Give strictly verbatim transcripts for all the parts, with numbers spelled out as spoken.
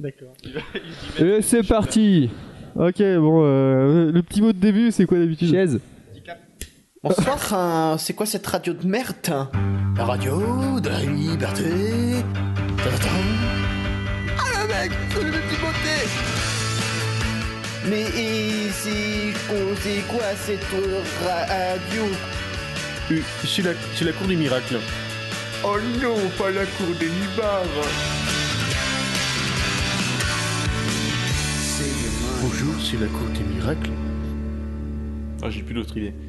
D'accord. Et c'est parti. Ok, bon, euh, le petit mot de début, c'est quoi d'habitude? Chaise. Bonsoir, hein, c'est quoi cette radio de merde? La radio de la liberté. Ta-ta-ta. Ah le mec, c'est le petit beauté. Mais et c'est quoi- c'est quoi cette radio? Euh, c'est la, c'est la cour des miracles. Oh non, pas la cour des libards. Bonjour, c'est la cour des miracles. Ah, j'ai plus d'autre idée.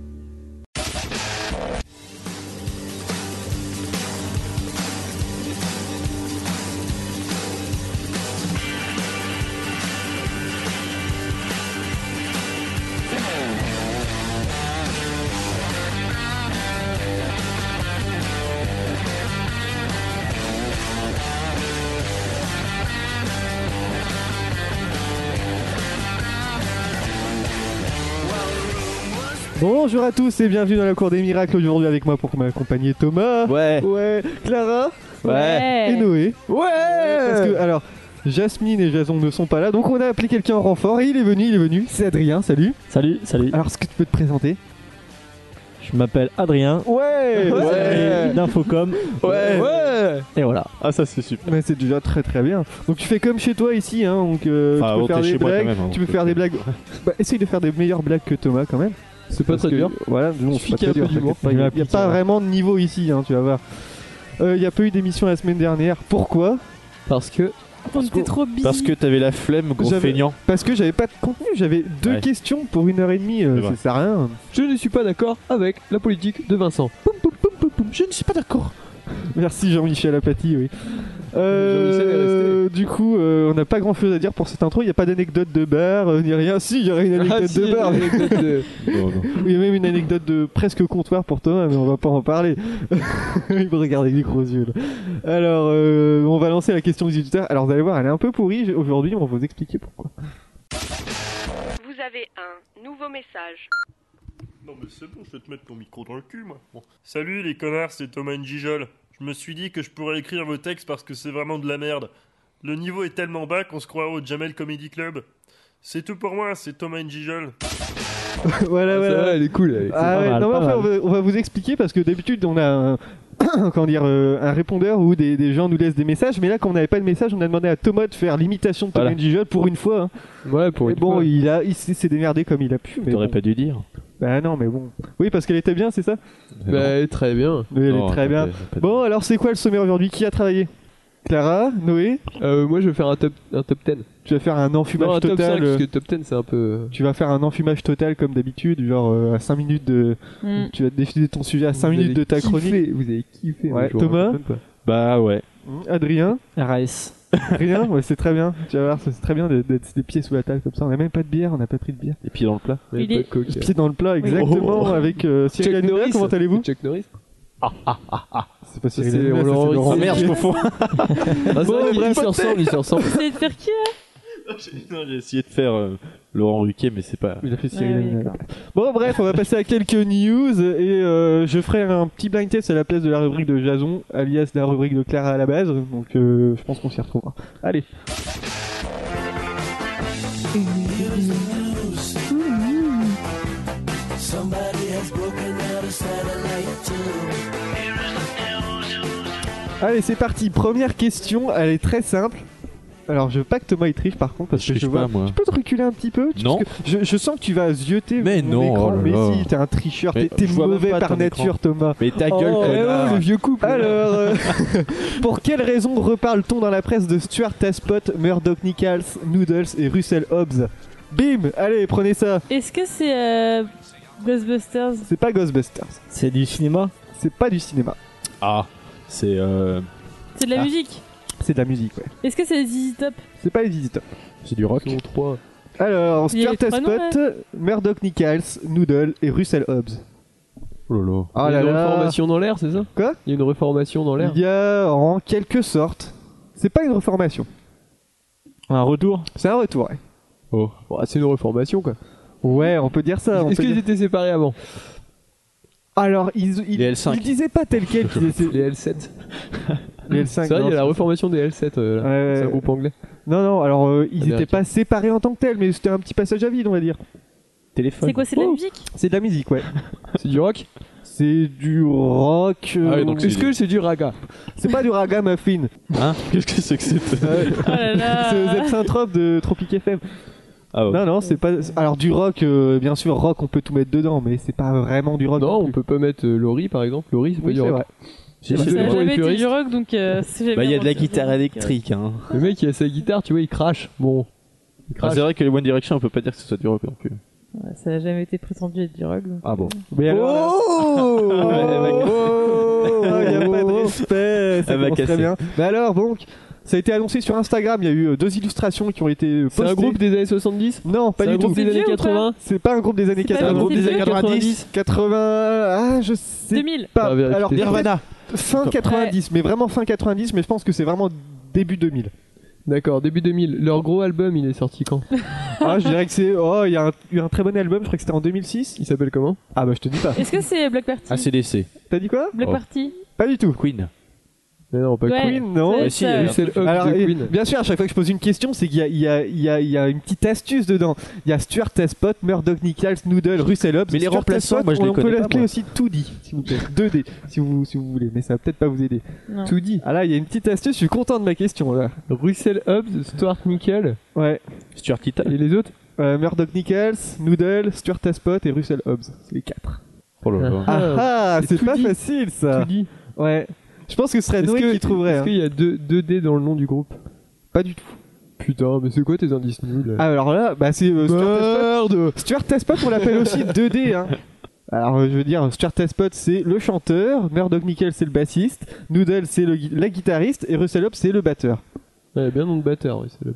Bonjour à tous et bienvenue dans la cour des miracles. Aujourd'hui avec moi pour m'accompagner Thomas. Ouais. Ouais. Clara. Ouais. Et Noé. Ouais. Parce que, alors, Jasmine et Jason ne sont pas là, donc on a appelé quelqu'un en renfort et il est venu, il est venu. C'est Adrien, salut. Salut, salut. Alors, est-ce que tu peux te présenter? Je m'appelle Adrien. Ouais. Ouais. D'Infocom. Ouais. Ouais. Et voilà. Ah, ça c'est super. Mais c'est déjà très très bien. Donc tu fais comme chez toi ici, hein. Donc euh, Enfin, tu peux on faire t'est des chez moi blagues. quand même, hein, tu on peux peut- faire des blagues. Bah, essaye de faire des meilleures blagues que Thomas quand même. C'est pas Parce très que, dur. Voilà, non, Suffit c'est pas qu'il y très ait un peu dur. d'humour. t'inquiète pas, Il n'y a, Je vais pas appliquer, vraiment de niveau ici, hein, tu vas voir. Il n'y a pas eu d'émission la semaine dernière. Pourquoi? Parce que. On était trop busy. Parce que t'avais la flemme, gros J'avais- feignant. Parce que j'avais pas de contenu. J'avais deux Ouais. questions pour une heure et demie. euh, C'est vrai. ça sert à rien. Je ne suis pas d'accord avec la politique de Vincent. Poum, poum, poum, poum, poum. Je ne suis pas d'accord. Merci Jean-Michel Apathy, oui. Jean-Michel est Euh, du coup, euh, on n'a pas grand chose à dire pour cette intro. Il n'y a pas d'anecdote de bar, euh, ni rien. Si, il y aurait une anecdote Ah, si, de bar. une anecdote de- Non, non. Il y a même une anecdote de presque comptoir pour Thomas, mais on va pas en parler. Il me regarde avec des gros yeux. Là. Alors, euh, on va lancer la question des auditeurs. Alors, vous allez voir, elle est un peu pourrie. Aujourd'hui, on va vous expliquer pourquoi. Vous avez un nouveau message. Non mais c'est bon, je vais te mettre ton micro dans le cul, moi. Bon. Salut les connards, c'est Thomas Njijol. Je me suis dit que je pourrais écrire vos textes parce que c'est vraiment de la merde. Le niveau est tellement bas qu'on se croirait au Jamel Comedy Club. C'est tout pour moi, c'est Thomas Njijol. voilà, Ah, voilà. ça va, elle est cool. Elle est cool. Ah ouais, mal, non, mais pas enfin, mal. on, va, on va vous expliquer parce que d'habitude on a un, comment dire, euh, un répondeur où des, des gens nous laissent des messages, mais là quand on n'avait pas de message, on a demandé à Thomas de faire l'imitation de Thomas Voilà. Njijol pour une fois. Hein. Ouais, pour Et une bon, fois. il a, il s'est s'est démerdé comme il a pu. Mais T'aurais bon. pas dû dire. Bah non, mais bon. Oui, parce qu'elle était bien, c'est ça? Bah, très bien. Oui, elle Non, est très t'as bien. pas- t'as pas Bon, alors c'est quoi le sommaire aujourd'hui? Qui a travaillé? Clara, Noé? Euh, moi, je vais faire un top, un top dix. Tu vas faire un enfumage Non, un top total. cinq, parce euh, que top dix, c'est un peu. Tu vas faire un enfumage total comme d'habitude, genre euh, à cinq minutes de. Mm. Tu vas défiler ton sujet à cinq Vous minutes avez de ta kiffé, chronique. Vous avez kiffé. Ouais, je vous Thomas raconte même pas. Bah ouais. Adrien? R A S. Rien, ouais, c'est très bien. Tu vas voir, c'est très bien d'être d'être les pieds sous la table comme ça. On a même pas de bière, on n'a pas pris de bière. Les pieds dans le plat. Mais Il pas est- de coke. Les pieds dans le plat, exactement, Oh. avec euh, Cyril Chuck Hanouna. Norris. Comment allez-vous? Chuck Norris. C'est pas Ça, Cyril c'est Hanouna, ça, Laurent c'est Laurent Ruquier. Ah merde, je Ruquier. confonds. Ah, c'est Bon, vrai qu'il bref, il se ressemble, il se ressemble. Vous essayez de faire qui là Non, j'ai essayé de faire euh, Laurent Ruquier, mais c'est pas. Il a fait Cyril Ah oui, Hanouna. d'accord. Bon, bref, on va passer à quelques news et euh, je ferai un petit blind test à la place de la rubrique de Jason, alias la rubrique de Clara à la base. Donc, euh, je pense qu'on s'y retrouvera. Allez. Allez, c'est parti. Première question, elle est très simple. Alors, je veux pas que Thomas y triche par contre, parce Je que triche je vois. pas, moi. Tu peux te reculer un petit peu tu- Non. parce que je, je sens que tu vas zioter Mais mon non, écran. oh là Mais là. si, t'es un tricheur, Mais t'es t'es je vois même mauvais pas par ton nature, écran. Thomas. Mais ta gueule, Oh, connard. le vieux couple. Alors, euh, pour quelle raison reparle-t-on dans la presse de Stuart Taspot, Murdoch Nichols, Noodles et Russell Hobbs? Bim! Allez, prenez ça! Est-ce que c'est euh, Ghostbusters? C'est pas Ghostbusters. C'est du cinéma. C'est pas du cinéma. Ah, c'est. Euh... C'est de la Ah. musique? C'est de la musique, ouais. Est-ce que c'est les Z Z Top? C'est pas les visiteurs. C'est du rock. Ils sont trois. Alors, Il y a Stuart les trois Taspot, Murdoch Nichols, Noodle et Russell Hobbs. Oh là là. Oh Il y là a une là! reformation dans l'air, c'est ça? Quoi? Il y a une reformation dans l'air. Il y a en quelque sorte. C'est pas une reformation. Un retour. C'est un retour, ouais. Oh. Ouais, c'est une reformation, quoi. Ouais, on peut dire ça. on Est-ce peut qu'ils dire- étaient séparés avant? Alors, ils, ils, Les L cinq. ils disaient pas tel quel qu'ils étaient. Les L sept. Les L cinq. C'est vrai, il y a non, la reformation des L sept. euh, là. Ouais, ouais, C'est un ouais. groupe anglais. Non, non, alors euh, ils Américain. étaient pas séparés en tant que tels, mais c'était un petit passage à vide, on va dire. Téléphone. C'est quoi, c'est de la Oh. musique? C'est de la musique, ouais. C'est du rock? C'est du rock. euh, Ah oui, donc Est-ce que c'est du raga? c'est pas du ragamuffin. Hein Qu'est-ce que c'est que c'est Oh là là. C'est aux Epsynthropes de Tropic F M. Ah ouais. Non, non, c'est pas. Alors du rock, euh, bien sûr, rock, on peut tout mettre dedans, mais c'est pas vraiment du rock. Non, on plus. peut pas mettre euh, Laurie par exemple. Laurie, c'est pas Oui, du c'est rock. vrai. Si, Ça c'est Ça dépend n'a des jamais été puristes. du rock, donc euh, c'est jamais Bah, il y a de la inventé. guitare électrique, hein. Le mec, il a sa guitare, tu vois, il crache. Bon. Il Ah, crache. c'est vrai que les One Direction, on peut pas dire que ce soit du rock non plus. Ouais, ça n'a jamais été prétendu être du rock. donc, Ah bon. Mais alors, Oh oh, il y a pas de respect, ça Elle m'a commence très cassé. bien. Mais alors, donc, ça a été annoncé sur Instagram. Il y a eu euh, deux illustrations qui ont été euh, C'est un postées. groupe des années soixante-dix? Non, pas C'est un du tout. groupe des C'est années vieux ou quatre-vingts? C'est pas un groupe des années C'est pas quatre-vingts. un groupe des années quatre-vingt-dix? quatre-vingts. Ah, je sais deux mille. pas. Ah, vérité. Alors, Nirvana. fin quatre-vingt-dix, mais vraiment fin quatre-vingt-dix, mais je pense que c'est vraiment début deux mille. D'accord, début deux mille. Leur gros album, il est sorti quand? Ah, je dirais que c'est. Oh, il y a un- eu un très bon album, je crois que c'était en deux mille six. Il s'appelle comment? Ah, bah, je te dis pas. Est-ce que c'est Black Party? A C D C. T'as dit quoi? Black Oh. Party? Pas du tout. Queen. Mais non, pas Ouais. Queen, non. C'est Mais si, ça. alors. Russell Hobbs Alors, de et- Queen. bien sûr, à chaque fois que je pose une question, c'est qu'il y a, il y, a, il y, a, il y a une petite astuce dedans. Il y a Stuart Tespot, Murdoch Nichols, Noodle, Russell Hobbs. Mais les Stuart remplaçants, Tespot, moi, je on, les on peut connais pas, l'appeler moi. aussi deux D, s'il vous plaît. deux D, si vous, si vous voulez, mais ça va peut-être pas vous aider. Non. Tout dit. Ah là, il y a une petite astuce, je suis content de ma question là. Russell Hobbs, Stuart Nickel Ouais. Stuart Little. et les autres? Euh, Murdoch Nichols, Noodle, Stuart Tespot et Russell Hobbs. C'est les quatre. Oh là là. Ah ah, c'est c'est tout pas dit. facile ça. Tout dit. Ouais. Je pense que ce serait Est-ce Noé que- qui trouverait. Est-ce hein. qu'il y a deux, deux D dans le nom du groupe? Pas du tout. Putain, mais c'est quoi tes indices nuls là? Ah, alors là, bah c'est euh, Stuart Tespot. Merde! Stuart Tespot, on l'appelle aussi deux D. Hein. Alors, euh, je veux dire, Stuart Tespot, c'est le chanteur, Murdoch Nichols, c'est le bassiste, Noodle, c'est le gui- la guitariste, et Russell Hobbs, c'est le batteur. Ouais, bien nom de batteur, oui, c'est le.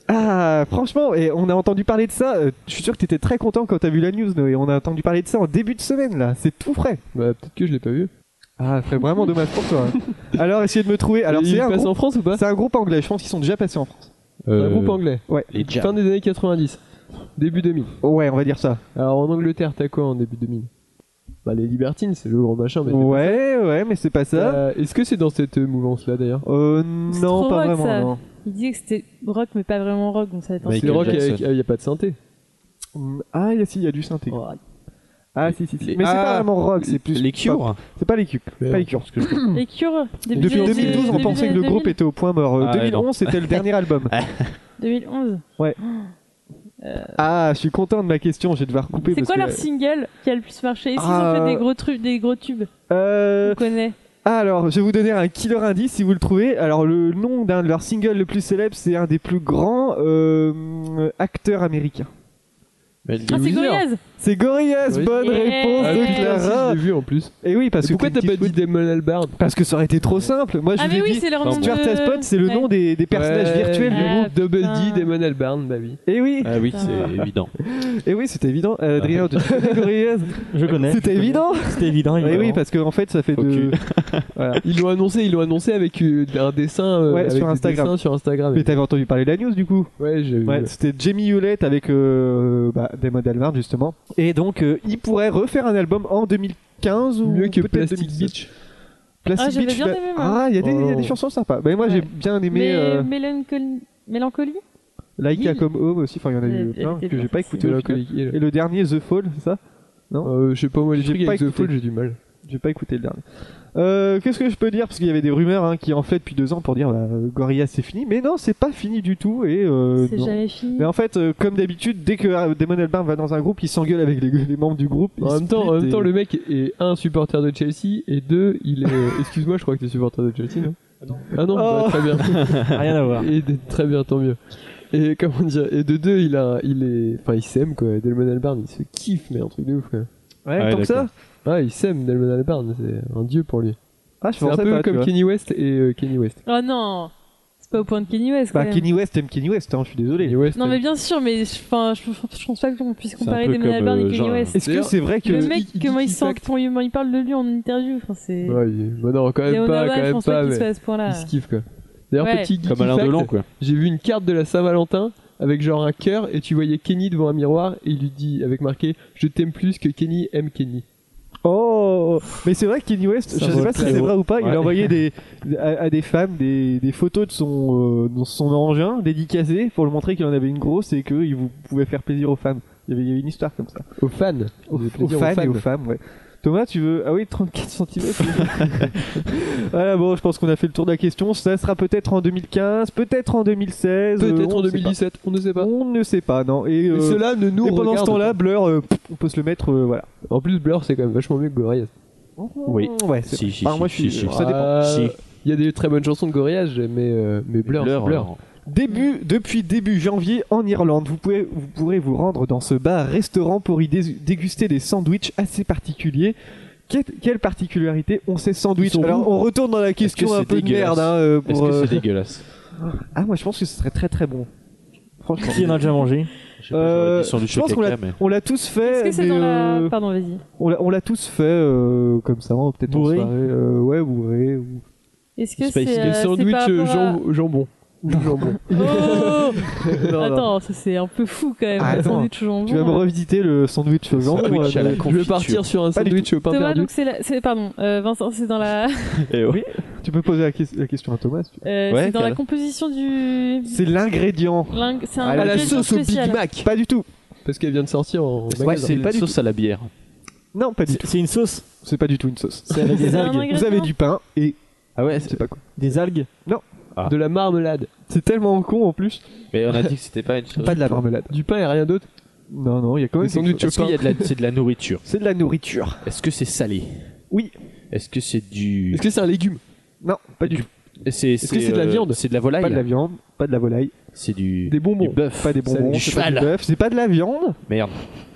Ah, franchement, et on a entendu parler de ça. euh, je suis sûr que t'étais très content quand t'as vu la news, Noé. On a entendu parler de ça en début de semaine, là. C'est tout frais. Bah, peut-être que je l'ai pas vu. Ah, ça serait vraiment dommage pour toi. hein. Alors, essayez de me trouver. Alors, il c'est un, passe groupe, en France ou pas? c'est un groupe anglais. Je pense qu'ils sont déjà passés en France. C'est un groupe anglais. Ouais. Les Jam. Fin des années quatre-vingt-dix. Début deux mille. Ouais, on va dire ça. Alors en Angleterre, t'as quoi en début deux mille? Bah, les Libertines, c'est le grand machin. Mais c'est Ouais, ouais, mais c'est pas pas ça. ça. Euh, Est-ce que c'est dans cette euh, mouvance-là d'ailleurs? Euh, C'est non, trop pas rock, vraiment. ça. Non. Il disait que c'était rock, mais pas vraiment rock, donc ça va être un Michael C'est rock Jackson. avec. Il n'y a pas de synthé. Mm, Ah, il y a si, il y a du synthé. Oh, Ah, si, si, si. Les- Mais c'est Ah, pas vraiment rock, c'est plus. Les pop. Cure. C'est pas les Cure. Mais Pas non. les Cure. Les Cure, début Depuis des- deux mille douze, on début pensait des que le années groupe deux mille. était au point mort. Euh, Ah, ouais, deux mille onze, c'était le dernier album. deux mille onze. Ah, je suis content de ma question, je vais devoir couper. C'est parce quoi que- leur single qui a le plus marché? Est-ce qu'ils Ah, ont fait euh, des gros trucs, des gros tubes? Euh, On connaît. Alors, je vais vous donner un killer indice si vous le trouvez. Alors, le nom d'un de leurs singles le plus célèbre, c'est un des plus grands euh, acteurs américains. Ah, c'est Gorillaz. C'est Gorillaz, Oui. bonne Yeah. réponse Ah de putain, si, Clara. je l'ai vu en plus. Et oui, parce Et que pourquoi t'as Clint pas dit Eastwood- Damon Albarn? Parce que ça aurait été trop simple. Moi, je Ah, vous mais ai oui, dit, c'est leur nom de... Stuart Tespot, c'est le Ouais. nom des, des personnages Ouais, virtuels du Ah, groupe. Double D, putain. Damon Albarn, bah oui. Et oui, Ah oui, Putain. c'est évident. et oui, c'était évident. Euh, Adrien, tu connais Gorillaz? Je connais. C'était évident. C'était évident. Et oui, évidemment. parce qu'en fait, ça fait de. Voilà. Ils l'ont annoncé, ils l'ont annoncé avec euh, un dessin euh, Ouais, avec sur des Instagram. dessins sur Instagram. Mais t'avais entendu parler de la news du coup? Ouais, j'ai vu. Ouais, c'était Jamie Hewlett avec euh, bah, Damon Albarn justement. Et donc, euh, il pourrait refaire un album en deux mille quinze ou Mieux que peut-être Plastic deux mille seize. Beach. Plastic Ah, j'avais Beach. bien là- aimé, moi. Ah, il y, a des- il y a Oh. des chansons sympas. Mais moi, j'ai Ouais. bien aimé Mais euh, Mélancolie. Mélancolie Laika Oui. Come Home aussi. Enfin, il y en a Elle- eu elle plein était que j'ai bien pas facile. écouté. au final. Mélancolique Hill. Et le dernier, The Fall, c'est ça? Euh, je sais pas, moi, les J'ai trucs pas avec The écouté. Fall, j'ai du mal. J'ai pas écouté le dernier. Euh, Qu'est-ce que je peux dire? Parce qu'il y avait des rumeurs hein, qui enflaient depuis deux ans pour dire bah, euh, Gorillaz c'est fini. Mais non, c'est pas fini du tout. Et euh, C'est non. jamais fini. Mais en fait, euh, comme d'habitude, dès que euh, Damon Albarn va dans un groupe, il s'engueule avec les, les membres du groupe. En il même temps, en split même et- temps, le mec est un supporter de Chelsea et deux, il est. euh, Excuse-moi, je crois que t'es supporter de Chelsea, non? Ah non, bah, Oh. très bien. Rien à voir. Et de- très bien, tant mieux. Et comment dire? Et de deux, il a, il est, enfin, il s'aime quoi. Damon Albarn, il se kiffe, mais un truc de ouf quoi. Ouais, Ouais, comme ça. d'accord. Ah, il s'aime Damon Albarn, c'est un dieu pour lui. Ah, je C'est un pensais peu pas, tu comme vois. Kanye West et euh, Kanye West. Oh non, c'est pas au point de Kanye West. Quand Bah, même. Kenny West aime Kenny West, hein, je suis désolé. Kanye West. Non euh, mais bien sûr, mais je, enfin, je, je, je pense pas qu'on puisse C'est un comparer peu Damon comme, Albarn euh, et Kanye genre, West. Est-ce que D'ailleurs, c'est vrai que. Le il- mec, il- comment il il, sent, fact. comment il, il parle de lui en interview, enfin c'est. Ouais, il- bah non, quand même Damon pas, Albarn, quand je même pense pas, pas qu'il mais soit à ce point-là. il se kiffe quoi. D'ailleurs, Ouais. petit geeky Comme Alain fact, Delon, quoi. j'ai vu une carte de la Saint-Valentin avec genre un cœur et tu voyais Kenny devant un miroir et il lui dit avec marqué je t'aime plus que Kenny aime Kenny. Oh, mais c'est vrai que Kanye West, Ça je sais vaut pas le si c'est clair. vrai ou pas, il Ouais. a envoyé des, à, à des femmes des, des photos de son, euh, de son engin dédicacé pour lui montrer qu'il en avait une grosse et qu'il vous pouvait faire plaisir aux femmes. Il y avait, il y avait une histoire comme ça. Aux fans. Aux, Vous avez aux plaisir fans et aux femmes, ouais. Thomas, tu veux. Ah oui, trente-quatre centimètres. Voilà, bon, je pense qu'on a fait le tour de la question. Ça sera peut-être en deux mille quinze, peut-être en deux mille seize. euh, Peut-être on en ne sait deux mille dix-sept, on ne sait pas. pas. On ne sait pas, non. Et, euh, Et cela ne nous et pendant regarde ce temps-là, pas. Blur, euh, pff, on peut se le mettre, euh, voilà. En plus, Blur, c'est quand même vachement mieux que Gorillaz. Oui. Ouais, c'est Si, si, enfin, si, moi, je suis. si, si. Ça dépend. Euh, Si. Il y a des très bonnes chansons de Gorillaz, mais, euh, mais Blur, Blur, c'est Blur. alors. Début, depuis début janvier en Irlande, vous, pouvez, vous pourrez vous rendre dans ce bar-restaurant pour y dé- déguster des sandwichs assez particuliers. Quelle, quelle particularité ont ces sandwichs? Ils sont Alors roux. on retourne dans la question c'est un peu de dégueulasse merde. Hein, euh, Est-ce pour, que euh, c'est dégueulasse? Ah moi je pense que ce serait très très bon. Franchement. Qui en a déjà mangé? Je sais pas, Euh, j'aurais dit sans du je pense qu'on caca, l'a, mais... on l'a tous fait. Est-ce que c'est mais, dans la. euh, Pardon, vas-y. on, l'a, on l'a tous fait euh, comme ça, hein, peut-être Bourré. en soirée. euh, ouais, bourré. Ou... Est-ce que Spicy. c'est. Des euh, c'est sandwichs par euh, rapport à- jam- jambon. Jambon. Oh Non, non. Attends, ça c'est un peu fou quand même. Ah, le attends. sandwich au jambon. Tu vas me revisiter le sandwich au jambon. Sandwich euh, à la de- con- Je vais Confiture. partir sur un Pas du sandwich au pain Thomas, perdu. donc c'est la... c'est- pardon, euh, Vincent, c'est dans la, Eh oh. Oui. Tu peux poser la, que- la question à Thomas. si tu veux. euh, Ouais, c'est dans la carré. composition du. C'est l'ingrédient. L'ing- C'est un Ah, À la ingrédient sauce au spécial. Big Mac. Pas du tout. Parce qu'elle vient de sortir en Ouais, magasin. c'est C'est pas une du sauce à la bière. Non, pas du tout. C'est une sauce. C'est pas du tout une sauce. C'est avec des C'est un algues. ingrédient. Vous avez du pain et Ah ouais, je sais pas quoi. des algues. De la marmelade. C'est tellement con en plus. Mais on a dit que c'était pas une sauce. Pas de la marmelade. Du pain et rien d'autre. Non, non, il y a quand même Des sandwichs quelque Est-ce qu'il y a de la... c'est de la nourriture? chose. C'est de la nourriture. Est-ce que c'est salé? Oui. Est-ce que c'est du... Est-ce que c'est un légume? Non, pas du tout. C'est, Est-ce que c'est de la euh, viande? C'est de la volaille. Pas de la viande, pas de la volaille, C'est du... Des bonbons. Du bœuf. pas des bonbons, Du c'est pas cheval. du bœuf, c'est pas de la viande. Merde.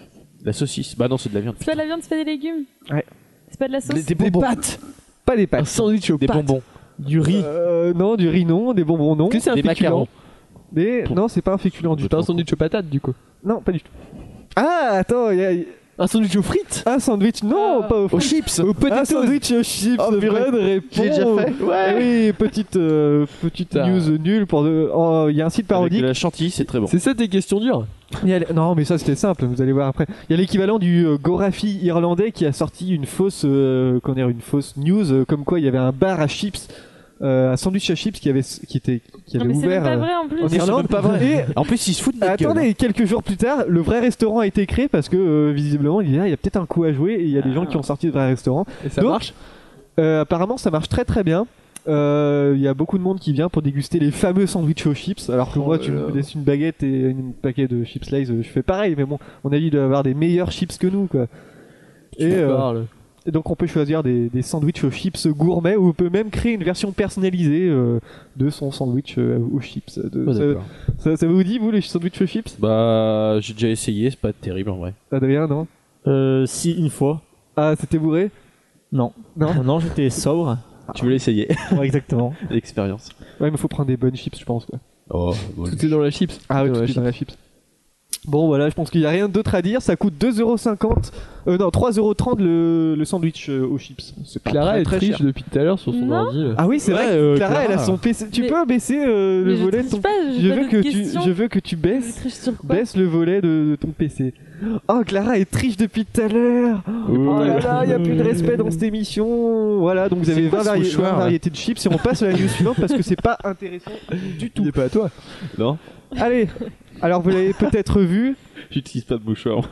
La saucisse. Bah non, c'est de la viande. C'est pas de la viande, c'est pas des légumes. Ouais. C'est pas de la sauce. Des, des Des bonbons. pâtes. Pas des Un pâtes. sandwich aux Des pâtes. bonbons. Du riz. Euh, non, du riz non, des bonbons non. Est-ce que c'est un Des féculent? macarons. Des... Non, c'est pas un féculent du C'est tout. pas un sandwich aux patates du coup. Non, pas du tout. Ah, attends, il y a Un sandwich aux frites? un sandwich. Non, Ah. pas au Aux chips? Aux Un potatoes? sandwich aux chips. Oh, purée. Fred répond. J'ai déjà fait. Eh oui, petite, euh, petite Putain. news nulle pour de. Oh, il y a un site Avec parodique. de la chantilly, c'est très bon. C'est ça tes questions dures? Il y a l- Non, mais ça c'était simple, vous allez voir après. Il y a l'équivalent du euh, Gorafi irlandais qui a sorti une fausse, euh, qu'on dirait une fausse news, euh, comme quoi il y avait un bar à chips, euh, un sandwich à chips qui avait, qui était, qui Non, avait mais c'est même ouvert pas euh, vrai en plus. en Irlande. pas vrai. Et En plus, ils se foutent de notre gueule. attendez, quelques jours plus tard, le vrai restaurant a été créé parce que euh, visiblement il y a, il y a peut-être un coup à jouer et il y a des gens qui ont sorti le vrai restaurant. Et ça Donc, marche? Euh, apparemment, ça marche très très bien. Euh, Il y a beaucoup de monde qui vient pour déguster les fameux sandwichs aux chips. Alors que Oh moi, là tu là. me laisses une baguette et une paquet de chips Lays, euh, je fais pareil. Mais bon, à mon avis, il doit y avoir des meilleurs chips que nous, quoi. Tu Et, euh, parles. et donc, on peut choisir des, des sandwichs aux chips gourmets ou on peut même créer une version personnalisée euh, de son sandwich euh, aux chips. De- Oh, ça, d'accord. ça, ça vous dit, vous, les sandwichs aux chips? Bah, j'ai déjà essayé, c'est pas terrible en vrai. Adrien, non? Euh, si, une fois. Ah, c'était bourré? Non. Non. Non, j'étais sobre. Tu veux l'essayer? Ouais, exactement. L'expérience. Ouais, mais faut prendre des bonnes chips, je pense, quoi. Oh, bon, Tout est dans la chips. Ah oui, Dans tout la est chips. dans la chips. Bon, voilà, je pense qu'il n'y a rien d'autre à dire. Ça coûte deux euros cinquante. Euh, non, trois euros trente le, le sandwich euh, aux chips. C'est pas Clara très, est très triche cher. depuis tout à l'heure sur son Non. ordi. là. Ah oui, c'est Ouais, vrai. que euh, Clara, Clara. elle a son P C. Tu Mais- peux baisser euh, le Mais je volet de triche ton. pas, j'ai Je pas veux d'autres que tu, questions. je veux que tu Je baisses, triche sur quoi? baisse le volet de, de ton P C. Oh, Clara est triche depuis tout à l'heure. Oh là là, il n'y a plus de respect dans cette émission. Voilà, donc vous avez quoi vingt, ce vari- mouchoir, vingt là variétés de chips et on passe à la news suivante parce que c'est pas intéressant du Il tout. est pas à toi. Non, Allez, alors vous l'avez peut-être vu. j'utilise pas de mouchoir.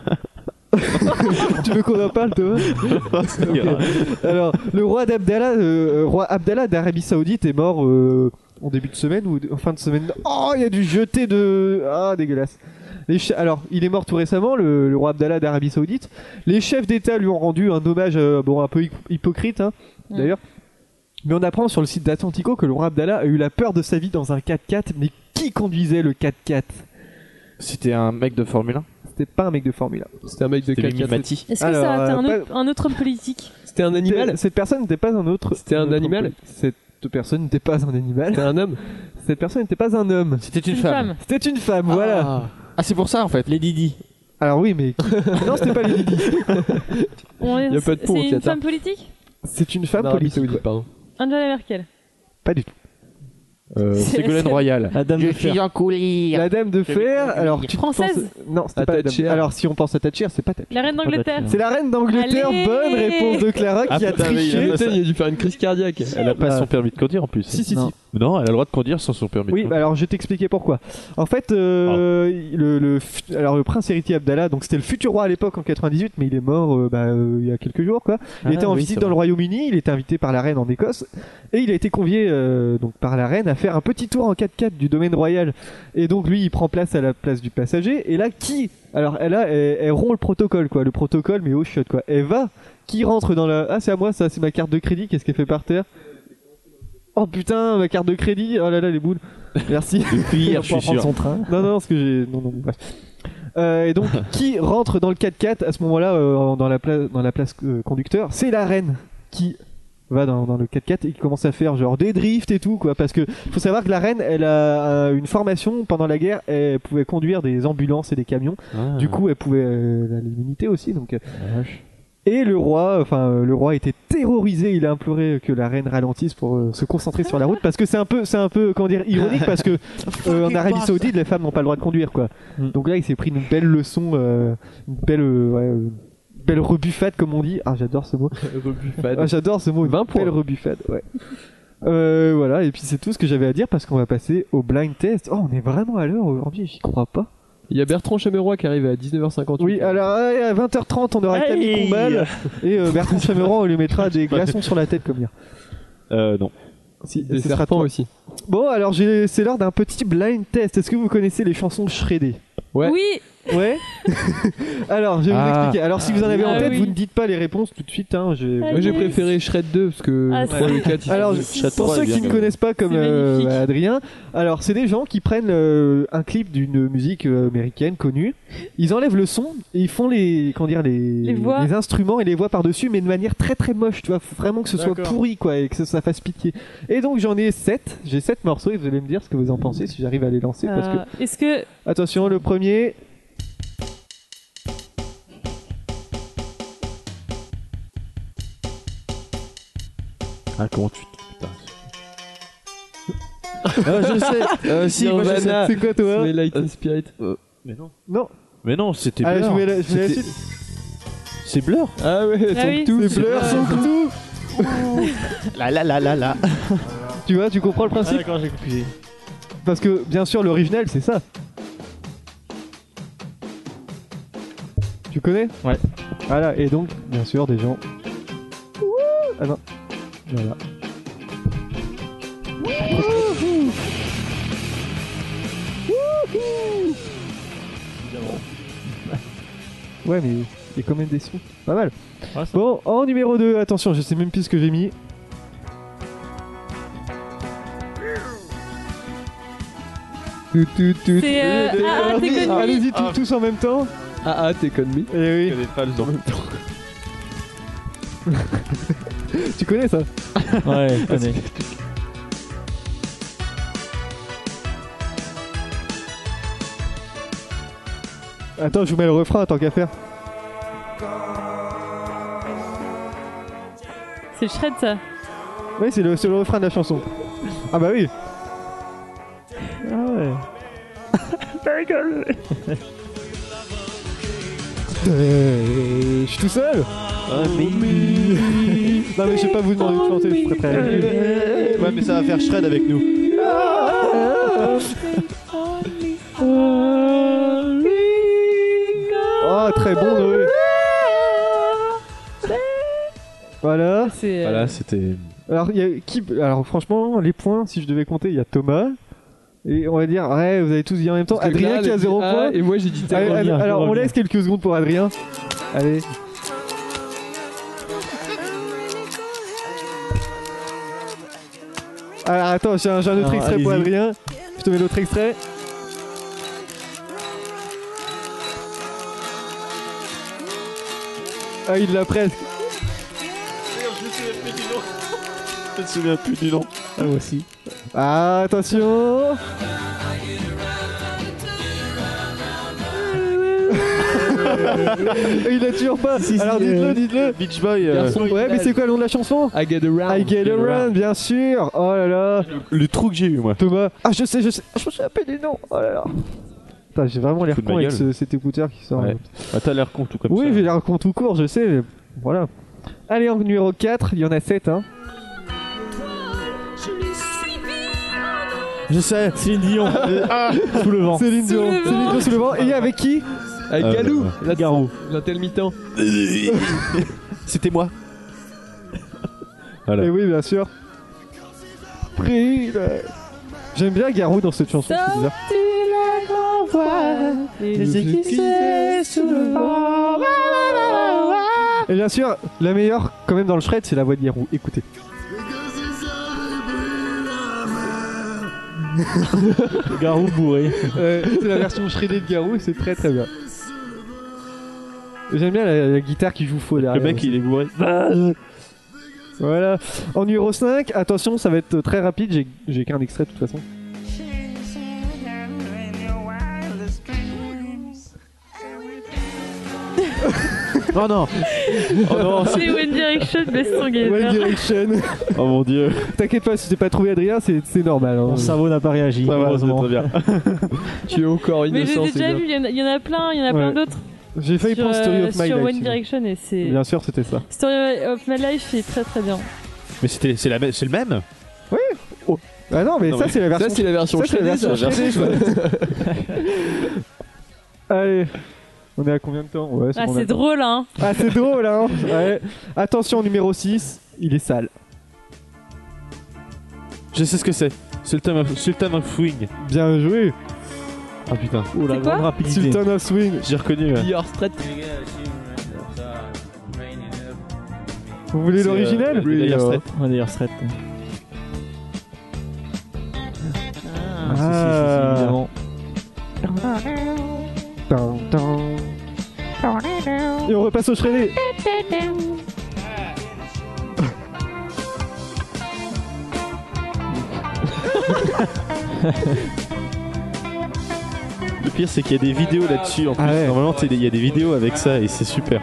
Tu veux qu'on en parle, Thomas? Alors, le roi d'Abdallah, euh, roi Abdallah d'Arabie Saoudite est mort euh, en début de semaine ou en fin de semaine. Oh, il y a du jeté de. Ah, dégueulasse. Les che- Alors, il est mort tout récemment, le, le roi Abdallah d'Arabie Saoudite. Les chefs d'État lui ont rendu un hommage, euh, bon, un peu hy- hypocrite, hein, Mm. d'ailleurs. Mais on apprend sur le site d'Atlantico que le roi Abdallah a eu la peur de sa vie dans un quatre-quatre. Mais qui conduisait le quatre-quatre? C'était un mec de Formule un? C'était pas un mec de Formule un. C'était un mec de C'était quatre Mimi quatre. Mati. Est-ce que Alors, ça a été euh, un, pas- autre, un autre homme politique? C'était un animal? Cette personne n'était pas un autre. C'était un autre animal? Cette personne n'était pas un animal. C'était un homme? Cette personne n'était pas un homme. C'était C'est une femme. C'était une femme, voilà. Ah. Ah, c'est pour ça en fait. Les Didi. Alors oui, mais non, c'était pas les Didi. On est- Y a pas de pont au C'est une Qatar. femme politique? C'est une femme D'Arabie politique. Saoudite, ouais. pardon. Angela Merkel. Pas du tout. Euh, C'est- Ségolène c'est- Royal. La dame de fer. en courir. La Dame de Fer, alors tu Française. penses... Non, c'était À pas la Dame. Thatcher. Alors si on pense à Thatcher, c'est pas Thatcher. La reine d'Angleterre. C'est la reine d'Angleterre. Allez. Bonne réponse de Clara qui Ah, a putain, mais il a triché. pas Putain, il a dû faire une crise cardiaque. Elle a pas Ah. son permis de conduire en plus. Si, si, Non. si. Non, elle a le droit de conduire sans son permis Oui, de bah conduire. alors je vais t'expliquer pourquoi. En fait, euh, le, le, fu- alors le prince héritier Abdallah, donc c'était le futur roi à l'époque en quatre-vingt-dix-huit, mais il est mort euh, bah, euh, il y a quelques jours quoi. Il Ah, était en oui, visite c'est dans vrai. le Royaume-Uni, il était invité par la reine en Écosse, et il a été convié euh, donc par la reine à faire un petit tour en quatre-quatre du domaine royal. Et donc lui, il prend place à la place du passager. Et là, qui Alors elle a, elle, elle rompt le protocole quoi, le protocole mais au shot quoi. Elle va, qui rentre dans la, ah c'est à moi ça, c'est ma carte de crédit. Qu'est-ce qu'elle fait par terre? Oh putain, ma carte de crédit. Oh là là les boules. Merci. Depuis hier, je Pour suis prendre sûr. son train. Non, non, parce que j'ai. Non, non, bref. Euh, et donc, qui rentre dans le quatre-quatre à ce moment-là, euh, dans la place, dans la place euh, conducteur? C'est la reine qui va dans, dans le quatre-quatre et qui commence à faire genre des drifts et tout, quoi. Parce que faut savoir que la reine, elle a euh, une formation pendant la guerre, elle pouvait conduire des ambulances et des camions. Ah. Du coup, elle pouvait. Euh, elle a l'immunité aussi, donc. euh, Et le roi, enfin euh, le roi était terrorisé. Il a imploré que la reine ralentisse pour euh, se concentrer sur la route parce que c'est un peu, c'est un peu, comment dire, ironique parce que euh, en Arabie Saoudite, les femmes n'ont pas le droit de conduire, quoi. Mm. Donc là, il s'est pris une belle leçon, euh, une belle, euh, ouais, euh, belle rebuffade comme on dit. Ah, j'adore ce mot. Ah, j'adore ce mot. Une vingt points. belle rebuffade. Ouais. Euh, voilà. Et puis c'est tout ce que j'avais à dire parce qu'on va passer au blind test. Oh, on est vraiment à l'heure aujourd'hui. J'y crois pas. Il y a Bertrand Chameroy qui arrive à dix-neuf heures cinquante-huit. Oui, alors ouais, à vingt heures trente, on aura Camille Hey Combal et euh, Bertrand Chameron, on lui mettra des glaçons sur la tête comme hier. Euh, non. Si, Des ce sera serpents toi. aussi. Bon, alors j'ai- c'est l'heure d'un petit blind test. Est-ce que vous connaissez les chansons shreddées? Ouais. Oui. Ouais. Alors, je vais vous Ah. expliquer. Alors, si vous en avez en Ah tête, oui. vous ne dites pas les réponses tout de suite. Hein, j'ai- Ah, Moi j'ai yes. préféré Shred deux parce que Ah, le trois et le quatre, ils Alors, sont- Shred pour trois ceux est bien, qui ne quand même. connaissent pas comme C'est euh, magnifique. Adrien, alors c'est des gens qui prennent euh, un clip d'une musique euh, américaine connue, ils enlèvent le son et ils font les, comment dire, les, Les voix. les instruments et les voix par-dessus, mais de manière très très moche. Tu vois, faut vraiment que ce soit D'accord. pourri quoi et que ça, ça fasse pitié. Et donc j'en ai sept, j'ai sept morceaux et vous allez me dire ce que vous en pensez si j'arrive à les lancer. Parce que Euh, Est-ce que attention, le premier. Ah, comment tu. Putain. Ah, je sais. Euh, si, moi, je sais. Nirvana, C'est quoi toi? Smell Like Teen Spirit. Mais non. Non. Mais non, c'était Allez, Blur. je vais la, je vais la C'était- suite. C'est Blur. Ah ouais, Ah son oui. tout. C'est Blur, son tout. La la la la la. Tu vois, tu comprends le principe? D'accord, j'ai compris. Parce que bien sûr l'original c'est ça. Tu connais? Ouais. Voilà, et donc bien sûr des gens. Ah non. Voilà. Ouais mais il y a quand même des sons. Pas mal. Ouais, ça- Bon, en numéro deux, attention, je sais même plus ce que j'ai mis. Tout, tout, tout. c'est euh, ah, ah, t'es connu. Allez-y tous, tous en même temps. Ah ah, t'es con me. Eh oui. pas le nom. Tu connais ça? Ouais, je connais. Attends, je vous mets le refrain tant qu'à faire. C'est Shred ça. Oui, c'est le, c'est le refrain de la chanson. Ah bah oui. Ah ouais. Euh, Je suis tout seul. Non mais je vais pas vous demander de chanter, je serai prêt à la Ouais, mais ça va faire shred avec nous. Oh, très bon Noé. Voilà. C'est euh, Voilà, c'était. Alors, il y a qui... Alors franchement, les points, si je devais compter, il y a Thomas. Et on va dire, ouais, vous avez tous dit en même temps. Parce que Adrien là, qui elle a dit zéro ah, point. Et moi j'ai dit Allez, t'as allez, reviens, alors je on reviens. laisse quelques secondes pour Adrien. Allez. Alors attends, j'ai un, j'ai un autre Alors, extrait pour allez-y. Adrien. Je te mets l'autre extrait. Ah, il l'a presque. Je me souviens plus du nom. Ah, moi aussi. Ah, attention. Et il a toujours pas. Alors dites-le, dites-le. Beach Boy. euh, Garçon, Ouais, mais c'est quoi le nom de la chanson? I get around. I get around, bien sûr. Oh là là. Le trou que j'ai eu, moi. Thomas. Ah, je sais, je sais. Je me souviens pas des noms. Oh là là. Putain, j'ai vraiment l'air Fous de con ma avec gueule. ce- cet écouteur qui sort. Ouais. Bah, t'as l'air con tout comme Oui, ça. j'ai l'air con tout court, je sais, mais voilà. Allez, en numéro quatre, il y en a sept, hein. Je sais, Céline Dion. Ah, sous le vent. Céline Dion. Sous le Céline vent. Dion sous le vent. Et avec qui? Avec Euh, Galou. euh, Garou. L'intermittent. C'était moi. Voilà. Et oui, bien sûr. Pris le- J'aime bien Garou dans cette chanson, c'est bizarre. Et bien sûr, la meilleure, quand même, dans le shred, c'est la voix de Garou. Écoutez. Garou bourré. Euh, c'est la version shreddée de Garou et c'est très très bien. J'aime bien la, la guitare qui joue faux Le derrière. mec, aussi. il est bourré. Voilà. En numéro cinq, attention, ça va être très rapide, j'ai- j'ai qu'un extrait de toute façon. Oh non. Oh non. c'est- C'est One Direction, Best Song Ever. One Direction. Oh mon dieu. T'inquiète pas, si t'es pas trouvé Adrien, c'est c'est normal. Hein. Mon cerveau n'a pas réagi. Ça va, c'est heureusement. très bien. Tu es encore Mais je innocent, les ai c'est déjà bien. vus, il y en a- il y, en a plein, il y en a plein Ouais. d'autres. J'ai failli sur, prendre Story euh, of My sur Life. One sinon. Direction et c'est. Bien sûr, c'était ça. Story of My Life, c'est très très bien. Mais c'était, c'est, la même- c'est le même. Ah non, mais Non, ça, mais- c'est la version. Ça, c'est la version ça, c'est la shreddée, version ça. shreddée, ça. Allez. On est à combien de temps? Ouais, Ah, bon, c'est d'accord. drôle, hein. Ah, c'est drôle, hein. Ouais. Attention, numéro six, il est sale. Je sais ce que c'est. Sultan of, Sultan of Swing. Bien joué. Ah putain. Oh la C'est quoi grande rapidité. Sultan of Swing. J'ai reconnu. ouais. Your Strait. Vous voulez C'est, l'original? euh, Dire euh, Straits. Ouais, d'ailleurs, Strait. Ah. Ah, si, si, si, si, évidemment. Tan, tan. Et on repasse au shreddé. Le pire, c'est qu'il y a des vidéos là-dessus. En plus, Ah ouais. normalement, tu sais, il y a des vidéos avec ça et c'est super.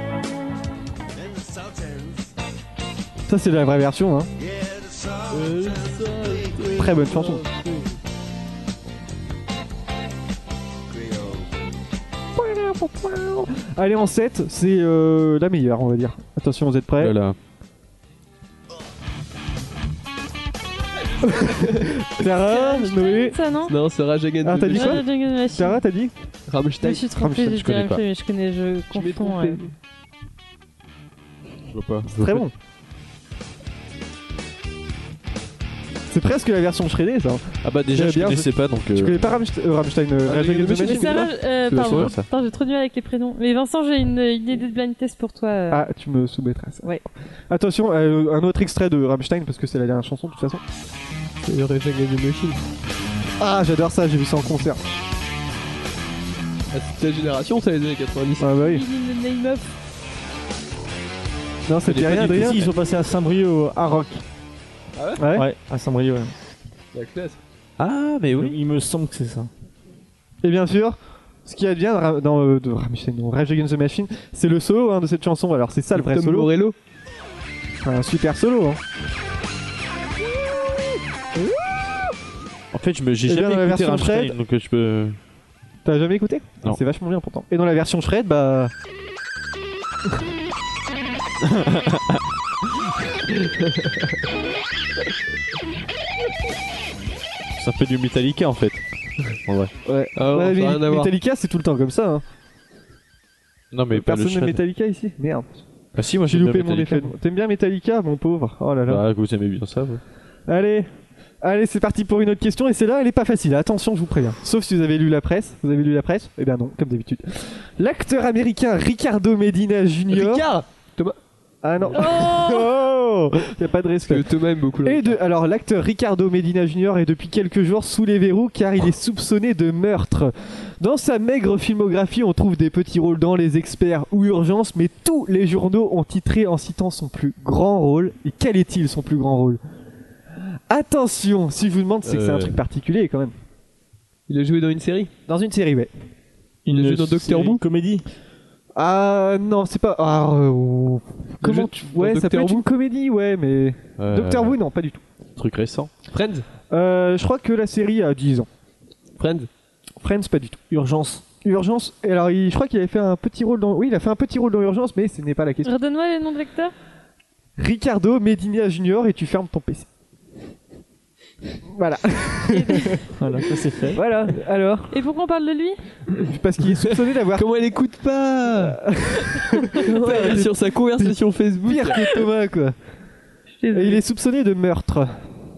Ça, c'est la vraie version, hein. Très bonne chanson. Allez, en sept, c'est euh, la meilleure, on va dire. Attention, vous êtes prêts? Voilà. Clara, Noé. Ça, non? Non, c'est Rage Against Ah, the t'as dit Machine. quoi? Rage Against the Machine. Clara, t'as dit? Je me Rammstein. suis trompé, Rammstein, j'ai je connais dit pas. mais je connais, je Je m'ai confonds. trompé. ouais. Je vois pas. Très bon. C'est presque la version shreddée, ça. Ah bah déjà, Ouais, je bien, connaissais pas donc. Tu euh, connais pas Rammstein, euh, Rammstein euh, Ah, Rage j'ai- Against the mais Machine? Mais ça va, euh, C'est pardon, sûr, ça. Attends, j'ai trop du mal avec les prénoms. Mais Vincent, j'ai une, une idée de blind test pour toi. euh. Ah, tu me soumettras ça. Ouais. Attention, euh, un autre extrait de Rammstein parce que c'est la dernière chanson de toute façon. C'est Rage Against the Machine. Ah, j'adore ça, j'ai vu ça en concert. Ah, c'est ta génération, ça, les années quatre-vingt-dix. Ah bah oui. In the name of. Non, ça te dit Pas rien, du tout. Adrien? Si, ils sont passés à Saint-Brieuc à Rock. Ouais. Ouais, à Saint-Brieuc. Ouais. La classe. Ah, mais oui. Il me semble que c'est ça. Et bien sûr, ce qui advient de, Ra- dans, euh, de Rammstein, dans Rage Against the Machine, c'est le solo hein, de cette chanson. Alors c'est ça le vrai Tom solo. Morello. Un super solo. Hein. En fait, je me, j'ai Et bien, jamais dans la écouté version Rammstein, shred. donc euh, je peux. T'as jamais écouté? Non. C'est vachement bien pourtant. Et dans la version shred, bah. C'est un peu du Metallica en fait. En vrai. Ouais. Ah, Ouais, ouais, mais rien à voir. Metallica, c'est tout le temps comme ça. Hein. Non, mais pas le Personne n'aime shred. Metallica ici? Merde. Ah si, moi J'ai j'ai loupé mon effet. T'aimes bien Metallica, mon pauvre? Oh là là. Bah, vous aimez bien ça, vous. Allez, allez, c'est parti pour une autre question et c'est là, elle est pas facile. Attention, je vous préviens. Sauf si vous avez lu la presse. Vous avez lu la presse? Eh bien non, comme d'habitude. L'acteur américain Ricardo Medina Junior Ricard. Ah non. Oh Oh y a pas de risque. Parce que Thomas aime beaucoup le Et de, alors l'acteur Ricardo Medina Junior est depuis quelques jours sous les verrous car il est soupçonné de meurtre. Dans sa maigre filmographie, on trouve des petits rôles dans Les Experts ou Urgence, mais tous les journaux ont titré en citant son plus grand rôle. Et quel est-il son plus grand rôle? Attention, si je vous demande, c'est que c'est un Euh. truc particulier quand même. Il a joué dans une série. Dans une série, ouais. Il a joué dans Doctor série Who. Comédie. Ah non, c'est pas. Ah, euh, comment jeu- tu. dans Ouais, ça Doctor peut être Who une comédie, ouais, mais. Euh, Doctor Who, non, pas du tout. Truc récent. Friends Euh, je crois que la série a dix ans. Friends Friends, pas du tout. Urgence. Urgence, et alors il- je crois qu'il avait fait un petit rôle dans. Oui, il a fait un petit rôle dans Urgence, mais ce n'est pas la question. Redonne-moi le nom de l'acteur. Ricardo Medina Junior et tu fermes ton P C. Voilà. Voilà, ça c'est fait. Voilà, alors. Et pourquoi on parle de lui? Parce qu'il est soupçonné d'avoir. Comment elle écoute pas Putain, elle est sur sa conversation Facebook. Pire que Thomas, quoi. Et il est soupçonné de meurtre.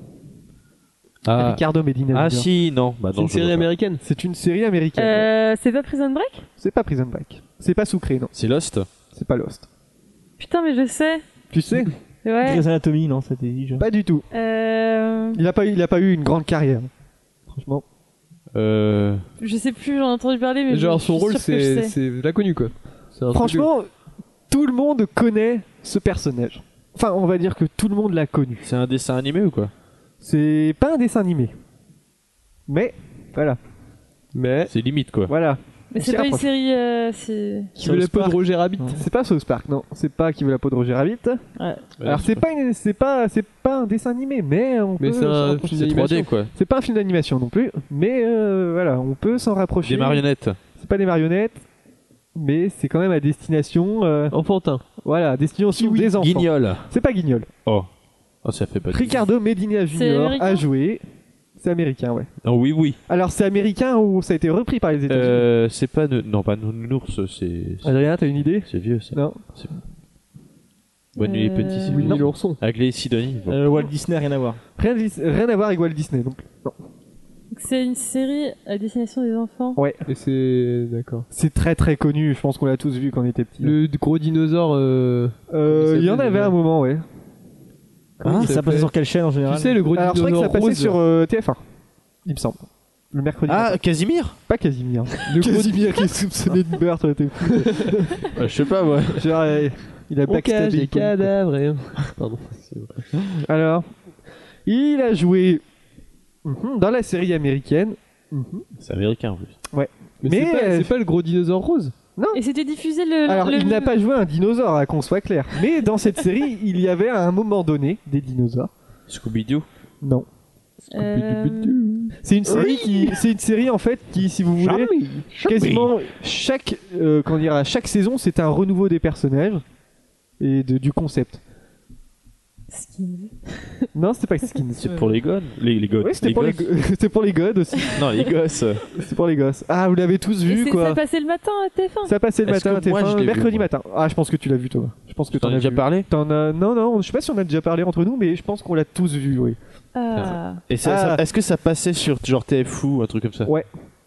Ah, Ricardo Medina ah Junior. si, non. Bah, C'est non, une je série vois pas. américaine. C'est une série américaine. Euh, c'est pas Prison Break? C'est pas Prison Break. C'est pas Sucré, non. C'est Lost. C'est pas Lost. Putain, mais je sais. Tu sais Ouais. Grey's Anatomy, non, ça t'est dit. genre. Pas du tout. Euh, Il a pas eu, il a pas eu une grande carrière. Franchement. Euh... je sais plus, j'en ai entendu parler, mais Genre je son suis rôle, sûre que je c'est sais. c'est la connu quoi. C'est un truc Franchement, tout le monde connaît ce personnage. Enfin, on va dire que tout le monde l'a connu. C'est un dessin animé ou quoi? C'est pas un dessin animé. Mais, voilà. de- Mais C'est limite quoi. Voilà. Mais On c'est s'y pas une rapproche. série. Euh, c'est. qui veut la peau de Roger Rabbit. C'est pas South Park, non. C'est pas Qui veut la peau de Roger Rabbit. Ouais. Alors, c'est pas, une- c'est pas, c'est pas un dessin animé, mais on Mais peut c'est s'en un rapprocher. film C'est trois D d'animation. quoi. C'est pas un film d'animation non plus, mais euh, voilà, on peut s'en rapprocher. Des marionnettes. C'est pas des marionnettes, mais c'est quand même à destination. euh, Enfantin. Voilà, à destination des enfants. Guignol. C'est pas Guignol. Oh. Oh, ça fait pas de... Ricardo Medina Junior américain a joué. C'est américain, ouais. Oh, oui, oui. Alors, c'est américain ou ça a été repris par les États-Unis Euh, c'est pas... ne- Non, pas Nounours, c'est... c'est- Adrien, t'as une idée C'est vieux ça. Non. Bonne nuit les Euh, petits, c'est oui, vieux. Winnie l'ourson. Aglé et Sidonie. bon. Euh, Walt Disney, rien à voir. Rien, de- rien à voir avec Walt Disney, donc. Non. Donc c'est une série à destination des enfants. Ouais. Et c'est d'accord. C'est très très connu, je pense qu'on l'a tous vu quand on était petit. Le gros dinosaure. Euh... Euh, il y en s'appelait, avait déjà un moment, ouais. Comment il ça s'appelait passe sur quelle chaîne en Tu général? sais le gros Alors, je crois que dinosaure ça passait rose. sur euh, T F un, il me semble. Le mercredi. Ah, matin. Casimir. Pas Casimir. Le gros Casimir qui est soupçonné de meurtre, t'es fou. Euh, Je sais pas, ouais. Genre, euh, il a On cache backstabé. des le con. cadavres. et- Pardon. c'est vrai. Alors, il a joué mhm, dans la série américaine. Mhm. C'est américain en plus. Mais, Mais, c'est pas, euh, c'est pas le gros dinosaure rose. Et c'était diffusé le. Alors, le- il n'a pas joué un dinosaure, à qu'on soit clair. Mais dans cette série, il y avait à un moment donné des dinosaures. Scooby-Doo. Non. Euh, C'est une série qui, c'est une série en fait qui, si vous voulez, quasiment chaque, euh, comment dire, à chaque saison, c'est un renouveau des personnages et de, du concept. Skins. Non, c'était pas Skins. C'est pour les gones. Les, les gones. Oui, c'était pour, les gosses. go- c'était pour les godes aussi. Non, les gosses. C'était pour les gosses. Ah, vous l'avez tous Et vu c'est- quoi. ça passait le matin à T F un. Ça passait le Est-ce matin à que moi, T F un, je l'ai vu, mercredi moi matin. Ah, je pense que tu l'as vu toi. Je pense que T'en t'en as as déjà vu. parlé? T'en as... Non, non, je sais pas si on a déjà parlé entre nous, mais je pense qu'on l'a tous vu, oui. Ah. Et ça, Ah. ça- est-ce que ça passait sur genre T F ou un truc comme ça? Ouais.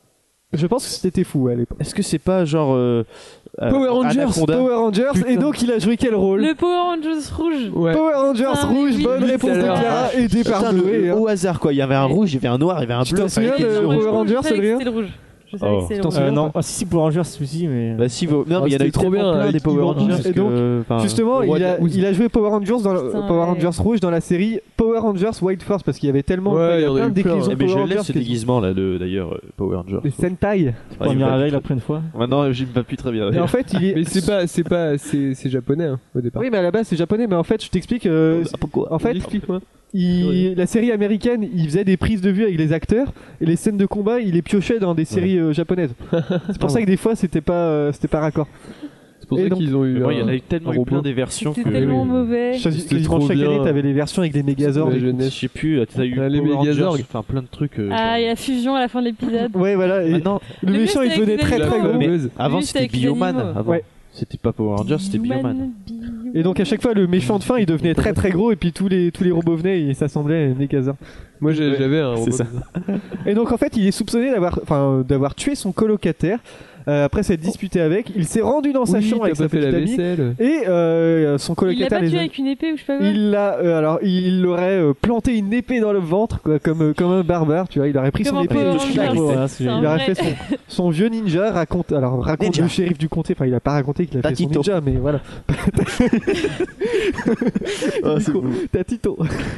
Je pense que c'était fou à l'époque. Est-ce que c'est pas genre euh, euh, Power Rangers, Anaconda Power Rangers, Putain. et donc il a joué quel rôle Le Power Rangers rouge. Ouais. Power Rangers Ah, rouge, oui, bonne oui, réponse tout de à l'heure. Clara, aidée par Putain, le- Noé. hein. au hasard quoi, il y avait un rouge, il y avait un noir, il y avait un Tu bleu. t'en souviens fallait de qu'ils- Moi, je Power crois- Rangers, je savais que Adrien c'était le rouge. Je savais Oh. que c'était le T'en rouge. souviens Euh, non, pas ah, si, si, pour Rangers, si, mais. Bah si, vous... non, Ah, mais il y en a c'était eu trop tellement bien, plein avec des Power Yvan. Rangers. Et donc, que- enfin, Justement, le roi il de a, la housse. il a joué Power Rangers dans le, Putain, Power ouais. Rangers rouge dans la série Power Rangers White Force parce qu'il y avait tellement Ouais, il y il y a en a plein eu de plein, déclinaisons Eh, de mais je Power laisse Rangers ce qui- déguisement là de d'ailleurs euh, Power Rangers. des Sentai. On il venir va- avec la prochaine fois. Maintenant, j'aime pas plus très bien. Et en fait, il est Mais c'est pas, c'est pas, c'est, c'est japonais hein, au départ. Oui, mais à la base c'est japonais, mais en fait, je t'explique euh, pourquoi en fait, Explique-moi. il- la série américaine, il faisait des prises de vue avec les acteurs et les scènes de combat, il les piochait dans des séries euh, japonaises. C'est pour ça que des fois c'était pas euh, c'était pas raccord. C'est pour Et ça donc- qu'ils ont eu. Mais bon, il y en a un- eu tellement un eu robot. plein des versions que C'était tellement oui. mauvais. Chaque- C'était Quasiment trop chaque bien. année, t'avais les versions avec les Megazords. La et tout. je jeunesse. sais plus, t'as eu Ah, les Power Rangers, Megazorgs. enfin plein de trucs. euh, Ah, genre- il y a la fusion à la fin de l'épisode. Ouais, voilà. Et Ah non, le Mais méchant, oui, il c'était devenait avec très les très animaux. gros. mais Buzz. avant Oui, c'était c'était avec les Bioman. animaux. Avant. Ouais. C'était pas Power Rangers, c'était Bioman. Et donc à chaque fois, le méchant de fin, il devenait très très gros et puis tous les tous les robots venaient et s'assemblaient à Megazord. Moi j'ai- Ouais. j'avais un C'est robot. ça. Et donc en fait, il est soupçonné d'avoir, enfin, d'avoir tué son colocataire euh, après s'être disputé avec. Il s'est rendu dans sa Oui, chambre t'as avec pas sa fait petite la amie vaisselle. et euh, son Il l'a colocataire pas les tué a- avec une épée ou je sais pas quoi. Il l'a, euh, alors il l'aurait euh, planté une épée dans le ventre, quoi, comme euh, comme un barbare, tu vois. Il aurait pris Comme son un épée. Power et Rangers. clac, Voilà, c'est C'est un il aurait vrai. fait son, son vieux ninja raconte, alors raconte Ninja. le shérif du comté. Enfin, il a pas raconté qu'il a fait son Tatito. ninja, mais voilà. Ah, c'est Du coup, beau. Tatito.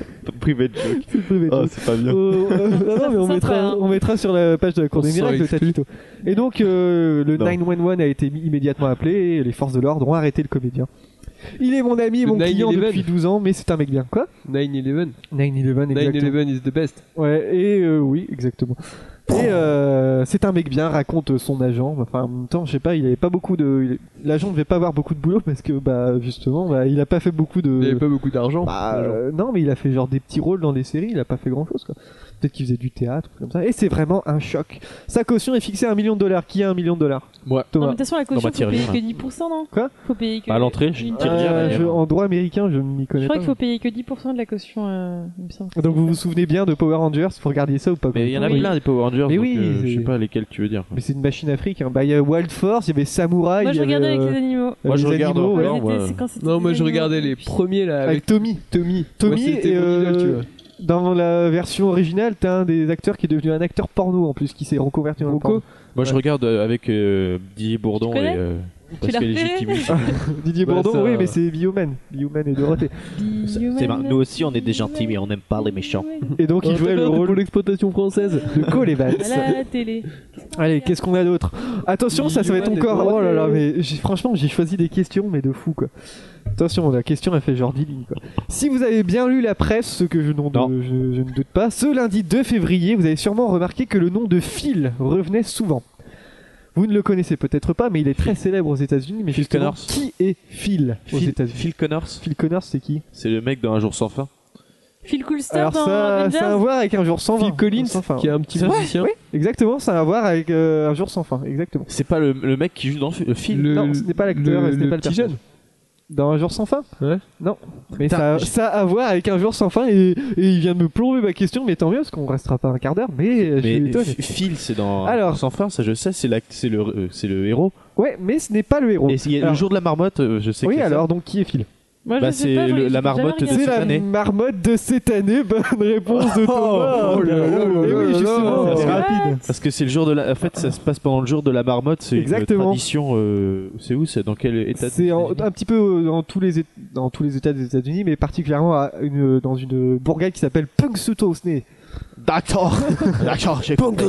private joke. C'est le private Oh, joke. c'est pas bien. Oh, euh, non, non, mais on Ça mettra, fera, hein. on mettra sur la page de la Cour On des se sent miracles le exclu. Tatito. Et donc, euh, le Non. neuf un un a été mis- immédiatement appelé et les forces de l'ordre ont arrêté le comédien. Il est mon ami et Le mon client nine eleven. depuis douze ans, mais c'est un mec bien. Quoi nine eleven. neuf un un, exactement. nine eleven is the best. Ouais, et euh, oui, exactement. Et euh, c'est un mec bien, raconte son agent. Enfin, en même temps, je sais pas, il avait pas beaucoup de. il- L'agent devait pas avoir beaucoup de boulot parce que, bah, justement, bah, il a pas fait beaucoup de. Il avait pas beaucoup d'argent. Bah, l'agent. euh, non, mais il a fait genre des petits rôles dans des séries, il a pas fait grand chose quoi. Peut-être qu'il faisait du théâtre, comme ça. Et c'est vraiment un choc. Sa caution est fixée à un million de dollars. Qui a un million de dollars Moi. Non, mais de Thomas. toute façon, la caution, ma faut tire payer rien. que dix pour cent, non Quoi Faut payer que. À l'entrée, je une- tire rien, Euh, d'ailleurs. je- En droit américain, je ne m'y Je connais crois pas. qu'il faut payer que dix pour cent de la caution, euh, il me semble. Donc vous vous souvenez bien de Power Rangers, vous regardiez ça ou pas Mais il y en a Oui. plein des Power Rangers, Mais donc, oui, euh, je c'est- sais pas lesquels tu veux dire. Mais c'est une machine afrique. Hein. Bah, il y a Wild Force, il y avait Samurai. Moi, il je y avait, regardais avec euh, les animaux. Moi, je les regarde animaux, en ouais. blanc, C'était- moi. c'est quand c'était Non, des moi je animaux. regardais les premiers là Avec avec Tommy. Tommy. Tommy, Moi, c'était et, mon idole, tu euh, vois. Dans la version originale, t'as un des acteurs qui est devenu un acteur porno en plus, qui s'est reconverti en Rocco. porno. Moi, je Ouais. regarde euh, avec euh, Didier Bourdon Tu et connais euh, Tu l'as Pascal repéré Légitime. Didier Bah, Bourdon, ça- oui, mais c'est Bioman. Bioman et Dorothée. C'est mar- Nous aussi, on est des gentils, mais on n'aime pas les méchants. Et donc, il jouait le pour rôle l'exploitation française. de Cole Evans. À la télé. Allez, qu'est-ce qu'on a d'autre? Attention, ça, ça va être Bioman et encore. Oh là là, Dorothée. mais j'ai- franchement, j'ai choisi des questions, mais de fou quoi. Attention, la question a fait genre dix lignes quoi. Si vous avez bien lu la presse, ce que je, n'en- Non. je, je ne doute pas, ce lundi deux février, vous avez sûrement remarqué que le nom de Phil revenait souvent. Vous ne le connaissez peut-être pas, mais il est très célèbre aux États-Unis. Mais Phil justement, Connors. qui est Phil aux Phil, États-Unis? Phil Connors, Phil Connors, c'est qui? c'est le mec dans Un jour sans fin. Phil Coulster Alors dans ça, Avengers. ça a à voir avec Un jour sans fin. Phil Collins, Sans fin. qui est un petit C'est vrai musicien. Oui, exactement, ça a à voir avec euh, Un jour sans fin, exactement. C'est pas le, le mec qui joue dans le film. Le- non, ce n'est pas l'acteur, le- et ce n'est le pas le petit personnage. jeune. Dans Un jour sans fin? Ouais. Non. Mais Putain, ça, je- ça a à voir avec Un jour sans fin et, et il vient de me plomber ma question, mais tant mieux parce qu'on restera pas un quart d'heure, mais, je suis Mais étonné. F- Phil, c'est dans Alors. Un jour sans fin, ça je sais, c'est la- c'est le, euh, c'est le héros. Ouais, mais ce n'est pas le héros. Et il y a Alors- le jour de la marmotte, euh, je sais oui, que c'est alors ça. donc qui est Phil? Moi, je Bah, sais c'est pas, j'en ai- le- la j'ai jamais marmotte de regardé. C'est la année. marmotte de cette année, bonne réponse de Thomas. oh là là là Et là oui, là justement, là. c'est What rapide. Parce que c'est le jour de la. En fait, ça se passe pendant le jour de la marmotte. C'est une Exactement. tradition. euh, C'est où? C'est dans quel état? C'est en- des un petit peu euh, dans tous les, é- dans tous les États des États-Unis, mais particulièrement à une, dans une bourgade qui s'appelle Punxsutawney. D'accord. D'accord. J'ai compris.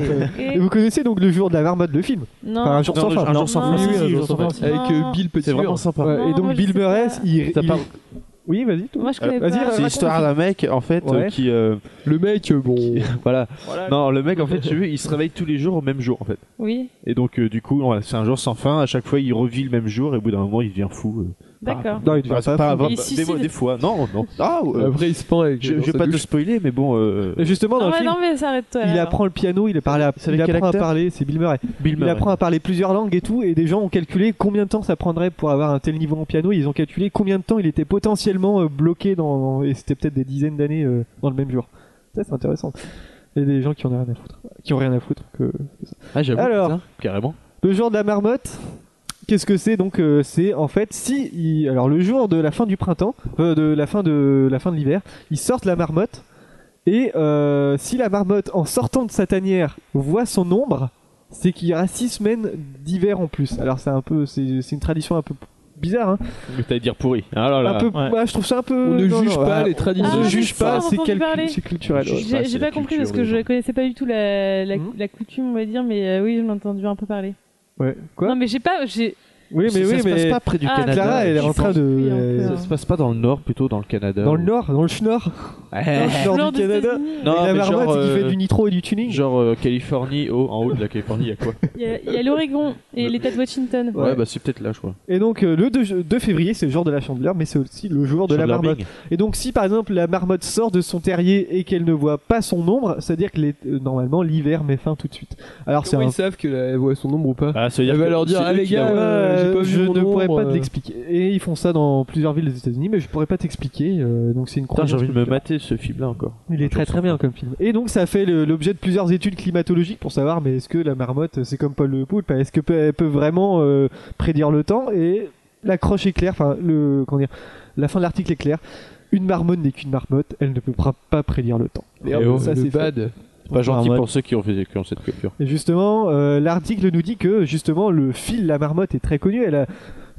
Et vous connaissez donc le jour de la marmotte, le film? Non. Enfin, un jour Non, sans le- fin. un jour sans Non. fin. Oui, Si, oui, si, un un jour jour sans sans fin. fin. Avec Non. euh, Bill C'est Pettigrew. vraiment sympa. Ouais, Non, et donc moi, je Bill sais Murray, pas. il, Ça il- parle- Oui, vas-y. toi. Moi, je connais Vas-y, pas. raconte. C'est l'histoire d'un mec en fait euh, Ouais. qui. euh, Le mec, euh, bon. Voilà. Non, le mec en fait, tu veux, il se réveille tous les jours au même jour en fait. Oui, Et donc euh, du coup, voilà, c'est un jour sans fin. À chaque fois, il revit le même jour et au bout d'un moment, il devient fou. euh. d'accord. Non, il devient Enfin, c'est pas pas- fou. Il des, suicide. des fois, non, non. Ah, euh, Après, il se pend avec. je, dans je vais sa pas te douche. spoiler, mais bon. euh, Et justement, dans Ah le ouais, film, non, mais ça arrête-toi. il là. apprend le piano, il, parle à, C'est il avec quel apprend à acteur parler, c'est Bill Murray. Bill Il Murray. apprend à parler plusieurs langues et tout, et des gens ont calculé combien de temps ça prendrait pour avoir un tel niveau en piano. Ils ont calculé combien de temps il était potentiellement euh, bloqué dans, et c'était peut-être des dizaines d'années euh, dans le même jour. Ça, c'est intéressant. Il y a des gens qui en ont rien à foutre, qui ont rien à foutre que. Ah, j'avoue. Alors. putain, carrément. Le jour de la marmotte, qu'est-ce que c'est donc euh, c'est en fait si il- alors le jour de la fin du printemps, euh, de la fin de la fin de l'hiver, ils sortent la marmotte et euh, si la marmotte en sortant de sa tanière voit son ombre, c'est qu'il y aura six semaines d'hiver en plus. Alors c'est un peu c'est c'est une tradition un peu bizarre hein. Mais t'allais dire pourri. Ah là là. Un peu Ouais. ouais, je trouve ça un peu On ne non, juge non, pas ouais. les traditions. On ne Ah, juge mais ça, pas, on c'est entend calcu- parler. c'est culturel. ouais. Je- J'ai pas, j'ai c'est pas la compris culture parce que des je gens. connaissais pas du tout la, la, Mhm. la coutume, on va dire, mais euh, oui, j'en ai entendu un peu parler. Ouais. Quoi Non, mais j'ai pas. J'ai... Oui, mais ça oui, se passe mais pas près du Ah, Canada. Clara, elle est je en train pense de oui, un peu, Ça hein. se passe pas dans le nord, plutôt dans le Canada. dans le nord, dans le schnorr, Ouais. dans le schnorr Fleur du des Canada. États-Unis. Non, Avec la mais marmotte genre, qui euh, fait du nitro et du tuning. Genre euh, Californie, haut, en haut de la Californie, il y a quoi? Il y a, il y a l'Oregon et l'État de Washington. Ouais, Ouais. bah c'est peut-être là, je crois. Et donc euh, le deux février, c'est le jour de la chandeleur, mais c'est aussi le jour de la Chandler marmotte. Bing. Et donc si par exemple la marmotte sort de son terrier et qu'elle ne voit pas son ombre, c'est-à-dire que les- euh, normalement l'hiver met fin tout de suite. Alors c'est Comment un... ils savent qu'elle voit son ombre ou pas? Ah, ça veut dire Elle va que leur dire, c'est ah eux les qui gars, la voient. euh, j'ai pas Euh, vu je mon ne pourrais ombre, pas te euh. l'expliquer. Et ils font ça dans plusieurs villes des États-Unis, mais je pourrais pas t'expliquer. euh, donc c'est une Putain, j'ai croyance envie de me populaire. mater ce film-là encore. Il est Un très jour très sans bien fin. comme film. Et donc ça a fait le- l'objet de plusieurs études climatologiques pour savoir mais est-ce que la marmotte c'est comme Paul le Poulpe, est-ce que peut, elle peut vraiment euh, prédire le temps et l'accroche est claire, enfin le comment dire, la fin de l'article est claire. Une marmotte n'est qu'une marmotte, elle ne peut pra- pas prédire le temps. Et hop, oh, ça le c'est fait. bad. C'est pas gentil Marmotte. pour ceux qui ont, fait, qui ont cette culture. Et justement, euh, l'article nous dit que justement le fil la marmotte est très connu. Elle a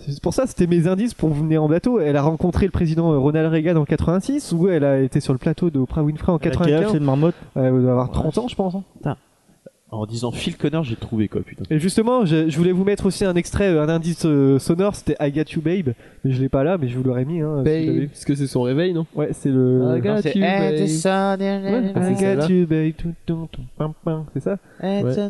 C'est pour ça, c'était mes indices pour venir en bateau. Elle a rencontré le président euh, Ronald Reagan en quatre-vingt-six, ou elle a été sur le plateau de Oprah Winfrey en Elle a quel âge, quatre-vingt-quinze. cette marmotte Ouais, elle doit avoir trente ans, je pense. hein. En disant Phil Connor, j'ai trouvé quoi, putain. Et justement, je, je voulais vous mettre aussi un extrait, euh, un indice euh, sonore, c'était I Got You Babe, mais je l'ai pas là, mais je vous l'aurais mis. Hein, si vous l'avez Babe, vu. parce que c'est son réveil, non? Ouais, c'est le. I got C'est you, babe. Edison, Ouais, I c'est celle-là. got you babe, tout, tout, tout, pam, pam, c'est ça. Edison,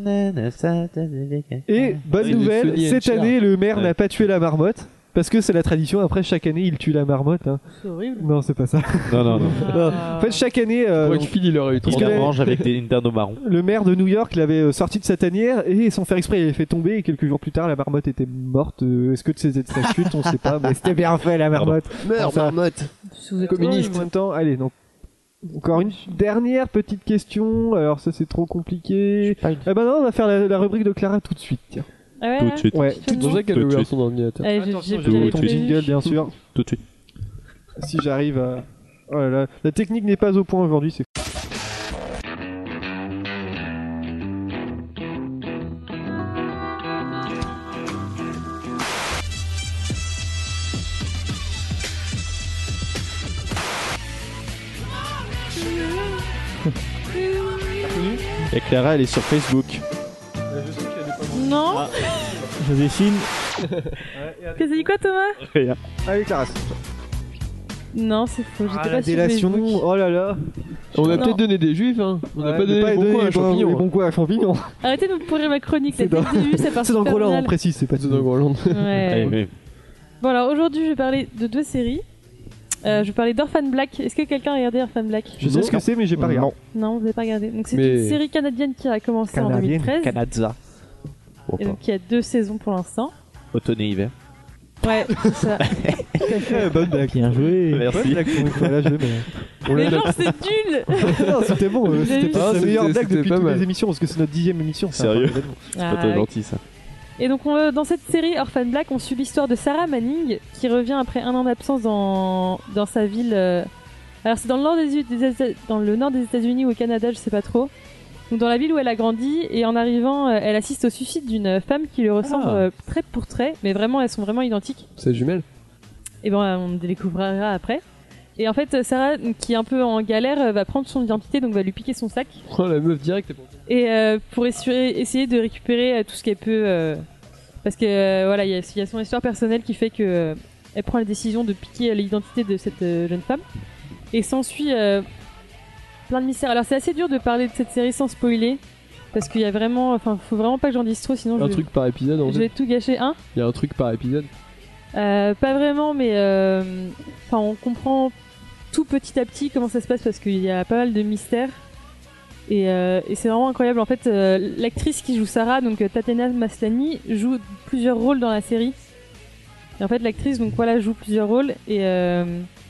Et bonne Oui, de nouvelle, Sonny and cette Cher. année le maire Ouais. n'a pas tué la marmotte. Parce que c'est la tradition, après chaque année il tue la marmotte. Hein. C'est horrible. Non, c'est pas ça. Non, non, non. Non. En fait, chaque année, euh, Crois que Phil, il aurait eu Il trop. que- la mange avec des, une dinde au marron. le maire de New York l'avait euh, sorti de sa tanière et sans faire exprès il l'avait fait tomber et quelques jours plus tard la marmotte était morte. Euh, Est-ce que c'était de sa chute? On sait pas, mais c'était bien fait la marmotte. Merde, Ça. marmotte. Si vous êtes Communiste. horrible. En même temps, allez, donc encore une dernière petite question. Alors ça c'est trop compliqué. Eh ben non, on va faire la, la rubrique de Clara tout de suite. Tiens. Ah ouais, Tout de là suite. Ouais, Tu C'est fais pour le ça qu'elle a Tout de ouvert suite. son ordinateur. Allez, j'ai- Attention, j'ai- j'ai j'ai ton prévu. jingle bien sûr. Tout de suite. Si j'arrive à. Oh là là, la technique n'est pas au point aujourd'hui. C'est. Et Clara, elle est sur Facebook. Non. Joséphine. Qu'est-ce que dit quoi, Thomas? Allez Clara. Non, c'est faux. J'étais Ah, pas la sur délation. Facebook. Oh là là. On a Non. peut-être donné des juifs, hein. On n'a Ouais, pas donné mais les bons donné coins à les bons- champignons. les bons coins à champignons. Arrêtez de me pourrir ma chronique. C'est Dès dans- le début, ça part C'est dans super Groland, on mal. précise, c'est pas C'est dans Groland. Ouais. Allez, mais- Bon, alors aujourd'hui, je vais parler de deux séries. Euh, je vais parler d'Orphan Black. Est-ce que quelqu'un a regardé Orphan Black? Je sais ce que c'est, mais j'ai pas regardé. Non, vous n'avez pas regardé. Donc, c'est Mais- une série canadienne qui a commencé en Canadienne. deux mille treize. Canada. Bon, Et donc, il y a deux saisons pour l'instant. automne et hiver. Ouais, c'est ça. Eh, bonne blague. Bien joué. Merci. Bonne blague pour une fois, là, je mais... Mais genre, c'est nul! Non, c'était bon, euh, c'était J'ai peut-être Ah, la meilleure c'était- blague c'était depuis pas toutes mal. les émissions, parce que c'est notre dixième émission. c'est Sérieux un événement. C'est pas Ah, très ouais. gentil ça. Et donc, on, euh, dans cette série Orphan Black, on suit l'histoire de Sarah Manning, qui revient après un an d'absence dans, dans sa ville. euh, Alors, c'est dans le nord des, des Éta- dans le nord des États-Unis ou au Canada, je sais pas trop. Donc, dans la ville où elle a grandi, et en arrivant, euh, elle assiste au suicide d'une femme qui lui ressemble Ah. euh, trait pour trait, mais vraiment, elles sont vraiment identiques. Sa jumelle. Et bon, on le découvrira après. Et en fait, Sarah, qui est un peu en galère, euh, va prendre son identité, donc va lui piquer son sac. Oh, la meuf directe. t'es pas- Et euh, pour essuyer- essayer de récupérer euh, tout ce qu'elle peut, euh, parce que euh, voilà, il y, a- il y a son histoire personnelle qui fait que euh, elle prend la décision de piquer euh, l'identité de cette euh, jeune femme. Et s'ensuit euh, plein de mystères. Alors c'est assez dur de parler de cette série sans spoiler, parce qu'il y a vraiment, enfin, faut vraiment pas que j'en dise trop, sinon Un je, vais- truc par épisode, en je fait. vais tout gâcher. Hein Il y a un truc par épisode. Euh, Pas vraiment, mais euh, enfin, on comprend tout petit à petit comment ça se passe parce qu'il y a pas mal de mystères. Et, euh, et c'est vraiment incroyable. En fait, euh, l'actrice qui joue Sarah, donc euh, Tatiana Maslany, joue plusieurs rôles dans la série. Et en fait, l'actrice, donc voilà, joue plusieurs rôles. Et euh,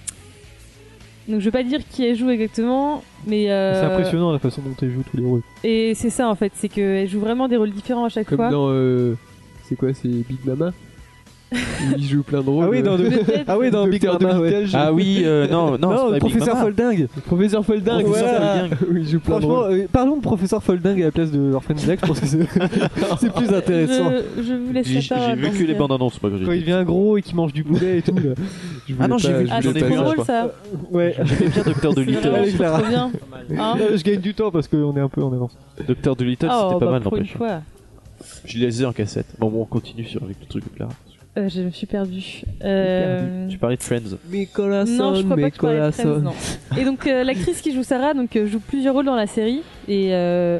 donc je vais pas dire qui elle joue exactement, mais euh, C'est impressionnant la façon dont elle joue tous les rôles. Et c'est ça en fait, c'est qu'elle joue vraiment des rôles différents à chaque Comme fois. dans. euh, C'est quoi, c'est Big Mama? Où il joue plein de rôles. Ah oui, dans, euh, le... ah oui, dans Big Docteur Mama, ouais. Dolittle, Ah oui, euh, non, non, Non, c'est le pas professeur Big Mama. Folding. Professeur Folding. Professeur voilà. Folding. Où il joue plein de Franchement, rôles. euh, parlons de professeur Folding à la place de Orphan Black, je pense que c'est c'est plus intéressant. Je, je vous laisse J'ai ça faire j'ai vu dans que ce les cas. bandes annonces, moi, quand Quand j'ai il devient gros et qu'il mange du poulet et tout. Là. Je Ah non, voulais j'ai pas- vu- je Ah, voulais c'est pas trop ça, dire. je drôle ça. Ouais. J'aimais bien Docteur Dolittle. Allez, C'est Clara. trop bien. Hein Euh, je gagne du temps parce qu'on est un peu en avance. Docteur Dolittle, Oh, c'était pas bah, mal, pour une n'empêche. fois. Je les ai en cassette. Bon, bon, on continue sur avec le truc de Clara. Euh, je me suis perdue. Euh... Tu parlais de Friends. Mes collations, Non, je crois mes pas que je parlais de Friends, collations. non. Et donc euh, l'actrice qui joue Sarah donc euh, joue plusieurs rôles dans la série et euh...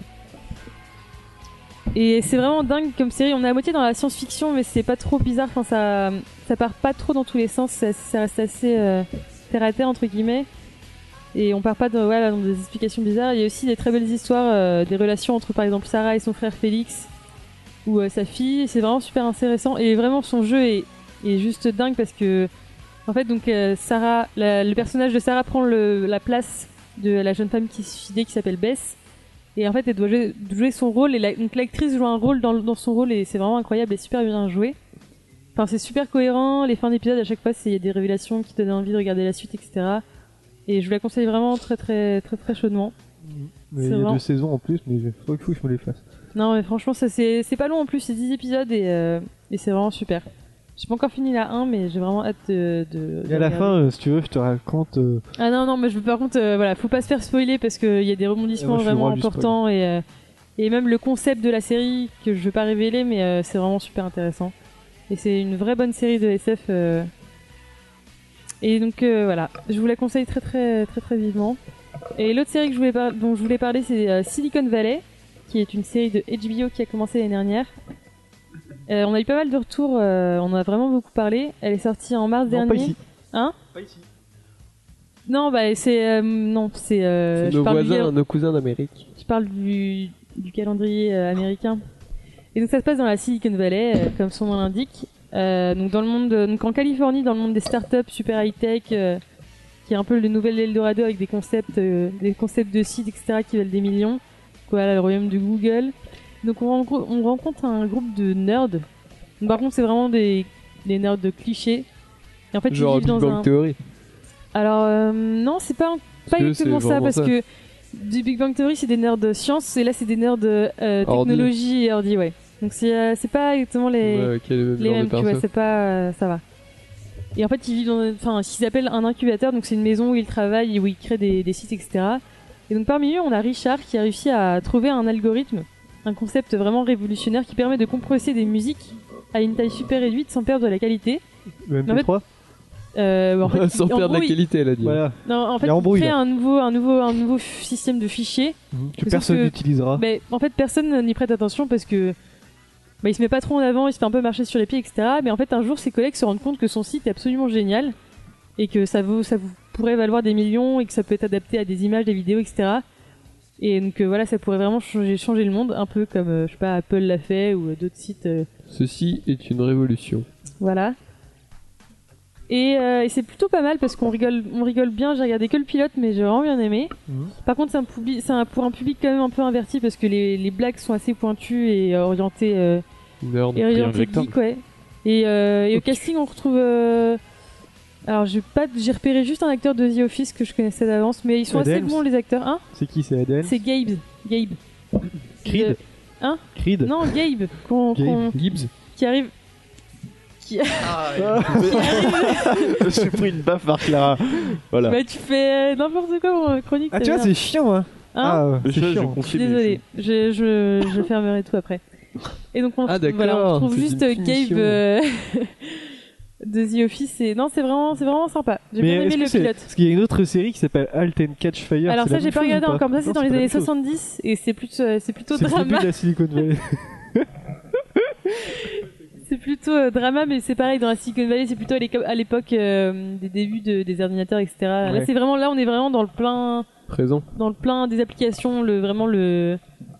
et c'est vraiment dingue comme série. On est à moitié dans la science-fiction mais c'est pas trop bizarre. Enfin ça ça part pas trop dans tous les sens. Ça, ça reste assez euh, terre à terre entre guillemets. Et on part pas dans, voilà, dans des explications bizarres. Il y a aussi des très belles histoires, euh, des relations entre par exemple Sarah et son frère Félix ou euh, sa fille. C'est vraiment super intéressant et vraiment son jeu est, est juste dingue parce que en fait donc euh, Sarah, la- le personnage de Sarah prend le, la place de la jeune femme qui est suicidée qui s'appelle Bess et en fait elle doit jouer, jouer son rôle et la- donc l'actrice joue un rôle dans, le- dans son rôle et c'est vraiment incroyable et super bien joué. Enfin c'est super cohérent. Les fins d'épisode à chaque fois c'est il y a des révélations qui te donnent envie de regarder la suite etc. Et je vous la conseille vraiment très très très très chaudement. Mais C'est il y a vraiment- deux saisons en plus, mais il faut que je me les fasse. Non mais franchement ça c'est c'est pas long en plus, c'est dix épisodes et, euh, et c'est vraiment super. J'ai pas encore fini la un, mais j'ai vraiment hâte de. de Et de à la regarder. fin, euh, si tu veux, je te raconte. euh, Ah non, non, mais je veux par contre, euh, voilà, faut pas se faire spoiler parce qu'il y a des rebondissements Moi, je suis le vraiment roi du importants et, euh, et même le concept de la série que je veux pas révéler, mais euh, c'est vraiment super intéressant. Et c'est une vraie bonne série de S F. euh. Et donc euh, voilà, je vous la conseille très très très très vivement. Et l'autre série que je voulais par- dont je voulais parler, c'est euh, Silicon Valley, qui est une série de H B O qui a commencé l'année dernière. Euh, on a eu pas mal de retours, euh, on en a vraiment beaucoup parlé. Elle est sortie en mars Non, dernier. pas ici. Hein Pas ici. Non, bah c'est euh, non, c'est. Euh, C'est je nos parle du voisins, gal- nos cousins d'Amérique. Je parle du, du calendrier euh, américain. Et donc ça se passe dans la Silicon Valley, euh, comme son nom l'indique. Euh, donc dans le monde, de- donc en Californie, dans le monde des startups super high tech, euh, qui est un peu le nouvel Eldorado avec des concepts, euh, des concepts de sites, et cetera qui valent des millions. Voilà, le royaume de Google. Donc on rencontre, on rencontre un groupe de nerds. Donc, par contre, c'est vraiment des, des nerds de clichés. Et en fait, Genre ils vivent Big dans Bang un. Theory. Alors euh, non, c'est pas pas que exactement c'est ça vraiment parce ça. que du Big Bang Theory c'est des nerds de science et là c'est des nerds de euh, Ordi. technologie et ordi, ouais. Donc c'est euh, c'est pas exactement les Ouais, quel est le les genre de mêmes, tu vois, perso. c'est pas euh, ça va. Et en fait ils vivent dans enfin ce qu'ils appellent un incubateur, donc c'est une maison où ils travaillent et où ils créent des, des sites, et cetera. Et donc parmi eux on a Richard qui a réussi à trouver un algorithme, un concept vraiment révolutionnaire qui permet de compresser des musiques à une taille super réduite sans perdre la qualité. Le Mais en M P trois. Euh, en fait, Sans en perdre gros, la il- qualité, elle a dit. Voilà. Non, en fait, Il y a il embrouille, crée là. un nouveau, un nouveau, un nouveau f- système de fichiers. Que Sauf personne que- n'utilisera. Mais en fait, personne n'y prête attention parce que bah, il se met pas trop en avant, il se fait un peu marcher sur les pieds, et cetera. Mais en fait, un jour, ses collègues se rendent compte que son site est absolument génial et que ça vaut, ça vous pourrait valoir des millions et que ça peut être adapté à des images, des vidéos, et cetera. Et donc euh, voilà, ça pourrait vraiment changer, changer le monde, un peu comme euh, je sais pas, Apple l'a fait ou euh, d'autres sites. euh, Ceci est une révolution. Voilà. Et, euh, et c'est plutôt pas mal parce qu'on rigole, on rigole bien. J'ai regardé que le pilote, mais j'ai vraiment bien aimé. Mhm. Par contre, c'est un, publi- c'est un- pour un public quand même un peu inverti parce que les, les blagues sont assez pointues et euh, orientées, euh, Nerd. et orientées rectangle. geek, ouais. Et, euh, et au casting, on retrouve. euh, Alors, j'ai pas, j'ai repéré juste un acteur de The Office que je connaissais d'avance, mais ils sont Ed assez Helms. bons les acteurs. Hein C'est qui, c'est Adèle C'est Gabe. Gabe. Creed De- Hein Creed Non, Gabe. qu'on- Gabe. qu'on- Gibbs. Qui arrive. Qui, Ah, qui arrive. J'ai pris une baffe par Clara. Voilà. Bah, tu fais euh, n'importe quoi en chronique. Ah, ça tu vois, m'énerve. c'est chiant, hein. Hein Ah, ouais, Je- c'est je chiant. Je confie, suis mais désolée, je, je, je fermerai tout après. Et donc on, Ah, d'accord, voilà, on retrouve c'est juste une Gabe punition. euh, de The Office. Et... Non, c'est vraiment, c'est vraiment sympa. J'ai Mais bien est-ce aimé que le c'est- pilote. Parce qu'il y a une autre série qui s'appelle Halt and Catch Fire. Alors c'est ça, la j'ai même pas chose regardé ou pas encore. Mais ça, c'est Non, dans les pas la années même chose. soixante-dix et c'est plutôt, c'est plutôt C'est le début drama. de la Silicon Valley. C'est plutôt euh, drama, mais c'est pareil dans la Silicon Valley. C'est plutôt à l'éco- à l'époque euh, des débuts de- des ordinateurs, et cetera. Là, Ouais. c'est vraiment là, on est vraiment dans le plein. Présent. dans le plein des applications, le vraiment le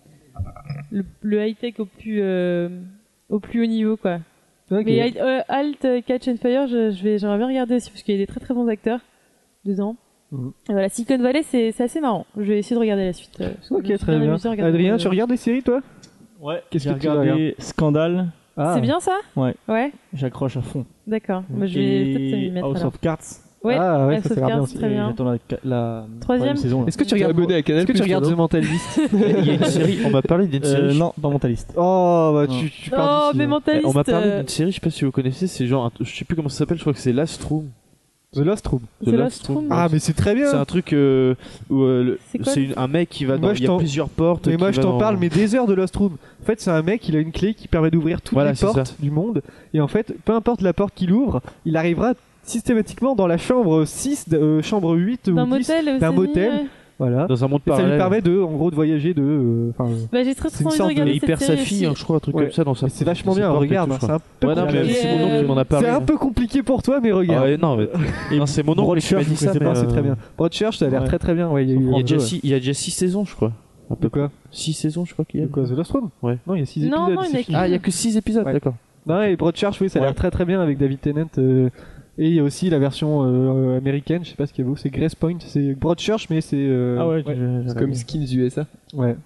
le, le high tech au plus euh, au plus haut niveau quoi. Ok. Mais euh, Alt, euh, Catch and Fire, je, je vais j'aimerais bien regarder aussi parce qu'il y a des très très bons acteurs dedans. Mhm. Et voilà, Silicon Valley c'est c'est assez marrant. Je vais essayer de regarder la suite. euh, parce que je me Ok, suis très bien. amusée à regarder Adrien, le- tu regardes des séries, toi Ouais, Qu'est-ce j'ai que tu regardé Scandale, Ah. C'est bien ça? Ouais. Ouais, j'accroche à fond. d'accord. Bah, je vais peut-être Et m'y mettre House alors. of Cards. Ouais, Ah ouais, House ça of c'est bien Cards, aussi. très bien. J'attends la, la Troisième. saison. là. Est-ce que tu T'es regardes abonné à Canal+, Est-ce que tu regardes toi, The non Mentalist Il y a une série, on m'a parlé d'une Euh, série. non, pas Mentalist. Oh, bah Non. tu, tu pars Oh, d'ici, mais hein. mentaliste. On m'a parlé euh, d'une série, je sais pas si vous connaissez, c'est genre, un- je sais plus comment ça s'appelle, je crois que c'est Last Room. The Lost Room. The Lost Room. Ah, mais c'est très bien. C'est un truc euh, où euh, le- C'est quoi, c'est une- un mec qui va dans. Moi, Il je y a t'en- plusieurs portes. Mais qui moi je va t'en dans- parle mais des heures de Lost Room. En fait c'est un mec, il a une clé qui permet d'ouvrir toutes Voilà, les c'est portes ça. du monde. Et en fait, peu importe la porte qu'il ouvre, il arrivera systématiquement dans la chambre six, de- euh, chambre huit ou D'un dix. motel aux d'un États-Unis, motel. ouais. Voilà. Dans un monde Et ça lui parallèle. permet de, en gros, de voyager de. euh, Enfin, Bah, j'ai très C'est très une envie de sorte de- Et regarder il cette perd sa série fille, aussi. hein, je crois, un truc Ouais. comme ça dans sa. c'est vachement ses bien, portes et regarde. tout, hein, je c'est un peu crois. Ouais, non, mais compliqué. c'est mon oncle qui m'en a parlé. C'est un peu compliqué pour toi, mais Ah regarde. ouais, non, mais. Non, c'est mon oncle qui m'a Broadchurch, dit vous ça. connaissez mais, pas, c'est euh, très bien. Broadchurch, ça a l'air Ouais. très très bien. Ouais, il y a eu Il y a un déjà jeu, six- il y a déjà six saisons, je crois. Un De peu. quoi six saisons, je crois qu'il y a. De quoi The Lost Room Ouais. Non, il y a six Non, épisodes. non, il y en c'est a fini. Ah, il y a que six épisodes, Ouais. d'accord. Non, et Broadchurch, oui, ça a l'air Ouais. très très bien avec David Tennant. euh, Et il y a aussi la version euh, américaine, je sais pas ce qu'il y a vous, c'est Grace Point, c'est Broadchurch, mais c'est. euh, Ah ouais, ouais. j'ai- j'ai C'est comme regardé. Skins U S A. Ouais.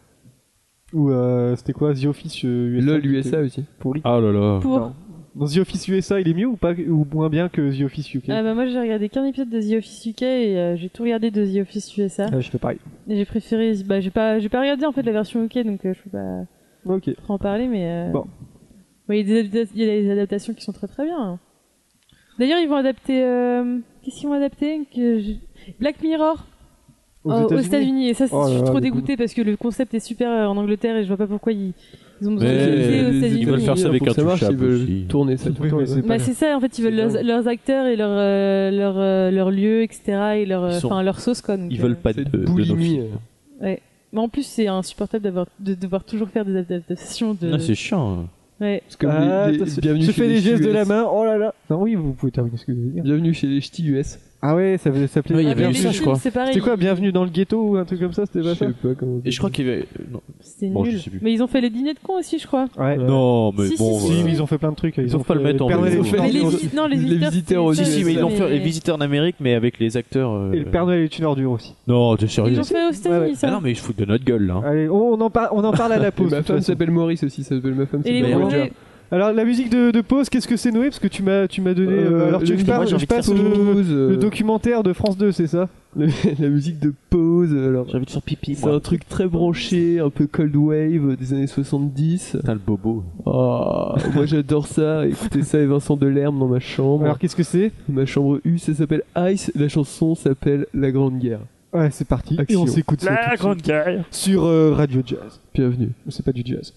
Ou euh, c'était quoi The Office euh, U S A LOL qui U S A était aussi. pourri. Ah là là. Pour. Non. Dans The Office U S A, il est mieux ou pas ou moins bien que The Office U K Ah bah moi j'ai regardé qu'un épisode de The Office U K et euh, j'ai tout regardé de The Office U S A. Ah, je fais pareil. Et j'ai préféré, bah j'ai pas, j'ai pas regardé en fait la version U K donc euh, je peux pas Ok. trop en parler mais. Euh... Bon. Oui, il y a des adapta- il y a des adaptations qui sont très très bien. D'ailleurs, ils vont adapter. Euh... Qu'est-ce qu'ils vont adapter que je... Black Mirror. Aux euh, États-Unis. aux États-Unis. Et ça, c'est- Oh là je suis là, trop le dégoûtée parce que le concept est super euh, en Angleterre et je vois pas pourquoi ils, ils ont besoin Mais de l'utiliser aux ils États-Unis. veulent faire ça avec Pour que un ça marche, touchable ils veulent aussi. tourner ça tout Oui, le temps. mais là. c'est pas Bah bien. c'est ça, en fait, ils veulent leurs, leurs acteurs et leurs euh, leurs euh, leurs lieux, et cetera et leur, Ils euh, sont- enfin leur sauce quoi. Donc, Ils euh, veulent pas de, C'est de de nos boulimie. films. euh. Ouais. Mais en plus, c'est insupportable d'avoir de devoir toujours faire des adaptations de. Ah, c'est chiant. Ouais. C'est comme Ah, les, les- attends, bienvenue je chez fais les des gestes ch'tis de la U S. main. Oh là là. Non, oui, vous pouvez terminer ce que vous voulez dire. Bienvenue chez les ch'tis U S. Ah ouais, ça veut- ça s'appelait. Ouais, il y Ah, avait mais eu les ça, je films, crois. C'est pareil. C'était quoi, Bienvenue dans le ghetto ou un truc comme ça, c'était Je pas ça? sais pas comment. Et je crois qu'il y avait. Non, C'était Bon, je nul. sais plus. Mais ils ont fait les dîners de cons aussi, je crois. Ouais. non mais Si, si, bon. si, Si, euh, mais ils ont fait plein de trucs. Ils, Ils ont pas le fait mettre en Père Noël vidéo. est une Mais les, ordure. visi- non, les les visiteurs, visiteurs aux c'est- Si, si, mais ils l'ont mais- fait les visiteurs d'Amérique, mais avec les acteurs. euh, Et le Père Noël est une ordure aussi. Non, t'es Ils sérieux? l'ont fait aux États-Unis, Ouais, ouais. ça. Ah non, mais je fous de notre gueule là. hein. Allez, on, on en, par- on en parle à la Et pause. de ma toute femme façon. s'appelle Maurice aussi, ça s'appelle ma femme Et les s'appelle Blu-ray- Roger. Alors, la musique de, de pause, qu'est-ce que c'est, Noé? Parce que tu m'as, tu m'as donné. Euh, euh, alors, tu veux que je, moi, parle- j'ai je envie de passe faire le, Pause, euh, le documentaire de France deux, c'est ça? la musique de Pause. Alors, J'ai envie de faire pipi. c'est un truc très branché, un peu cold wave des années soixante-dix. Putain, le bobo. Oh, moi j'adore ça. Écoutez ça et Vincent Delerme dans ma chambre. Alors, qu'est-ce que c'est? Ma chambre U, ça s'appelle Ice. La chanson s'appelle La Grande Guerre. Ouais, c'est parti. Et Action. on s'écoute ça. tout La de grande suite guerre. Sur euh, Radio Jazz. Bienvenue. Mais c'est pas du jazz.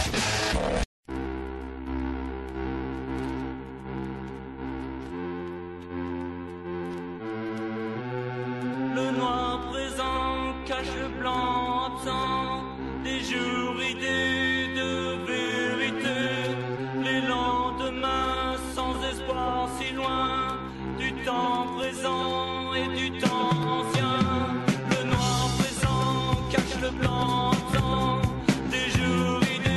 Le noir présent cache le blanc absent, des jours idées de vérité, les lendemains sans espoir si loin, du temps présent et du temps ancien. Le noir présent cache le blanc absent, des jours idées.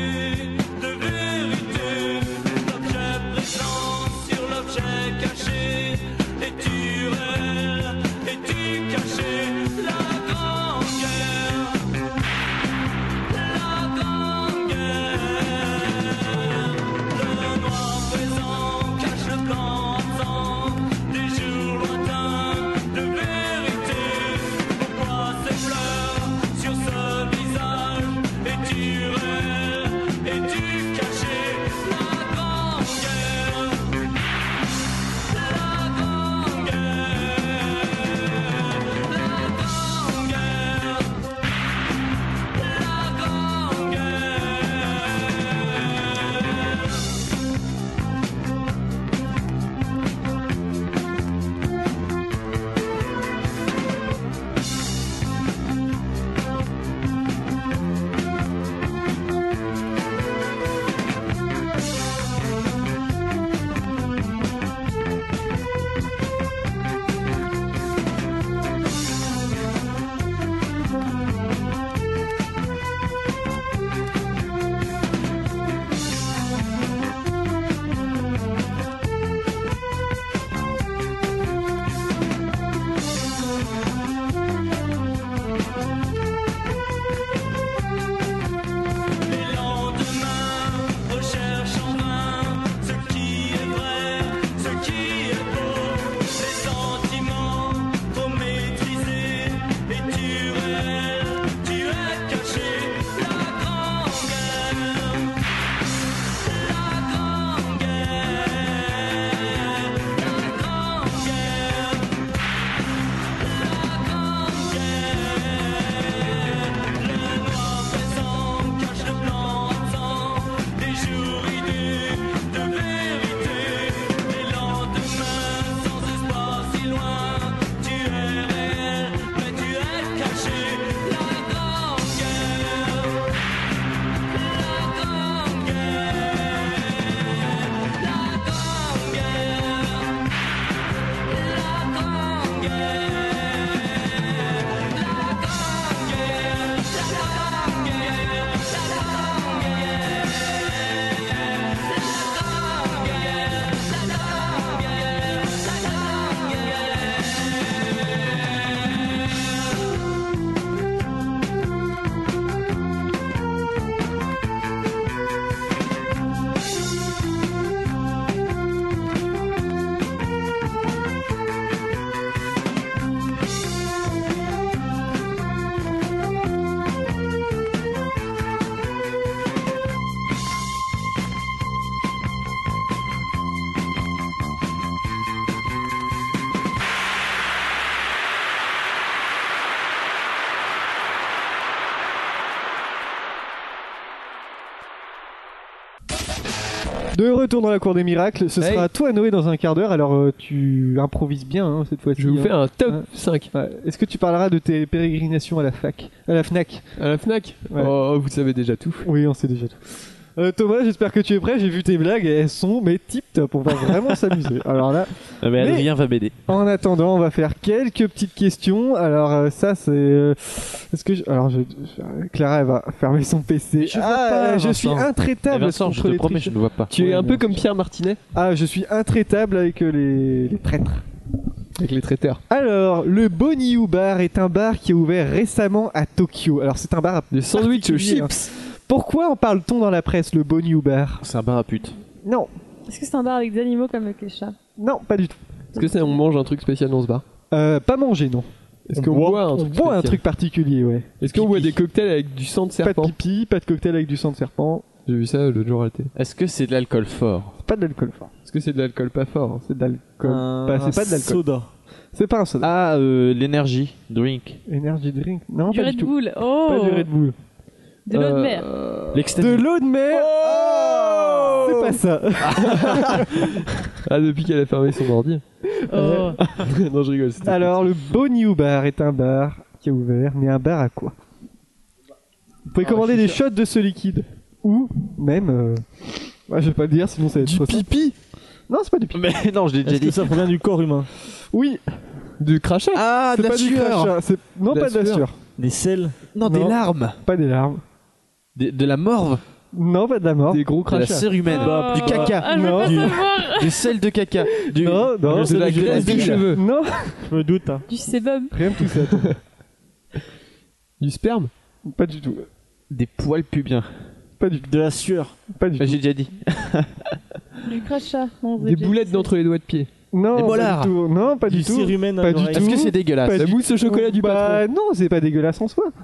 De retour dans la cour des miracles, ce Hey. sera à toi Noé dans un quart d'heure, alors euh, tu improvises bien hein, cette fois-ci. Je vais vous hein. faire un top Ouais. cinq. Ouais. Est-ce que tu parleras de tes pérégrinations à la fac, à la Fnac? À la Fnac. Ouais. Oh, vous savez déjà tout. Oui, on sait déjà tout. Euh, Thomas, j'espère que tu es prêt, j'ai vu tes blagues et elles sont mais tip top, on va vraiment s'amuser. Alors là, Ah, mais Mais- Adrien va m'aider. en attendant, on va faire quelques petites questions. Alors euh, ça c'est... euh, Est-ce que... Je... Alors je... je- Clara, elle va fermer son P C. je vois ah, pas, euh, je Vincent. suis Eh, intraitable Vincent, je contre te les promets, je tricheurs. ne vois pas. Tu es Ouais, un peu bien comme Pierre Martinet Ah, je suis intraitable avec euh, les... les traîtres. avec les traiteurs. Alors, le Boniu Bar est un bar qui a ouvert récemment à Tokyo. Alors c'est un bar à Des sandwichs aux particulier, hein. chips. Pourquoi en parle-t-on dans la presse, le Boniu Bar? C'est un bar à pute. Non, Est-ce que c'est un bar avec des animaux comme avec les chats? non, pas du tout. Est-ce que c'est on mange un truc spécial dans ce bar? Euh, pas manger, non. Est-ce qu'on boit un On truc boit un spécial truc particulier, ouais. Est-ce qu'on boit des cocktails avec du sang de Pas de serpent? pipi, pas de cocktail avec du sang de serpent, J'ai vu ça l'autre jour à la télé. Est-ce que c'est de l'alcool fort? pas de l'alcool fort. Est-ce que c'est de l'alcool pas fort hein? C'est de l'alcool. Un- Bah, c'est pas de un l'alcool. Soda. C'est pas un soda. Ah, euh, l'énergie, drink. Energy drink. Non, Du pas Red du tout. Bull. Oh. Pas du Red Bull. De l'eau de Euh, mer. L'ecstasy. De l'eau de mer. Oh c'est pas ça. Ah, depuis qu'elle a fermé son ordi. Oh. Non, je rigole. c'était- Alors, le Boniu Bar est un bar qui a ouvert, mais un bar à quoi? Vous pouvez Ah, commander je suis des shots de ce liquide. Ou même... Euh... ouais, je vais pas le dire, sinon ça va être Du trop simple. pipi. Non, c'est pas du pipi. Mais non, je l'ai déjà Est-ce que dit. ça provient du corps humain? Oui, Du crachat. Ah, c'est de la pas du sueur. crachat. c'est- Non, De la pas de la sueur. sueur. Des sels? Non, des Non. larmes. Pas des larmes. Des- de la morve. Non, pas de la mort. Des gros De la crachats. cère humaine. Oh. Du caca. Ah, je veux Non. pas Du- savoir. Du sel de caca. Du... Non, non, de la graisse de cheveux. Non, Je me doute. Hein. Du sébum. rien de tout ça. Du sperme. Pas du tout. Des poils pubiens. Pas du tout. De la sueur. Pas du Bah, tout. j'ai déjà dit. Du crachat. Non, vous Des avez dit- boulettes d'entre les doigts de pied. Non, Des pas molars. du tout. Non, pas Du du tout. cérumen à Pas du l'oreille. tout. Est-ce que c'est dégueulasse? Pas La du- mousse au chocolat du bah, patron. non, c'est pas dégueulasse en soi.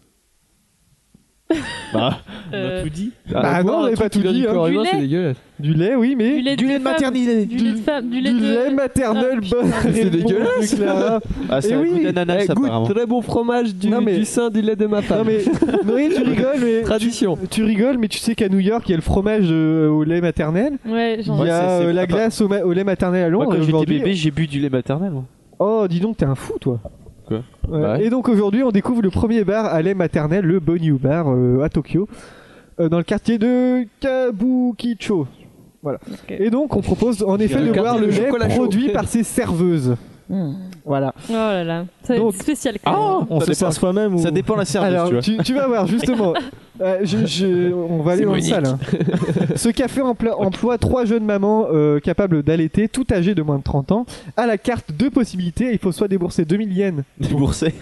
Bah, On Euh, a tout dit. Bah non, boire on un avait truc pas tout qui vient dit, du hein. corps Du humain, lait. c'est dégueulasse. Du lait, oui, mais... Du lait du lait de femme. maternité. Du lait de femme. Du lait Du de... lait maternel, Ah, bonne C'est réponse dégueulasse. de Clara. Ah, c'est Eh un oui. goût d'ananas, Eh, goûte apparemment. très bon fromage du, Non, mais- du sein du lait de ma femme. Non mais, Noé, tu rigoles, mais... Tradition. Tu, tu rigoles, mais tu sais qu'à New York, il y a le fromage euh, au lait maternel. Ouais, Il j'en y Ouais, a c'est- c'est euh, la pas- glace au, ma- au lait maternel à Moi, Londres. quand et j'étais aujourd'hui... bébé, j'ai bu du lait maternel. moi. Oh, dis donc, t'es un fou, toi. Quoi Ouais. Bah ouais. Et donc aujourd'hui, on découvre le premier bar à lait maternel, le Boniu Bar euh, à Tokyo, euh, dans le quartier de Kabukicho. Voilà. Ok. Et donc, on propose en effet Le de quartier boire le de lait chocolat chaud. produit par ses serveuses. Voilà. Oh là là. Ça va Donc- être spécial. quand même. Ah, On ça se dépend- sert soi-même ou... Ça dépend la serveuse, Alors, tu vois. tu, tu vas voir justement. Euh, je- je- on va aller C'est dans la Monique. salle. hein. Ce café empla- emploie trois jeunes mamans euh, capables d'allaiter, tout âgées de moins de trente ans. À la carte, deux possibilités. Il faut soit débourser deux mille yens. Déboursé.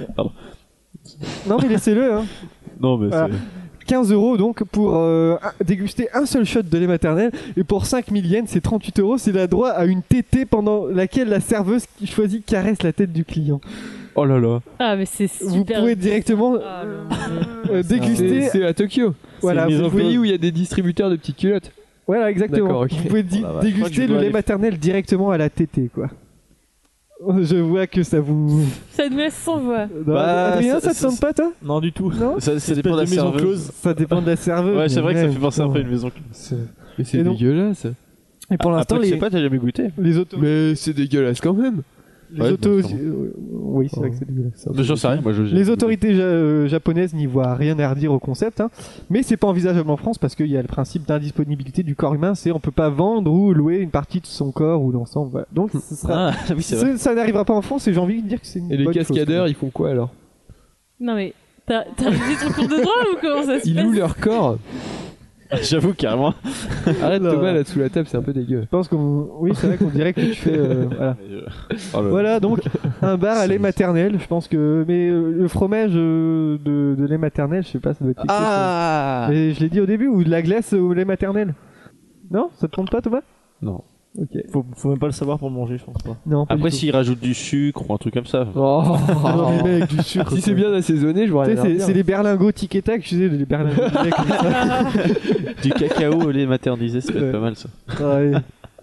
Non, mais laissez-le. Hein. Non, mais Voilà. c'est. quinze euros donc pour euh, un- déguster un seul shot de lait maternel. Et pour cinq mille yens, c'est trente-huit euros. C'est la droit à une tétée pendant laquelle la serveuse qui choisit caresse la tête du client. Oh là là. Ah, mais c'est super. Vous pouvez directement Ah, le- euh, C'est déguster. c'est à Tokyo. Voilà, C'est vous le pouvez- pays où il y a des distributeurs de petites culottes. Voilà, exactement. D'accord, ok. Vous pouvez di- Oh la vache, je crois que déguster je le dois lait aller- maternel directement à la tétée, quoi. Je vois que ça vous. Ça me laisse sans voix. Non, Bah, Adrien, ça, ça- te tente pas, toi? Non, du tout. Non. Ça, ça dépend de la Espèce de maison serveuse. close. Ça dépend de la serveuse. Ouais, c'est vrai que ça mais fait penser un bon. peu à une maison close. Mais c'est Et donc- dégueulasse. Et pour l'instant, Après, tu les, sais pas, t'as jamais goûté. les autos. Mais c'est dégueulasse quand même. Les Ouais, autos. bah, sûrement. euh, oui, c'est vrai que c'est dégueulasse. Mais J'en sais rien, moi je. Les autorités ja- euh, japonaises n'y voient rien à redire au concept, hein. Mais c'est pas envisageable en France parce qu'il y a le principe d'indisponibilité du corps humain, c'est on peut pas vendre ou louer une partie de son corps ou l'ensemble. Voilà. Donc ce sera, Ah, oui, c'est vrai. ce- ça n'arrivera pas en France et j'ai envie de dire que c'est une Et les bonne chose, cascadeurs, quoi. ils font quoi alors? Non, mais t'as t'as révisé ton cours de droit ou comment ça se Ils passe louent leur corps. J'avoue, carrément. Arrête Non. Thomas là sous la table, c'est un peu dégueu. Je pense qu'on, oui, c'est vrai qu'on dirait que tu fais, euh, voilà. Oh là là. Voilà, donc un bar à lait maternel. Je pense que, mais euh, le fromage euh, de, de lait maternel, je sais pas, ça doit être quelque chose. Ah Mais je l'ai dit au début, ou de la glace au lait maternel. Non, ça te tente pas, Thomas? Non. Ok. Faut, faut même pas le savoir pour le manger, je pense pas. Non. Pas Après, du tout. s'ils rajoutent du sucre ou un truc comme ça. Oh. Non, mais mec, du sucre. Si c'est bien assaisonné, je vois Tu rien sais, à c'est, redire. c'est les berlingots tic et tac, tu sais, les berlingots de lait comme ça. Du cacao au lait maternisé, ça peut Ouais. être pas mal ça. Allez.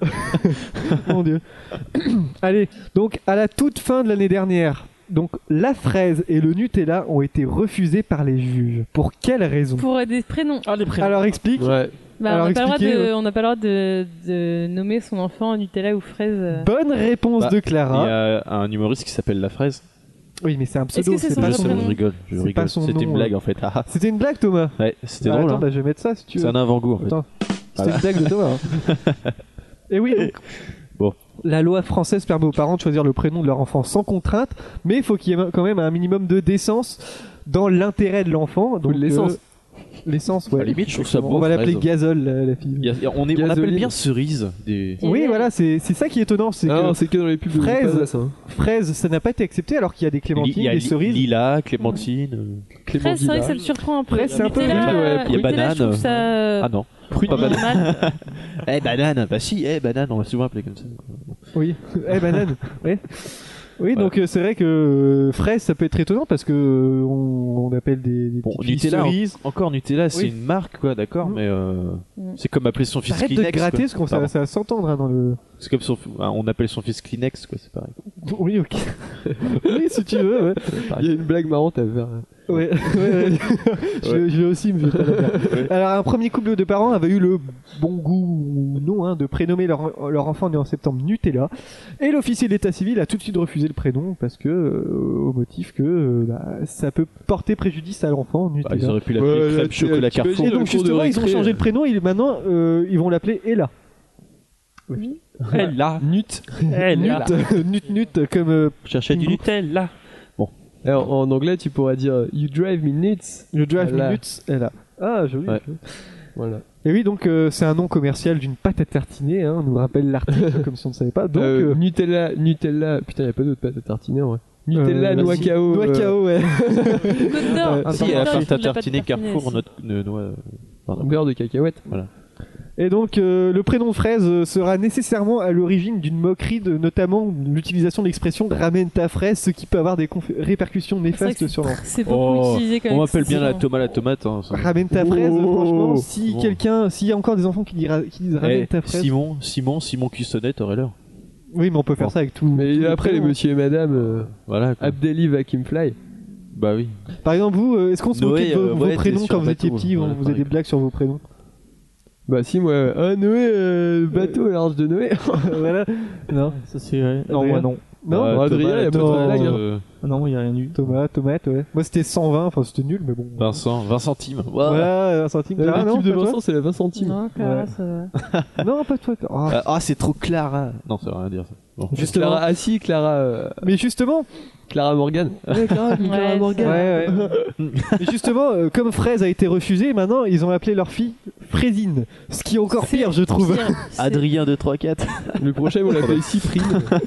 Mon dieu. Allez, donc à la toute fin de l'année dernière, donc la fraise et le Nutella ont été refusés par les juges. Pour quelle raison? Pour euh, des prénoms. Ah, les prénoms. Alors explique. Ouais. Bah, Alors, on n'a pas, le droit expliquez, de- ouais. on n'a pas le droit de, de nommer son enfant Nutella ou fraise. euh. Bonne réponse Bah, de Il y Clara. a un humoriste qui s'appelle La Fraise. Oui, mais c'est un Est-ce pseudo, que c'est c'est son pas vrai son je prénom nom. rigole, je C'est rigole. pas son C'était nom, une blague euh. en fait. Ah, C'était une blague, Thomas. ouais, c'était Ah, drôle. Attends, hein. bah, je vais mettre ça si tu veux. C'est un avant-goût en fait. Attends. C'était Voilà. une blague de Thomas. hein. Et oui, donc, Bon. la loi française permet aux parents de choisir le prénom de leur enfant sans contrainte, mais il faut qu'il y ait quand même un minimum de décence dans l'intérêt de l'enfant. Donc de l'essence. euh, L'essence, ouais. À la limite, je trouve ça beau. On va l'appeler Fraise. Gazole, la, la fille. Il y a- il y a- on, est, on Gasoline. appelle bien cerise des. Oui, voilà, c'est c'est ça qui est étonnant. C'est Ah que non, c'est que dans les pubs de Fraise. Groupama, ça, hein. fraise, ça n'a pas été accepté alors qu'il y a des clémentines, Il y a des li- cerises. Lilas, clémentine. euh, Clément Fraise, c'est vrai que ça Guillard. me surprend un peu. Fraise, c'est un peu Nutella, ridicule, ouais. euh, Il y a Nutella, banane. je trouve ça. euh, Ah non. pas banane. Eh banane, bah si, eh banane, on va souvent appeler comme ça. Oui, eh banane. Ouais. Oui, donc euh, c'est vrai que euh, fraise, ça peut être étonnant parce que euh, on, on appelle des, des Bon, petites filles Nutella, cerises. en- encore Nutella, c'est Oui. une marque quoi, d'accord, Mm. mais euh, Mm. c'est comme appeler son fils Arrête de Kleenex. te gratter quoi. parce qu'on ça, Pardon. ça va s'entendre hein, dans le. C'est comme son, ah, on appelle son fils Kleenex, quoi, c'est pareil. Oui, ok. Oui, si tu veux. Ouais. Il y a une blague marrante à faire. Ouais, ouais, ouais. je, je vais aussi me faire la faire. Alors, un premier couple de parents avait eu le bon goût ou non hein, de prénommer leur, leur enfant né en septembre Nutella. Et l'officier d'état civil a tout de suite refusé le prénom parce que, euh, au motif que euh, bah, ça peut porter préjudice à l'enfant Bah, Nutella. ils auraient pu l'appeler Ouais, crème là, tu- chocolat t'imagines Carrefour. Et le donc cours de justement, ils ont récré, changé euh. le prénom et maintenant euh, ils vont l'appeler Ella. Ella. Nut. Ella. Nut, nut, nut, comme euh, Chercher du Pingu. Nutella. Alors, en anglais, tu pourrais dire You drive me nuts. le drive Ella. me nuts, Ella. Ah, joli. Ouais. joli. Voilà. Et oui, donc euh, c'est un nom commercial d'une pâte à tartiner, hein, on nous rappelle l'article comme si on ne savait pas. Donc, Euh, euh, Nutella, Nutella. Putain, y a pas d'autre pâte à tartiner en vrai. Nutella, euh, noix vas-y. cao. Noix euh, cao, ouais. Côte d'Or. Ah, Si, Côte à la d'Or, pâte ils font à de la pâte tartiner Carrefour, aussi. notre ne- noix. euh, pardon. Beurre de cacahuète. Et donc euh, le prénom fraise euh, sera nécessairement à l'origine d'une moquerie de notamment l'utilisation de l'expression ramène ta fraise, ce qui peut avoir des conf- répercussions C'est vrai que néfastes sur l'enfant. C'est beaucoup Oh, utilisé comme on m'appelle bien la expression. tomate la tomate. Hein, ça. Ramène ta fraise, Oh. franchement, si Bon. quelqu'un, s'il y a encore des enfants qui, dira- qui disent ramène Eh, ta fraise, Simon, Simon, Simon Cuissonnet, t'aurais l'heure. oui, mais on peut faire Bon. ça avec tout. Mais tous après, les prénoms. monsieur et madame, euh, Voilà. quoi. Abdelli Vacuum Fly. Bah oui. Par exemple, vous, euh, est-ce qu'on se Noé, moquait de vos, euh, vos ouais, prénoms t'es quand sur vous un étiez bateau, petit, ouais, on vous faisait pareil. des blagues sur vos prénoms? Bah si, moi, ah Noé, euh, bateau, large de Noé. Voilà. Non, Ça c'est ouais. Non, Non, moi moi, non. non. Bah, Bon, Adrien, Thomas, y a la pas trop de tomate, blagues, hein. euh, Ah non, il y a rien eu. Tomate, tomate, ouais. Moi c'était cent vingt, enfin c'était nul, mais bon. Vincent, vingt centimes. Voilà, un centime. Clara, non, L'équipe de pas toi Vincent, c'est la vingt centimes. Non, Clara, Ouais. ça va. Non, pas toi. Clara. Ah. Ah, ah, c'est trop Clara. Non, ça veut rien dire ça. Bon. Justement. Clara, ah si, Clara, euh, Mais justement, Clara Morgan. Ouais, Clara, Clara Ouais, Morgan. ouais, ouais. Mais justement, euh, comme Fraise a été refusée, maintenant ils ont appelé leur fille Fraisine. Ce qui est encore C'est pire, je trouve. pire. C'est- Adrien deux trois quatre. Le prochain, on l'appelle Cyprine.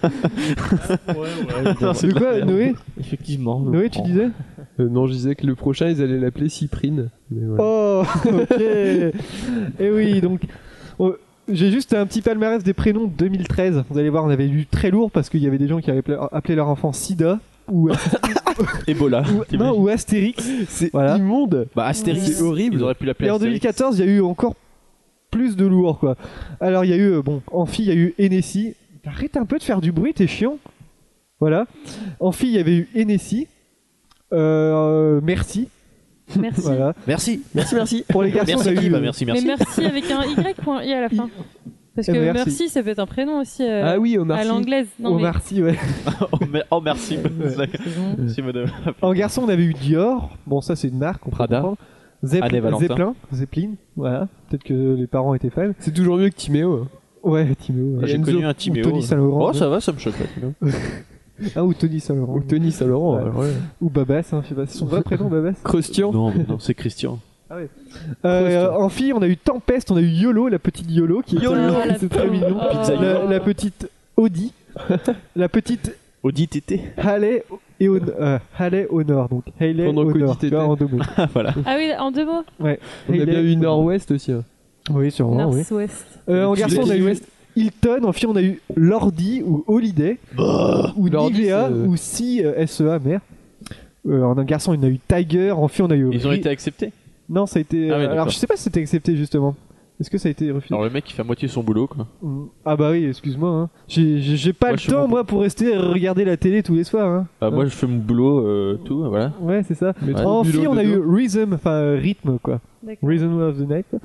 De quoi, Noé Effectivement. je Noé, tu prends. disais Euh, non, je disais que le prochain, ils allaient l'appeler Cyprine. Mais voilà. Oh, ok. Et oui, donc. oh, j'ai juste un petit palmarès des prénoms de deux mille treize. Vous allez voir, on avait lu très lourd parce qu'il y avait des gens qui avaient appelé- appelé leur enfant Sida ou, Ebola. ou- non, ou Astérix. C'est Voilà. immonde. Bah Astérix. C'est horrible. Ils auraient pu l'appeler Et en Astérix. deux mille quatorze, il y a eu encore plus de lourd, quoi. Alors, il y a eu, euh, bon, en fille, il y a eu Hennessy. Arrête un peu de faire du bruit, t'es chiant. Voilà. En fille, il y avait eu Hennessy. Euh, merci. Merci. Voilà. Merci. Merci, merci. Pour les garçons, Merci on a qui eu. Bah merci, merci. Mais merci avec un Y ou un I à la fin. Parce que Eh ben, merci. merci, ça peut être un prénom aussi euh, Ah oui, Omar à Sy. l'anglaise. Non, mais... Omar Sy, ouais. oh, mer- oh, merci. Ouais. Merci madame. En garçon, on avait eu Dior. Bon, ça, c'est une marque, on peut Prada. comprendre. Zepp- Anne et Valentin. Zeppelin. Zeppelin. Voilà. Peut-être que les parents étaient fans. C'est toujours mieux que Timéo. hein. Ouais, Timéo. ouais. J'ai Enzo connu un Ou Timéo. Tony Saint-Laurent. Oh ça va, ça me choque pas. Timéo. Ah, ou Tony Saint-Laurent. Ou Tony Saint-Laurent. Ouais. alors, ouais. Ou Babas, hein, je sais pas. C'est son vrai prénom, Babas. Christian. Non, mais non, c'est Christian. Euh, en fille, on a eu Tempest, on a eu Yolo, la petite Yolo qui est YOLO, la c'est très pauvre. mignon. Oh. Pizza La, la petite Audi, la petite Audi T T. Haley et Hon- euh, Haley Honor, donc Haley Pendant Honor, qu'Audi tu vois, t'étais. en deux mots. Voilà. Ah oui, en deux mots. Ouais. On a Haley bien eu Honor. Nord-Ouest aussi. hein. Oui, sûrement, oui. North-Ouest. Euh, en Tu garçon, on a l'as dit, eu West. Hilton, en fille, on a eu Lordi ou Holiday, ou Lordi, Nivea, c'est- ou Si euh, S E A, merde. Euh, en garçon, on a eu Tiger, en fille, on a eu. Ils ont Ri- été acceptés. Non, ça a été. Ah oui, euh, alors, d'accord. je sais pas si c'était accepté justement. Est-ce que ça a été refusé? Alors le mec il fait à moitié son boulot quoi. Mm. Ah bah oui, excuse-moi. Hein. J'ai j'ai- j'ai pas Moi, le je fais temps, mon- moi, pour rester regarder la télé tous les soirs. Hein. Bah, moi je fais mon boulot, euh, tout, voilà. Ouais, c'est ça. Mais En trop fille, bulot on a de eu dos. Rhythm, enfin euh, rythme quoi. D'accord. Rhythm of the Night. Quoi.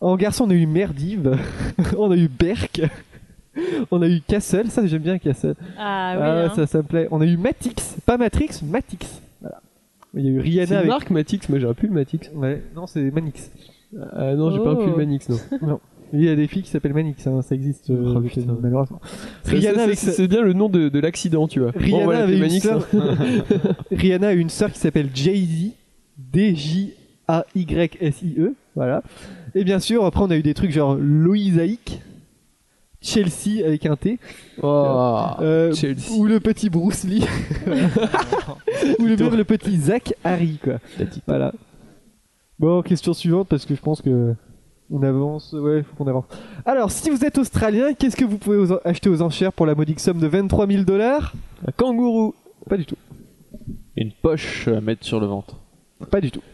En garçon, on a eu Merdive, on a eu Berk, on a eu Castle, ça j'aime bien Castle. Ah oui. Ah ouais, hein. ça, ça me plaît. On a eu Matix, pas Matrix, Matix. Voilà. Il y a eu Rihanna C'est une avec. marque Matix, moi j'aurais plus le Matix. Ouais, non, c'est Manix. Ah non, j'ai pas un Oh. pull Manix, non. Non. Il y a des filles qui s'appellent Manix, hein, ça existe euh, Oh, aux putain. États-Unis, malheureusement. Ça, Rihanna ça, avec c'est, sa- c'est bien le nom de, de l'accident, tu vois. Rihanna Bon, voilà, avait t'es une Manix, sœur. hein. Rihanna a une sœur qui s'appelle Jay-Z, D J A Y S I E, voilà. Et bien sûr, après on a eu des trucs genre Loïsaïque, Chelsea avec un T, Oh, euh, Chelsea. ou le petit Bruce Lee, ou le, même le petit Zach Harry, quoi. Voilà. Bon, question suivante parce que je pense que on avance. Ouais, faut qu'on avance. Alors, si vous êtes australien, qu'est-ce que vous pouvez aux- acheter aux enchères pour la modique somme de vingt-trois mille dollars? Un kangourou. Pas du tout. Une poche à mettre sur le ventre. Pas du tout.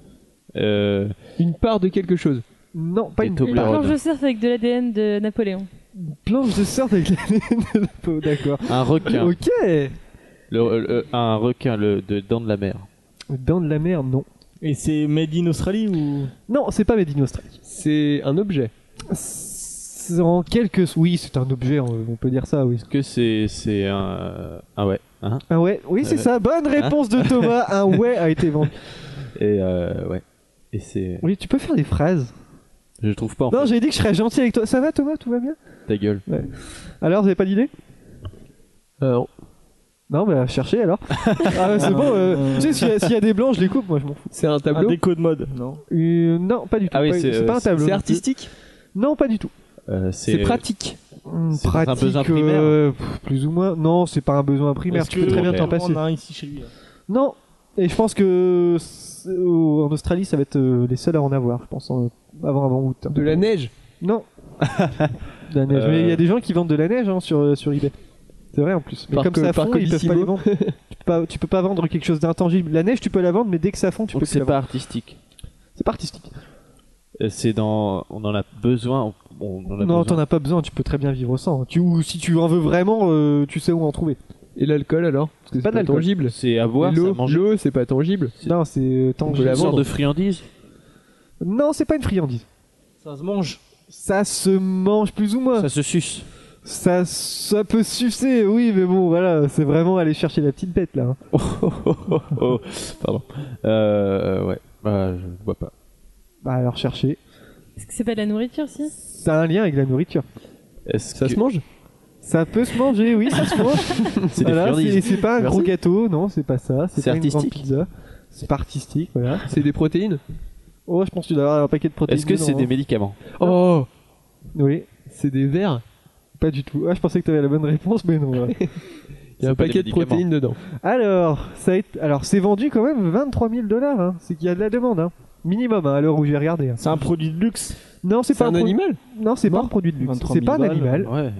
Euh, Une part de quelque chose. Non, pas Des une taupes. Une Toblerone. planche de surf avec de l'A D N de Napoléon. planche de surf avec la de la peau, d'accord. un requin. Ok. Le- le- un requin le, de dents de la mer. Dents de la mer, non. Et c'est made in Australie ou Non, c'est pas Made in Australie. C'est un objet. C'est en quelques... Oui, c'est un objet, on on peut dire ça, oui. Est-ce que c'est c'est un ah ouais hein Un ouais, oui, c'est Euh, ça. Bonne réponse de Thomas. Un ouais a été vendu. et euh, ouais et c'est Oui, tu peux faire des phrases. je trouve pas en Non, fait. j'ai dit que je serais gentil avec toi. Ça va, Thomas? Tout va bien? Ta gueule. Alors, vous avez pas d'idée? Alors, Non, bah cherchez alors. Ah, ouais, c'est bon. euh, tu sais, s'il y, a- s'il y a des blancs, je les coupe. Moi, je m'en fous. c'est un un tableau. déco de mode, non? Euh, non, pas du tout. Ah oui, Pas- c'est, pas euh, un tableau. C'est non artistique. plus. Non, pas du tout. Euh, C'est pratique. Hum, C'est dans un pratique, besoin primaire. euh, pff, plus ou moins. Non, c'est pas un besoin primaire. Est-ce Tu peux très bien on t'en on passer. en a un ici chez lui. là. Non. Et je pense que c'est- au- en Australie, ça va être euh, les seuls à en avoir. Je pense en- avant avant août. De la neige. Non. De la neige. Euh. Mais il y a des gens qui vendent de la neige hein, sur sur eBay. C'est vrai en plus. Mais Par comme co- ça par fond, ils peuvent pas les Colissimo. vendre. tu, peux pas, tu peux pas vendre quelque chose d'intangible. La neige, tu peux la vendre, mais dès que ça fond, tu donc peux c'est plus la pas vendre. artistique. C'est pas artistique. Euh, C'est dans on en a besoin on, on en a Non, besoin. t'en as pas besoin. Tu peux très bien vivre sans. Tu, ou si tu en veux vraiment, euh, tu sais où en trouver. Et l'alcool alors? Parce que c'est Pas pas, d'alcool. tangible. C'est à boire, Et c'est à l'eau, manger. l'eau, c'est pas tangible. Non, c'est euh, tant On que peut la Une sorte vendre. de friandise. Non, c'est pas une friandise. Ça se mange. Ça se mange plus ou moins. Ça se suce. Ça, ça peut se sucer, oui, mais bon, voilà, c'est vraiment aller chercher la petite bête là. hein. Oh, oh, oh, oh, oh. Pardon. Euh, ouais. Bah, je vois pas. Bah alors chercher. Est-ce que c'est pas de la nourriture, si? Ça a un lien avec la nourriture. Est-ce Ça que se mange? Ça peut se manger, oui, ça se mange. c'est des Voilà, friandises? c'est c'est pas un Merci. gros gâteau, non, c'est pas ça. C'est C'est pas une grande artistique. pizza. C'est pas artistique, voilà. C'est des protéines? Oh, je pense que tu dois avoir un paquet de protéines. Est-ce que c'est dedans, des hein. médicaments? Oh, Oui, c'est des vers. pas du tout. Ah, je pensais que t'avais la bonne réponse, mais non. voilà. Il y a C'est un pas des paquet de médicaments. protéines dedans. Alors, ça a été... Alors, c'est vendu quand même vingt-trois mille dollars. Hein. C'est qu'il y a de la demande, hein. Minimum, hein, à l'heure où j'ai regardé. hein. C'est un produit de luxe. Non, c'est C'est pas un pro- animal? Non, c'est pas Mort un produit de luxe. vingt-trois C'est mille pas un balles. animal. Ouais.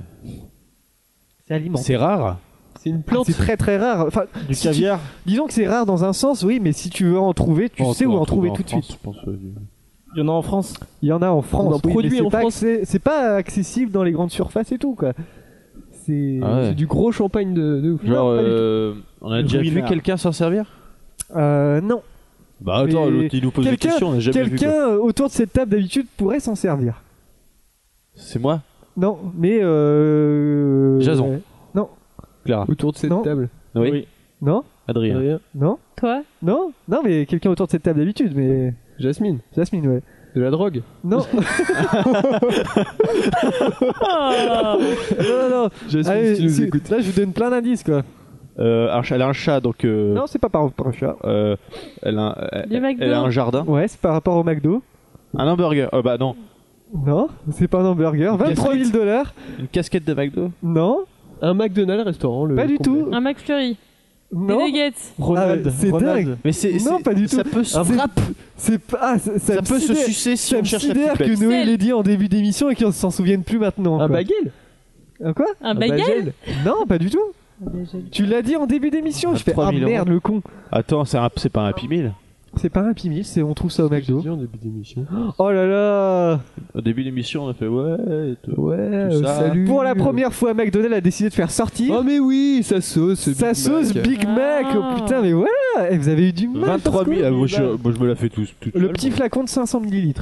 C'est alimentaire. C'est rare. C'est une plante. C'est très très rare. Enfin, Du si tu- caviar. disons que c'est rare dans un sens, oui, mais si tu veux en trouver, tu Oh, sais on où peut en trouver en tout de France, suite. je pense, euh, du- Il y en a en France. Il y en a en France. en oui, mais produit c'est en pas France. accès- C'est pas accessible dans les grandes surfaces et tout, quoi. C'est. Ah ouais. C'est du gros champagne de, de ouf. Genre, Non, pas du euh, on a déjà vu Ruinard. quelqu'un s'en servir? Euh, non. Bah attends, Mais l'autre il nous pose des quelqu'un- questions, on a jamais vu. quoi. Quelqu'un euh, autour de cette table d'habitude pourrait s'en servir. C'est moi? Non, mais. Euh... Jason. ouais. Non, Clara. Autour de cette Non. table. Oui. non, Adrien. Rien. non, Toi? non, non, mais quelqu'un autour de cette table d'habitude, mais. Jasmine. Jasmine, ouais. De la drogue. Non, Oh non, non, non. Jasmine, Allez, si tu nous c'est- écoutes. là, je vous donne plein d'indices, quoi. Euh, un chat- elle a un chat, donc. Euh, Non, c'est pas par rapport au chat. euh, elle, a, elle, Du McDo. elle a un jardin. Ouais, c'est par rapport au McDo. Un hamburger. Euh, bah non. Non, c'est pas un hamburger. vingt-trois mille dollars. Une casquette de McDo. Non, Un McDonald's restaurant. Le pas du complet. tout. Un McFlurry. Non. Des nuggets. Ronald. Ah, c'est Ronald. dingue. Mais c'est. Non, c'est- pas du Ça tout. peut se Un frapper. frappe. C'est pas. ah, ça, ça Ça me peut se sidère- sucer si ça on me cherche la sidère petite que bête. Noé l'ait dit en début d'émission et qu'on s'en souvienne plus maintenant. Un quoi. bagel. Un quoi Un bagel. Non, pas du tout. Tu l'as dit en début d'émission. Je fais ah vingt-trois mille merde le con. Attends, c'est un- c'est pas un Happy Meal. C'est pas un Happy Meal, c'est on trouve ça au J'ai McDo. dit en début d'émission. Oh là là. Au début de l'émission, on a fait ouais. et tout. Ouais, Tout euh, ça. salut. Pour la première fois, McDonald's a décidé de faire sortir Oh mais oui, sa sauce. sa Big sauce Mac. Big Mac. Oh Ah. putain, mais voilà. Et vous avez eu du mal. vingt-trois parce que- mille. Ah, moi, je, moi, je me la fais tous. toute Le seule, petit moi. flacon de cinq cents millilitres.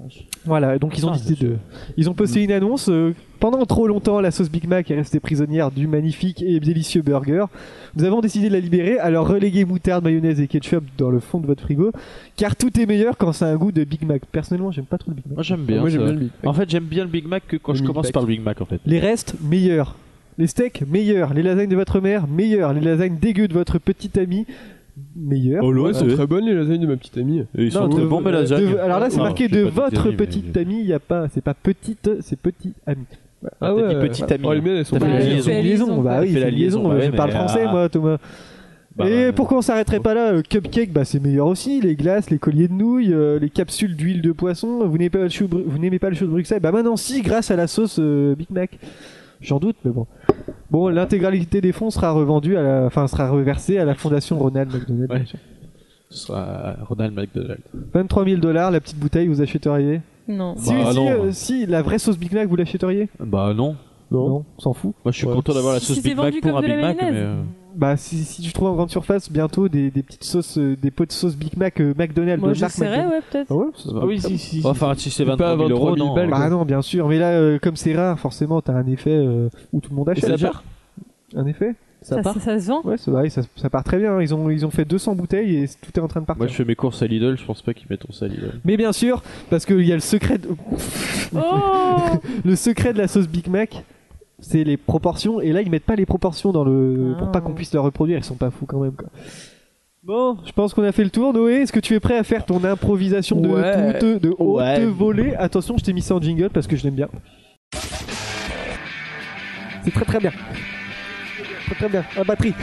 Voilà, donc ils ont Ah, décidé c'est de. Ils ont posté une annonce. euh, pendant trop longtemps, la sauce Big Mac est restée prisonnière du magnifique et délicieux burger. Nous avons décidé de la libérer, alors reléguez moutarde, mayonnaise et ketchup dans le fond de votre frigo, car tout est meilleur quand ça a un goût de Big Mac. Personnellement, j'aime pas trop le Big Mac. Moi j'aime bien. Moi, j'aime ça. bien le Big Mac. En fait, j'aime bien le Big Mac que quand Le je Big commence Mac. par le Big Mac en fait. Les restes, meilleurs. Les steaks, meilleurs. Les lasagnes de votre mère, meilleurs. Les lasagnes dégueu de votre petite amie, meilleurs. Oh là, Ouais, c'est sont vrai. très bonnes les lasagnes de ma petite amie. Et ils sont Non, très de- bons, mais de- lasagnes. alors là, c'est Non, marqué j'ai de pas votre amis, mais- petite amie. Il y a pas, c'est pas petite, c'est petit ami. Ah t'as dit petite amie, Oh, les hein. miennes elles sont T'as fait pas la Ouais, bonnes. liaison. c'est la liaison, liaison, bah quoi. oui, T'as fait c'est la la liaison. liaison, Je ouais, parle mais, français, ah. moi, Thomas. Bah, Et euh, pourquoi on s'arrêterait pas là? euh, Cupcake, bah c'est meilleur aussi. Les glaces, les colliers de nouilles, euh, les capsules d'huile de poisson. Vous n'aimez pas le chou, de Bru- vous n'aimez pas le chou de Bruxelles? Bah maintenant si, grâce à la sauce euh, Big Mac. J'en doute, mais bon. Bon, l'intégralité des fonds sera revendue, à la, enfin sera reversée à la fondation Ronald McDonald. Ouais. bien sûr. Ce sera Ronald McDonald. vingt-trois mille dollars, la petite bouteille, vous achèteriez? Non. Si, Bah, si, non. euh, si, la vraie sauce Big Mac, vous l'achèteriez? Bah non. Non, on s'en fout. Moi je suis Ouais. content d'avoir la Si sauce c'est Big Mac vendu pour comme un de la Big Mac, mais. mayonnaise. euh, Bah si, si tu trouves en grande surface bientôt des, des petites sauces, euh, des pots de sauce Big Mac euh, McDonald's Moi, de je marque serais, McDonald's. ouais, peut-être. Ah ouais, ça se Ah peut. oui, si, si. si. Enfin, Enfin, si c'est c'est pas vingt-trois mille euros, vingt-trois mille non. balles, Bah non, bien sûr. Mais là, euh, comme c'est rare, forcément, t'as un effet euh, où tout le monde Et achète. ça part Un effet Ça Ça, part ça, ça se vend. Ouais, c'est vrai, ça, ça part très bien. Ils ont, ils ont fait deux cents bouteilles et tout est en train de partir. Moi je fais mes courses à Lidl, je pense pas qu'ils mettent ça à Lidl. Mais bien sûr, parce qu'il y a le secret, de... Oh le secret de la sauce Big Mac, c'est les proportions. Et là, ils mettent pas les proportions dans le pour pas qu'on puisse la reproduire. Ils sont pas fous quand même. Quoi. Bon, je pense qu'on a fait le tour. Noé, est-ce que tu es prêt à faire ton improvisation de Ouais. toute, de haute Ouais. volée? Attention, je t'ai mis ça en jingle parce que je l'aime bien. C'est très très bien. Très très bien. La batterie.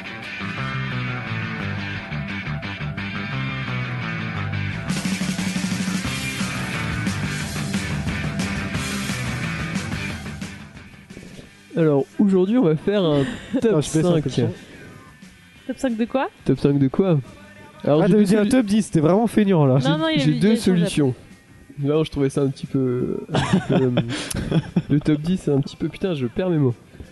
Alors aujourd'hui on va faire un top Non, je baisse un peu le cinq. son. Top cinq de quoi? Top cinq de quoi? Alors Ah, j'ai t'avais deux, dit un solu- top dix, c'était vraiment feignant là. Non, non, il y a j'ai il y a deux des choses à- solutions. Là je trouvais ça un petit peu... un petit peu, euh, le top dix c'est un petit peu... Putain je perds mes mots.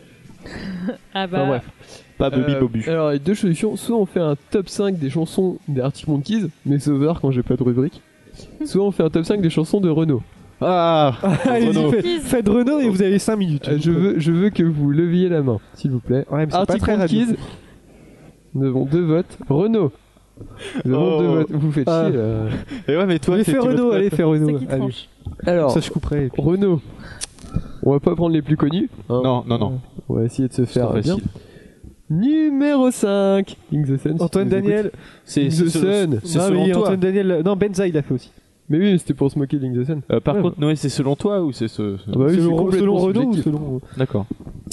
Ah bah. Enfin bref. Pas Bobby Euh, Bobu. Alors, il y a deux solutions. Soit on fait un top cinq des chansons des Arctic Monkeys, mais c'est over quand j'ai pas de rubrique. Soit on fait un top cinq des chansons de Renault. Ah Allez-y, Renaud. faites, faites Renault et vous avez cinq minutes. Euh, je, veux, je veux que vous leviez la main, s'il vous plaît. Ouais, mais c'est pas Arctic très radio. Monkeys, nous avons deux votes. Renault, nous avons Oh. deux votes. Vous faites Ah. chier là. Et ouais, mais toi, Allez, t'es- fais tu veux Renault, te allez, mettre- fais C'est Renault. qui Allez. tranche. Alors, Ça, je couperai. et puis- Renault, on va pas prendre les plus connus. hein. Non, non, non. On va essayer de se C'est faire trop bien. facile. Numéro cinq, King the Sun. si Antoine tu nous Daniel. écoutes. C'est The c'est- Sun. c'est Non, selon mais toi. Antoine Daniel. Non, Benza, il l'a fait aussi. Mais oui, c'était pour se moquer de King the Sun. Euh, Par Ouais, contre, Noé, c'est selon toi ou c'est ce. ce- Ah bah oui, c'est selon, complètement selon Renault ou subjectif. selon. D'accord.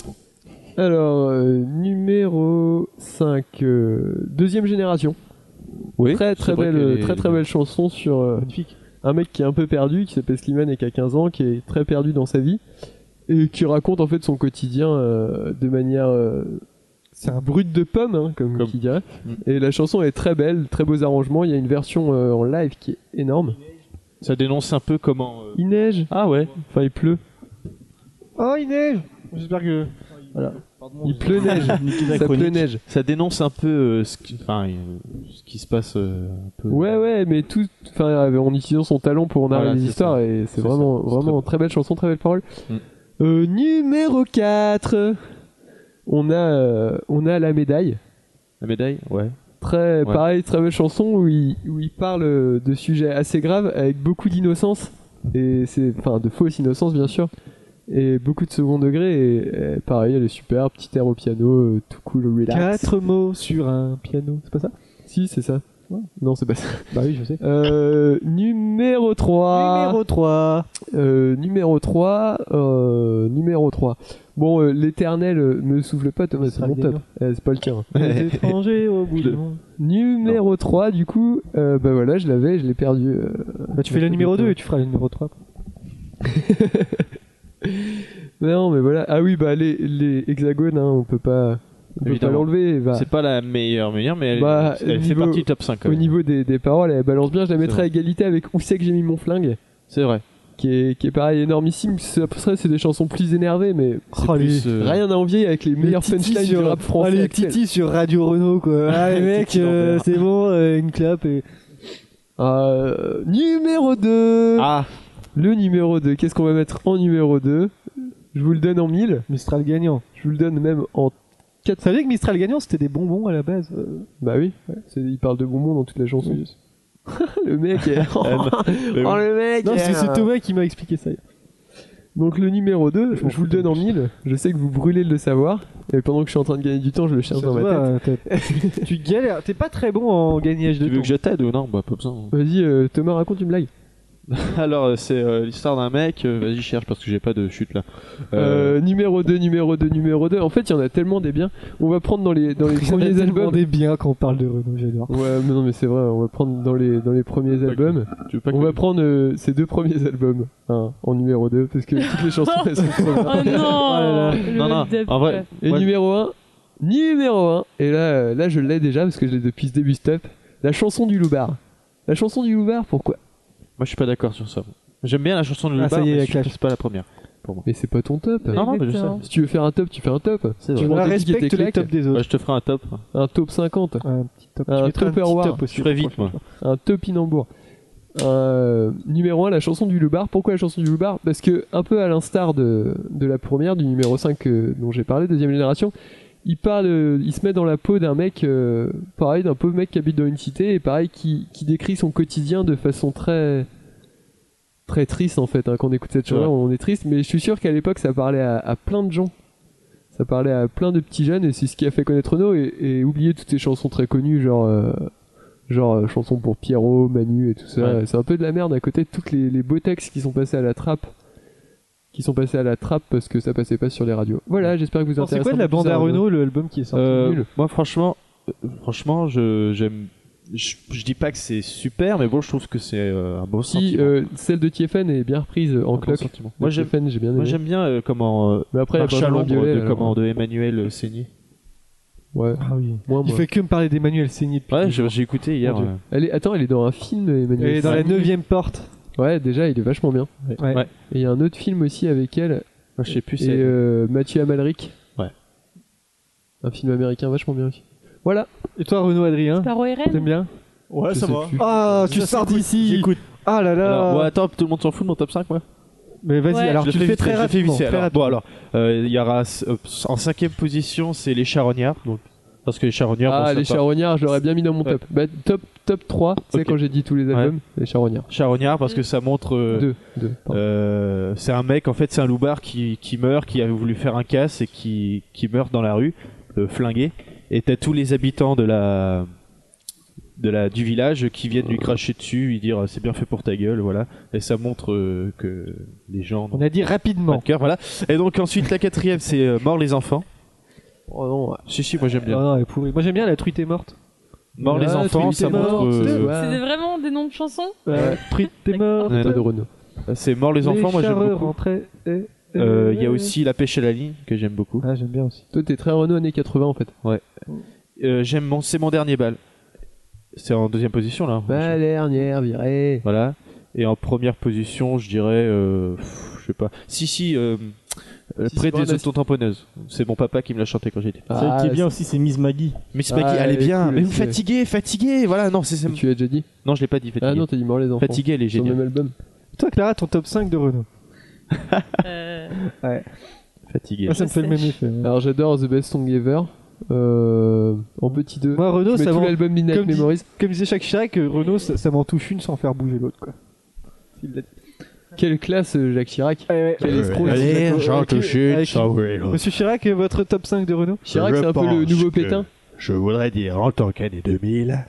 Alors, euh, numéro cinq, euh, deuxième génération. Oui. Très très c'est vrai belle, qu'elle est- très très belle chanson sur euh, Magnifique. un mec qui est un peu perdu, qui s'appelle Slimane et qui a quinze ans, qui est très perdu dans sa vie et qui raconte en fait son quotidien euh, de manière euh, c'est un brut de pomme, hein, comme, Comme- qui dirait. Mm. Et la chanson est très belle, très beaux arrangements. Il y a une version euh, en live qui est énorme. Ça dénonce un peu comment. euh, Il neige, Ah ouais. enfin il pleut, Oh, il neige. J'espère que. Voilà. il pleut neige, ça pleut neige. Ça dénonce un peu euh, ce, qui... enfin, euh, ce qui se passe euh, un peu. Ouais, ouais, mais tout, enfin, en utilisant son talent pour narrer Voilà, les c'est histoires, ça. et c'est C'est vraiment, ça, c'est vraiment très belle chanson, très belle parole. Mm. Euh, numéro quatre, on a, euh, on a la médaille. La médaille. Ouais. Très, Ouais. pareil, très belle chanson où il, où il parle euh, de sujets assez graves avec beaucoup d'innocence et c'est, enfin, de fausse innocence bien sûr, et beaucoup de second degré. Et, et pareil, elle est super, petit air au piano, euh, tout cool, relax. Quatre mots sur un piano. C'est pas ça? Si, c'est ça. Non, c'est pas ça. Bah oui, je sais. Euh, numéro trois. Numéro trois. Euh, numéro trois. Euh, numéro trois. Bon, euh, l'éternel euh, ne souffle pas, Thomas, c'est sera mon le top. gagnant. Euh, c'est pas le tien. Les étrangers au bout du monde. Numéro trois, du coup, euh, bah voilà, je l'avais, je l'ai perdu. euh, Bah, tu fais le numéro deux et tu feras le numéro trois. Non, mais voilà. Ah oui, bah les, les hexagones, hein, on peut pas, on peut pas Évidemment. l'enlever. Bah, C'est pas la meilleure meilleure, mais elle, Bah, elle fait niveau- partie du top cinq. quand au même. niveau des, des paroles, elle balance bien. Je la C'est mettrais à vrai. égalité avec Où c'est que j'ai mis mon flingue, C'est vrai. qui est, qui est pareil énormissime. C'est- Après, c'est des chansons plus énervées, mais C'est Oh, plus, les- euh, rien à envier avec les meilleurs titis punchlines du sur- rap français. Ah, les actuel. titis sur Radio Renault quoi. Ah les mecs, Titi euh, Lambert. c'est bon, euh, une clap et. Euh, numéro deux. Ah, Le numéro deux, qu'est-ce qu'on va mettre en numéro deux? Je vous le donne en mille. Mistral gagnant. Je vous le donne même en quatre. Ça veut dire que Mistral gagnant, c'était des bonbons à la base. euh. Bah oui, c'est- il parle de bonbons dans toute la chanson. Le mec est... Oh, Mais oui. le mec Non, est- c'est c'est Thomas qui m'a expliqué ça. Donc le numéro deux, Je m'en je vous le fous donne en mille. Je sais que vous brûlez de le savoir. Et pendant que je suis en train de gagner du temps, je le cherche Ça dans se ma voit, tête. euh, t'as- tu galères. T'es pas très bon en gagnage de Tu veux temps. que je t'aide ou non? Bah, pas besoin. Vas-y, euh, Thomas, raconte une blague. Alors, euh, c'est euh, l'histoire d'un mec. euh, Vas-y, cherche parce que j'ai pas de chute là. Euh, numéro deux, numéro deux, numéro deux. En fait, il y en a tellement des biens. On va prendre dans les, dans les On a premiers tellement albums. des biens quand on parle de Renault, j'adore. Ouais, mais non, mais c'est vrai, on va prendre dans les, dans les premiers albums. Tu veux pas On que- va prendre euh, ces deux premiers albums hein, en numéro deux, parce que toutes les chansons elles sont trop bien. Oh non, là là. le Non, non, hold-up, en vrai. quoi. Et Ouais. numéro un, numéro un, et là, euh, là je l'ai déjà, parce que je l'ai depuis ce début stop, la chanson du Loupard. La chanson du Loupard, pourquoi? Moi, je suis pas d'accord sur ça. J'aime bien la chanson de Ah, ça Loupard, y est, mais la je- clash. c'est pas la première pour moi. Mais c'est pas ton top. Non, non, mais je sais. Exactement. Si tu veux faire un top, tu fais un top. C'est Tu vrai. On prends tes tickets et respecte tes les claques. tops des autres. Ouais, je te ferai un top. Un top cinquante, Un petit top. Un Tu mettras un Tupperware. petit top aussi. Je ferai vite, moi. un topinambour. Euh, numéro un, la chanson du Loupard. Pourquoi la chanson du Loupard? Parce que, un peu à l'instar de, de la première, du numéro cinq euh, dont j'ai parlé, deuxième génération, il parle, euh, il se met dans la peau d'un mec, euh, pareil, d'un pauvre mec qui habite dans une cité, et pareil, qui, qui décrit son quotidien de façon très très triste en fait. Hein. Quand on écoute cette chanson, Ouais. on est triste, mais je suis sûr qu'à l'époque, ça parlait à, à plein de gens. Ça parlait à plein de petits jeunes, et c'est ce qui a fait connaître Renaud, et, et oublier toutes ces chansons très connues, genre... euh, genre euh, chansons pour Pierrot, Manu et tout ça. Ouais. C'est un peu de la merde à côté de tous les, les beaux textes qui sont passés à la trappe. Qui sont passés à la trappe parce que ça passait pas sur les radios. Voilà, j'espère que vous C'est intéresse. quoi de la bande à Renault, l'album qui est sorti? Euh, nul. moi, franchement, euh, franchement, je j'aime. Je, je dis pas que c'est super, mais bon, je trouve que c'est euh, un bon Si, sentiment. euh, celle de Tiefen est bien reprise en Un bon cloque. sentiment. Moi, Moi, j'aime. Tiefen, j'ai bien aimé. Moi, j'aime bien euh, comment. Euh, Mais après, la Marche à Benjamin l'ombre Biolay, de, alors, comment, de Emmanuel euh, Seigné. Ouais, Ah oui. moi, Il moi. fait que me parler d'Emmanuel Seigné depuis. Ouais, j'ai j'ai écouté hier. Mon Dieu. euh, Elle est... Attends, elle est dans un film, Emmanuel. Elle est dans la Seigné. neuvième porte. Ouais, déjà, il est vachement bien. Ouais. Ouais. Et il y a un autre film aussi avec elle. moi, je sais plus. Et c'est- euh, Mathieu Amalric. Ouais. Un film américain vachement bien aussi. Voilà. Et toi, Renaud Adrien? Par O R N. T'aimes bien? Ouais, Je ça sais va. plus. Ah, tu Ça, sors j'écoute, d'ici. J'écoute. Ah là là. Alors, ouais, attends, tout le monde s'en fout de mon top cinq, moi. Mais vas-y, Ouais. alors Je tu le le fais fais très vite, je le fais rapidement. vite fait, très alors. rapidement. Bon, alors, euh, il y aura euh, en cinquième position, c'est les charognards. Donc, parce que les charognards. Ah, bon, les ça part- charognards, je l'aurais bien mis dans mon Ouais. top. Bah, top, top trois, c'est Ok. quand j'ai dit tous les albums, les charognards. Charognards parce que ça montre. euh, Deux, deux, pardon. Euh, c'est un mec, en fait, c'est un loupard qui, qui meurt, qui avait voulu faire un casse et qui, qui meurt dans la rue, euh, flingué. Et t'as tous les habitants de la, de la, du village qui viennent lui cracher dessus, lui dire c'est bien fait pour ta gueule, voilà. Et ça montre euh, que les gens On n'ont a dit pas rapidement. de cœur, voilà. Et donc ensuite, la quatrième, c'est euh, Mort les enfants. Oh non, ouais. Si, si, moi j'aime Ah bien. non, elle est pourrie. Moi j'aime bien la truite est morte. Mort les Ah, enfants, Truite ça est montre. morte, euh, c'est- C'est des- vraiment des noms de chansons. Euh, Truite est morte. Ouais, Pas de Renault. c'est Mort les enfants, moi j'aime charreux beaucoup. rentraient et- Euh, Il y a aussi La pêche à la ligne que j'aime beaucoup. Ah, j'aime bien aussi. Toi, t'es très Renault années quatre-vingts en fait. Euh, j'aime mon, c'est mon dernier bal. C'est en deuxième position là. Bah, dernière virée. Voilà. Et en première position, je dirais, euh, pff, je sais pas. Si si, euh, euh, Si, près c'est des bon, autotamponneuses. C'est mon papa qui me l'a chanté quand j'étais. petit. Celle Ah, qui est bien aussi, c'est Miss Maggie. Miss Ah, Maggie, elle est elle est bien. cool Mais vous aussi, fatiguez, fatiguez. Voilà, non, c'est c'est- Tu l'as déjà dit? non, je l'ai pas dit. Fatigué. Ah non, t'as dit mort les enfants. Fatigué, elle est Sur le même géniale. album. Toi, Clara, ton top cinq de Renault. Euh, Fatigué. Moi, ça me fait le même sèche. effet. ouais. Alors j'adore The Best Song Ever. Euh, en petit deux. Moi, Renault, Je mets ça tout m'en- l'album Midnight comme dit- Memories. Comme disait Jacques Chirac, euh, Renault, ça, ça m'en touche une sans faire bouger l'autre, quoi. Il l'a dit. Quelle classe, euh, Jacques Chirac. Ouais, ouais. Quel escroc. Allez, Avec- Jean avec- Touchet, avec- ça Monsieur Chirac, euh, votre top cinq de Renault? Chirac, Je c'est un peu le pense nouveau que Pétain. Je voudrais dire, en tant qu'année deux mille,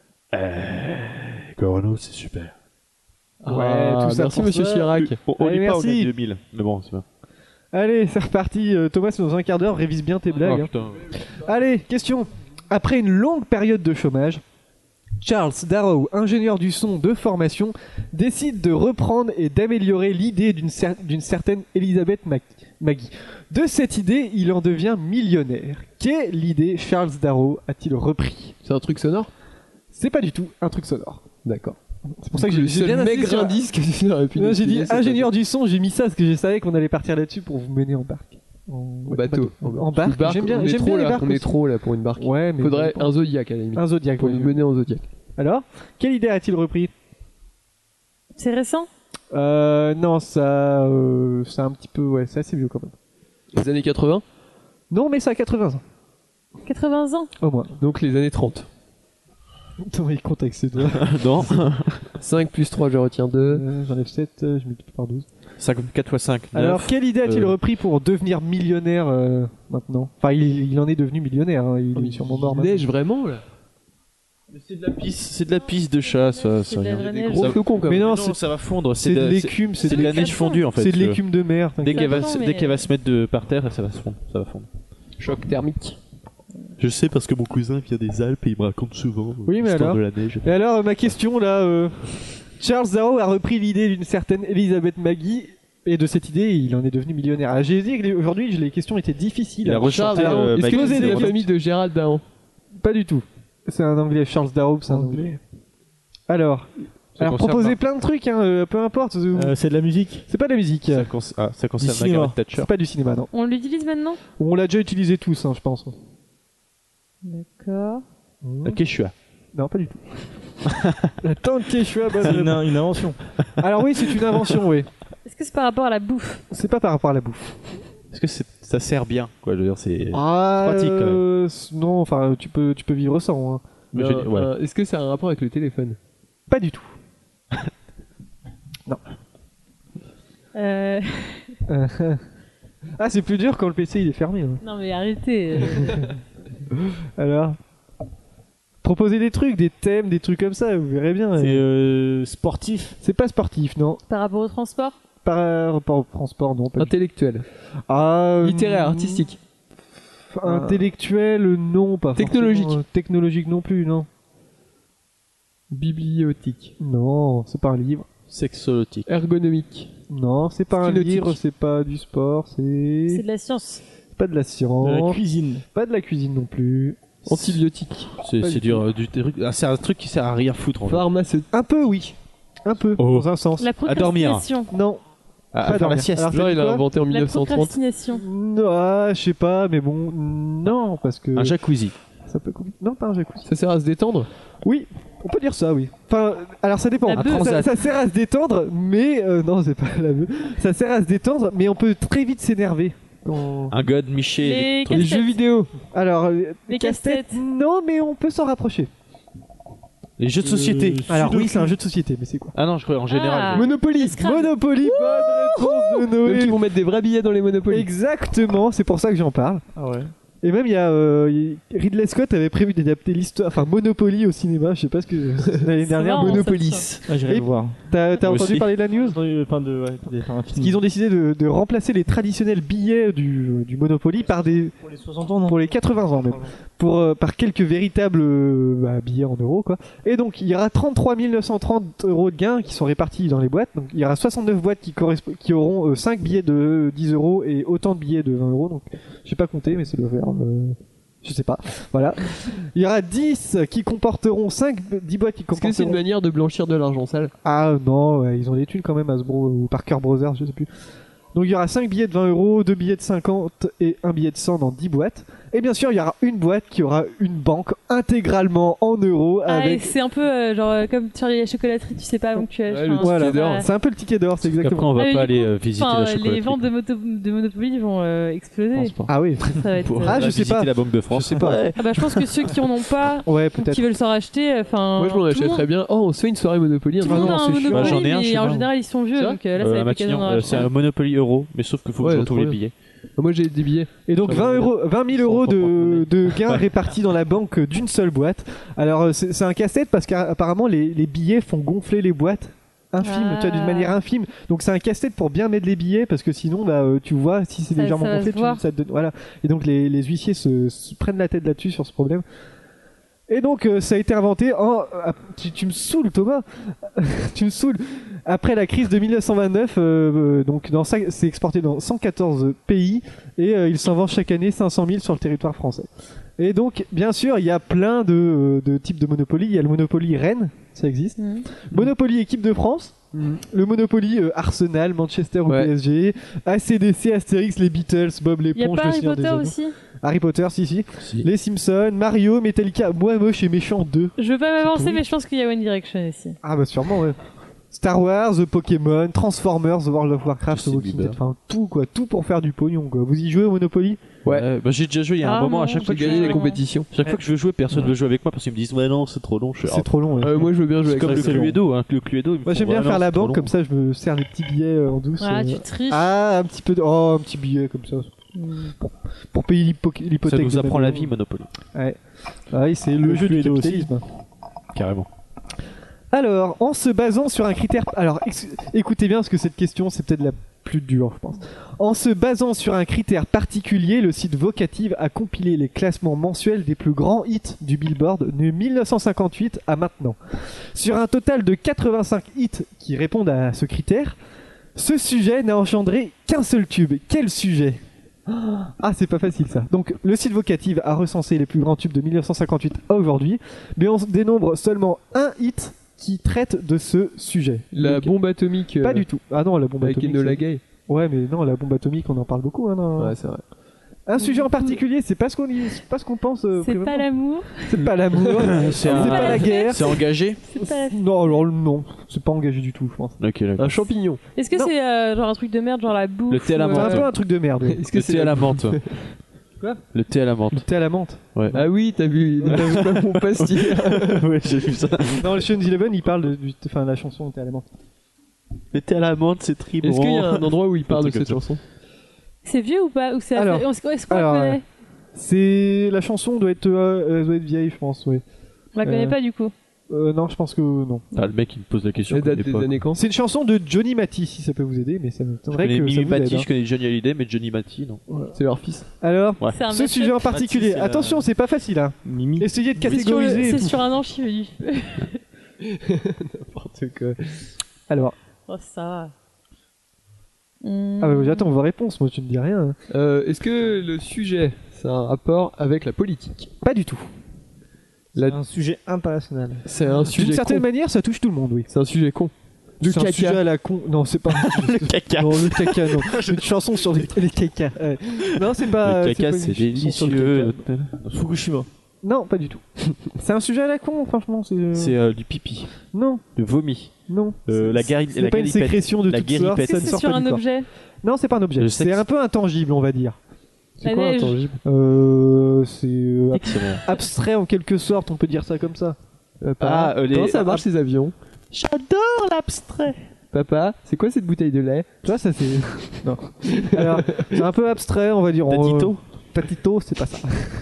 euh, que Renault, c'est super. Ah, Ouais, tout ça merci pour Monsieur ça. Chirac. On, on Allez, dit pas en merci. année deux mille. Mais bon, c'est pas. Allez, c'est reparti. Euh, Thomas, dans un quart d'heure, révise bien tes blagues. Oh, hein. putain. Allez, question. Après une longue période de chômage, Charles Darrow, ingénieur du son de formation, décide de reprendre et d'améliorer l'idée d'une cer- d'une certaine Elisabeth Mag- Maggie. De cette idée, il en devient millionnaire. Quelle idée Charles Darrow a-t-il repris? C'est un truc sonore? C'est pas du tout un truc sonore. D'accord. C'est pour ça que j'ai le j'ai seul bien insisté maigre sur- indice que tu aurais pu Non, nous j'ai dit filer, c'est ingénieur du son, j'ai mis ça parce que je savais qu'on allait partir là-dessus pour vous mener en barque. En En bateau. En, en barque. Barque, J'aime bien, on est j'aime trop bien les là, barques on est aussi. trop là pour une barque. Ouais, mais Faudrait bon, un Zodiac à la limite. un Zodiac. Pour ouais. nous mener en Zodiac. Alors, quelle idée a-t-il repris? C'est récent. Euh, non, ça, euh, c'est un petit peu, ouais, c'est assez vieux quand même. Les années quatre-vingts? Non, mais ça a quatre-vingts ans, quatre-vingts ans. au moins. Donc les années trente. Attends, il compte avec ses doigts. Non. cinq plus trois, je retiens deux. Euh, J'enlève sept, euh, je multiplie par douze. cinquante-quatre fois cinq, neuf. Alors, quelle idée a-t-il euh, repris pour devenir millionnaire euh, maintenant? Enfin, il, il en est devenu millionnaire, hein, il est sûrement mort Il maintenant. neige vraiment là. Mais c'est de la pisse, c'est de la pisse de chat, ça. C'est ça de la rien. vraie Des neige. gros flocons quand Mais même. non, Non, c'est ça va fondre. c'est de la- l'écume, c'est C'est de de la l'écume. neige fondue en fait. C'est de euh. l'écume de mer. Dès qu'elle va, Attends, se- mais- dès qu'elle va se mettre de, par terre, ça va se fondre. Ça va fondre. Choc thermique. Je sais parce que mon cousin vient des Alpes et il me raconte souvent euh, Oui, mais l'histoire alors de la neige. Et alors, euh, ma question là, euh, Charles Darrow a repris l'idée d'une certaine Elisabeth Maggie, et de cette idée, il en est devenu millionnaire. Ah, j'ai dit que les- aujourd'hui, les questions étaient difficiles. Il a rechanté, Alors, euh, est-ce que Maggie, vous C'est avez la des famille de Gérald Daron. Pas du tout. C'est un anglais, Charles Darrow, c'est un anglais. Alors, Ça alors concerne proposez pas. plein de trucs, hein, euh, peu importe. euh, Euh, c'est de la musique. c'est pas de la musique. Ça, con- ah, ça concerne Du cinéma. Margaret Thatcher. C'est pas du cinéma, non. On l'utilise maintenant? On l'a déjà utilisé tous, hein, je pense. D'accord. La Quechua. Non, pas du tout. La tante Quechua, bonne C'est une, réponse. une invention. Alors oui, c'est une invention, oui. Est-ce que c'est par rapport à la bouffe? C'est pas par rapport à la bouffe. Est-ce que c'est- ça sert bien, quoi? Je veux dire, c'est. Ah, pratique, quand même. euh, c- non, enfin, tu peux, tu peux vivre sans. Hein. Mais Non, je- ouais. euh, Est-ce que ça a un rapport avec le téléphone? Pas du tout. Euh... Ah, c'est plus dur quand le P C il est fermé. hein. Non mais arrêtez. euh. Alors, proposez des trucs, des thèmes, des trucs comme ça, vous verrez bien. C'est Et- euh, sportif. C'est pas sportif, non. Par rapport au transport? Par rapport au transport, non. Pas du tout. Intellectuel. Ah, euh, Littéraire, artistique. Intellectuel, non, pas Technologique. forcément. Technologique non plus, non. Bibliothèque. Non, c'est pas un livre. Sexolotique. Ergonomique. Non, c'est pas un Stylotique. livre, c'est pas du sport, c'est C'est de la science. pas de la De science, la cuisine. pas de la cuisine non plus. Antibiotique. C'est Pas c'est du du, euh, du truc- ah, c'est un truc qui sert à rien foutre en fait. Pharmaceutique. Un peu, oui. Un peu, Oh. dans un sens. La À dormir. procrastination. Non. À, à Pas faire la dormir. sieste. Alors, Genre, t'as il dit a quoi inventé en La mille neuf cent trente. procrastination. Non, ah, je sais pas, mais bon, non, parce que Un jacuzzi. ça peut compliquer. Non, pas un jacuzzi. Ça sert à se détendre. Oui, on peut dire ça, oui. Enfin, alors ça dépend. La Ça- beuh. ça, ça sert à se détendre, mais euh, non, c'est pas la beuh. Ça sert à se détendre, mais on peut très vite s'énerver. Quand... Un god Miché. Les électronique. Les jeux casse-têtes. vidéo. Alors, euh, Les casse-tête, casse-têtes. non, mais on peut s'en rapprocher. Les jeux de société. Euh, Alors oui, Sudoku. c'est un jeu de société, mais c'est quoi? Ah non, je crois en général. Ah. je- Monopoly. Scrabble. Monopoly, bonne réponse de Donc Noé. ils vont mettre des vrais billets dans les Monopoly. Exactement, c'est pour ça que j'en parle. Ah ouais. Et même, il y a euh, il- Ridley Scott avait prévu d'adapter l'histoire, enfin Monopoly au cinéma. Je sais pas ce que l'année dernière. marrant, ça, Monopolis. Ah, j'irai Et- le voir. T'as t'as Moi entendu aussi. parler de la news? J'ai entendu, enfin, de, ouais, de faire un Parce film. qu'ils ont décidé de, de remplacer les traditionnels billets du, du Monopoly par des Pour les soixante ans, non? pour les quatre-vingts ans même, pour euh, par quelques véritables euh, bah, billets en euros quoi. Et donc il y aura trente-trois mille neuf cent trente euros de gains qui sont répartis dans les boîtes. Donc il y aura soixante-neuf boîtes qui correspondent, qui auront euh, cinq billets de dix euros et autant de billets de vingt euros. Donc j'ai pas compté, mais ça doit faire euh, je sais pas. Voilà. Il y aura dix qui comporteront cinq, dix boîtes qui Est-ce que c'est une comporteront. manière de blanchir de l'argent sale? Ah non, ouais, ils ont des thunes quand même, Hasbro ou Parker Brothers, je sais plus. Donc il y aura cinq billets de vingt euros, deux billets de cinquante et un billet de cent dans dix boîtes. Et bien sûr, il y aura une boîte qui aura une banque intégralement en euros Ah, et avec. c'est un peu euh, genre euh, comme sur les chocolateries, tu sais pas avant que tu achètes. Ouais, le enfin, Voilà, ticket d'or. c'est un peu le ticket d'or, c'est Après, exactement. on va Ah, mais pas du aller coup, euh, visiter Enfin, la euh, chocolaterie. les ventes de, moto- de Monopoly vont euh, Je exploser. pense pas. Ah oui, Ça va être, Pour- euh, Ah, on je va sais visiter pas. la Banque de France. Je sais pas. Ah bah je pense que ceux qui en ont pas Ouais, ou peut-être. qui veulent s'en racheter, enfin. Moi je m'en tout le achèterais monde- bien. Oh, on se fait une soirée Monopoly. Tout le un monde jour. a un c'est chiant. Monopoly, Bah, j'en ai un mais chez en moi. général ils sont vieux, C'est donc euh, là Euh, ça va à être l'occasion Matignon, d'en euh, c'est racheter. un Monopoly euro, mais sauf qu'il faut que Ouais, je retrouve trop les bien. billets. Moi j'ai des billets. Et donc Ouais, vingt ouais. euros, vingt mille euros Sans propre de, monnaie. de gains répartis dans la banque d'une seule boîte. Alors euh, c'est c'est un casse-tête parce qu'apparemment les, les billets font gonfler les boîtes infime, Ah. tu vois, d'une manière infime. Donc c'est un casse-tête pour bien mettre les billets parce que sinon bah euh, tu vois si c'est Ça- légèrement ça va gonflé, se tu, voir. ça te donne- voilà. Et donc les, les huissiers se, se prennent la tête là-dessus sur ce problème. Et donc euh, ça a été inventé en ah, tu, tu me saoules Thomas. Tu me saoules. Après la crise de mille neuf cent vingt-neuf, euh, euh, donc dans ça, c'est exporté dans cent quatorze pays et euh, il s'en vend chaque année cinq cent mille sur le territoire français. Et donc, bien sûr, il y a plein de, euh, de types de Monopoly. Il y a le Monopoly Rennes, ça existe. Mhm. Monopoly équipe de France. Mhm. Le Monopoly euh, Arsenal, Manchester ou Ouais. P S G. A C D C, Astérix, les Beatles, Bob Il y a l'éponge, pas le Harry Seigneur des Potter Anneaux. aussi? Harry Potter, si, si. Si. Les Simpsons, Mario, Metallica, Moi Moche et Méchant deux. Je veux pas m'avancer, pourri. mais je pense qu'il y a One Direction aussi. Ah bah sûrement, ouais. Star Wars, The Pokémon, Transformers, The World of Warcraft, The Justin Walking Bieber. Dead, enfin tout quoi, tout pour faire du pognon quoi. Vous y jouez au Monopoly? Ouais, bah, j'ai déjà joué il y a un Ah moment. non, À chaque fois que je j'ai veux gagné jouer, les compétitions. chaque fois que je veux jouer, personne ne veut jouer avec moi parce qu'ils me disent ouais non c'est trop long. Je fais, C'est ah, trop long. ouais. Euh, moi je veux bien jouer c'est avec comme ça, le c'est long. Cluedo, hein. Le Cluedo. ils me Moi font, j'aime bien ouais, faire non, la c'est trop banque long. comme ça, je me sers des petits billets euh, en douce. Ah, euh. tu triches. Ah, un petit peu de... Oh, un petit billet comme ça. Pour, pour payer l'hypo- l'hypothèque. Ça nous de apprend ma la maison. vie, Monopoly. Ouais. Ah oui, c'est le, Le jeu du Cluedo aussi. capitalisme. Carrément. Alors, en se basant sur un critère... Alors, ex- écoutez bien, parce que cette question, c'est peut-être la plus dure, je pense. En se basant sur un critère particulier, le site Vocative a compilé les classements mensuels des plus grands hits du Billboard de mille neuf cent cinquante-huit à maintenant. Sur un total de quatre-vingt-cinq hits qui répondent à ce critère, ce sujet n'a engendré qu'un seul tube. Quel sujet ? Ah, c'est pas facile ça. Donc, le site Vocative a recensé les plus grands tubes de mille neuf cent cinquante-huit à aujourd'hui, mais on dénombre seulement un hit qui traite de ce sujet. La Donc, bombe atomique. euh, Pas du tout. Ah non, la bombe Avec atomique. Enola c'est- Gay. Ouais, mais non, la bombe atomique, on en parle beaucoup. Hein, non. Ouais, c'est vrai. Un sujet en particulier, c'est pas ce qu'on y- c'est pas ce qu'on pense. euh, C'est prévenant. pas l'amour. C'est pas l'amour. C'est c'est un- pas la guerre. C'est engagé. C'est pas... Non, alors non, c'est pas engagé du tout, je pense. Ok, d'accord. Un champignon. Est-ce que Non. c'est euh, genre un truc de merde, genre la bouffe Le thé à la ou, C'est un menthe. euh, peu un truc de merde. ouais. Est-ce que Le c'est thé à la la- menthe. Quoi Le thé à la menthe. Le thé à la menthe. Ouais. Ah oui, t'as vu, t'as vu pas mon pastille. ouais, j'ai vu ça. Non, le Ocean's Eleven, il parle de, du, enfin, la chanson Le thé à la menthe. Le thé à la menthe, c'est très bon. Est-ce qu'il y a un endroit où il parle de truc cette comme chanson? C'est vieux ou pas? Ou c'est Alors, assez... Est-ce est-ce qu'on alors, la connaît? C'est la chanson doit être, euh, euh, doit être vieille, je pense. Ouais. On la connaît euh, pas du coup. Euh, non, je pense que non. Ah, le mec il me pose la question. Elle comme date il est des pas- années quand? C'est une chanson de Johnny Matty, si ça peut vous aider, mais ça Je m'étonnerait connais que ça Mimi vous Mati, aide. je connais Johnny Hallyday, mais Johnny Mati, non. C'est leur fils. Alors, Ouais. C'est un ce mashup. sujet en particulier, Matty, c'est la- attention, c'est pas facile. Hein. Mimi. Essayez de C'est sur, le- catégoriser. et c'est tout. sur un archive du feu. N'importe quoi. Alors, Oh ça. ah bah, j'attends vos réponses, moi je ne dis rien. hein. Euh, Est-ce que le sujet, c'est un rapport avec la politique? Pas du tout. La- C'est un sujet international. C'est un D'une sujet certaine con. manière, ça touche tout le monde, oui. C'est un sujet con. Le C'est un caca. sujet à la con. Non, c'est pas. Le caca. Non, le caca, non. Une chanson sur les, les caca. ouais. Non, c'est pas. Le caca, pas c'est une chanson sur le délicieux. caca. Fukushima. Non, pas du tout. C'est un sujet à la con, franchement. C'est. euh, C'est euh, du pipi, Non, du vomi, non. Euh, la gari- C'est la pas une galipette. sécrétion de La toute sorte. guéripette. Ça ne C'est sort sur pas un du corps. objet. Non, c'est pas un objet. Le C'est sexe. un peu intangible, on va dire. C'est La quoi neige. intangible? Euh, c'est euh, Excellent. abstrait en quelque sorte, on peut dire ça comme ça. Euh, Ah, euh, les- Comment ça marche ces avions? J'adore l'abstrait. Papa, c'est quoi cette bouteille de lait? Tu vois, ça c'est. Non. Alors, c'est un peu abstrait, on va dire. Tatito. Euh, Tatito, c'est pas ça.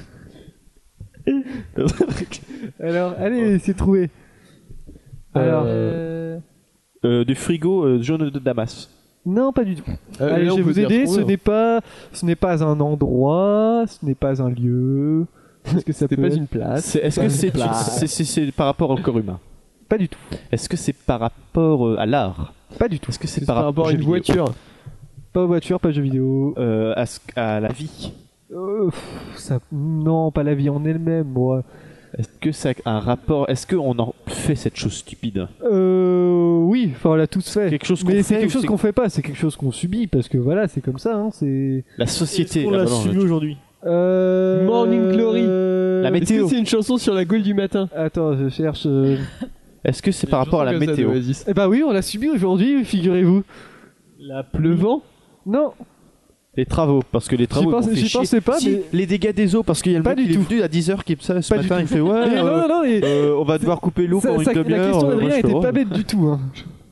Alors, allez, c'est trouvé. Alors, Euh, Euh, du frigo euh, jaune de Damas. non, pas du tout. euh, allez, là, on je vais peut vous dire aider. trouver, Ce hein. n'est pas, ce n'est pas un endroit, ce n'est pas un lieu. Est-ce que ça C'était peut pas être une place. C'est- Est-ce Pas que une c'est place. c'est- c'est- c'est par rapport au corps humain? Pas du tout. Est-ce que c'est par rapport euh, à l'art? Pas du tout. Est-ce que c'est C'est par, par rapport à jeux une vidéo voiture. Pas voiture, pas jeu vidéo. Euh, à, ce- à la vie? Euh, pff, ça, non, pas la vie en elle-même, moi. Est-ce que ça a un rapport? Est-ce qu'on en fait cette chose stupide? Euh, oui, enfin on l'a tous fait. Quelque chose qu'on Mais fait c'est quelque ou chose c'est- qu'on fait pas, c'est quelque chose qu'on subit parce que voilà, c'est comme ça. Hein, c'est. La société. On Ah l'a bah non, subi je- aujourd'hui. Euh... Morning Glory. euh, La Est-ce météo. que c'est une chanson sur la gaule du matin? Attends, je cherche. euh, Est-ce que c'est par rapport à la Une chanson comme ça météo? d'Oasis. Eh bah oui, on l'a subi aujourd'hui, figurez-vous. La Le vent? Non, Les travaux, parce que les travaux. pense- ils m'ont fait j'y chier. pensais pas, Si, mais- les dégâts des eaux, parce qu'il y a le Pas mec du qui est tout. venu à dix heures qui ça ce Pas du matin, tout. il fait ouais, Mais euh, non, non, mais euh, on va devoir couper l'eau ça- pendant ça- une la demi-heure. question euh, moi, d'Adrien je fais, était oh, pas bête du tout. Hein.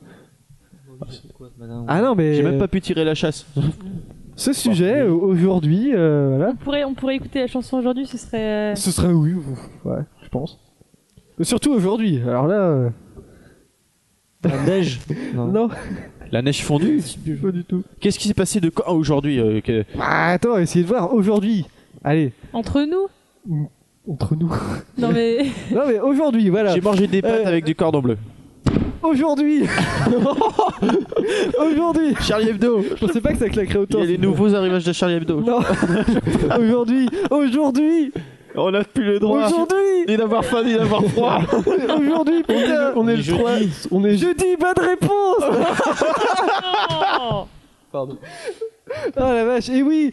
Ah non, mais J'ai même pas pu tirer la chasse. ce sujet euh, aujourd'hui, euh, voilà, On pourrait, on pourrait écouter la chanson aujourd'hui, ce serait. euh, ce serait oui, ouais, je pense. Surtout aujourd'hui. Alors là, euh, La neige. non, La neige fondue. pas du tout. Qu'est-ce qui s'est passé de quand aujourd'hui euh, que- Ah, attends, essayez de voir aujourd'hui. Allez, Entre nous entre nous. Non mais. Non mais aujourd'hui, voilà. J'ai mangé des pâtes Euh, avec du cordon bleu. Aujourd'hui Aujourd'hui Charlie Hebdo. Je pensais pas que ça claquerait Il autant. y a les nouveaux arrivages de Charlie Hebdo. Non Aujourd'hui Aujourd'hui On n'a plus le droit. Aujourd'hui Ni d'avoir faim, ni d'avoir froid. Aujourd'hui, putain On est le jeudi. trois. On est Jeudi, bonne réponse Oh Pardon. Oh la vache, et oui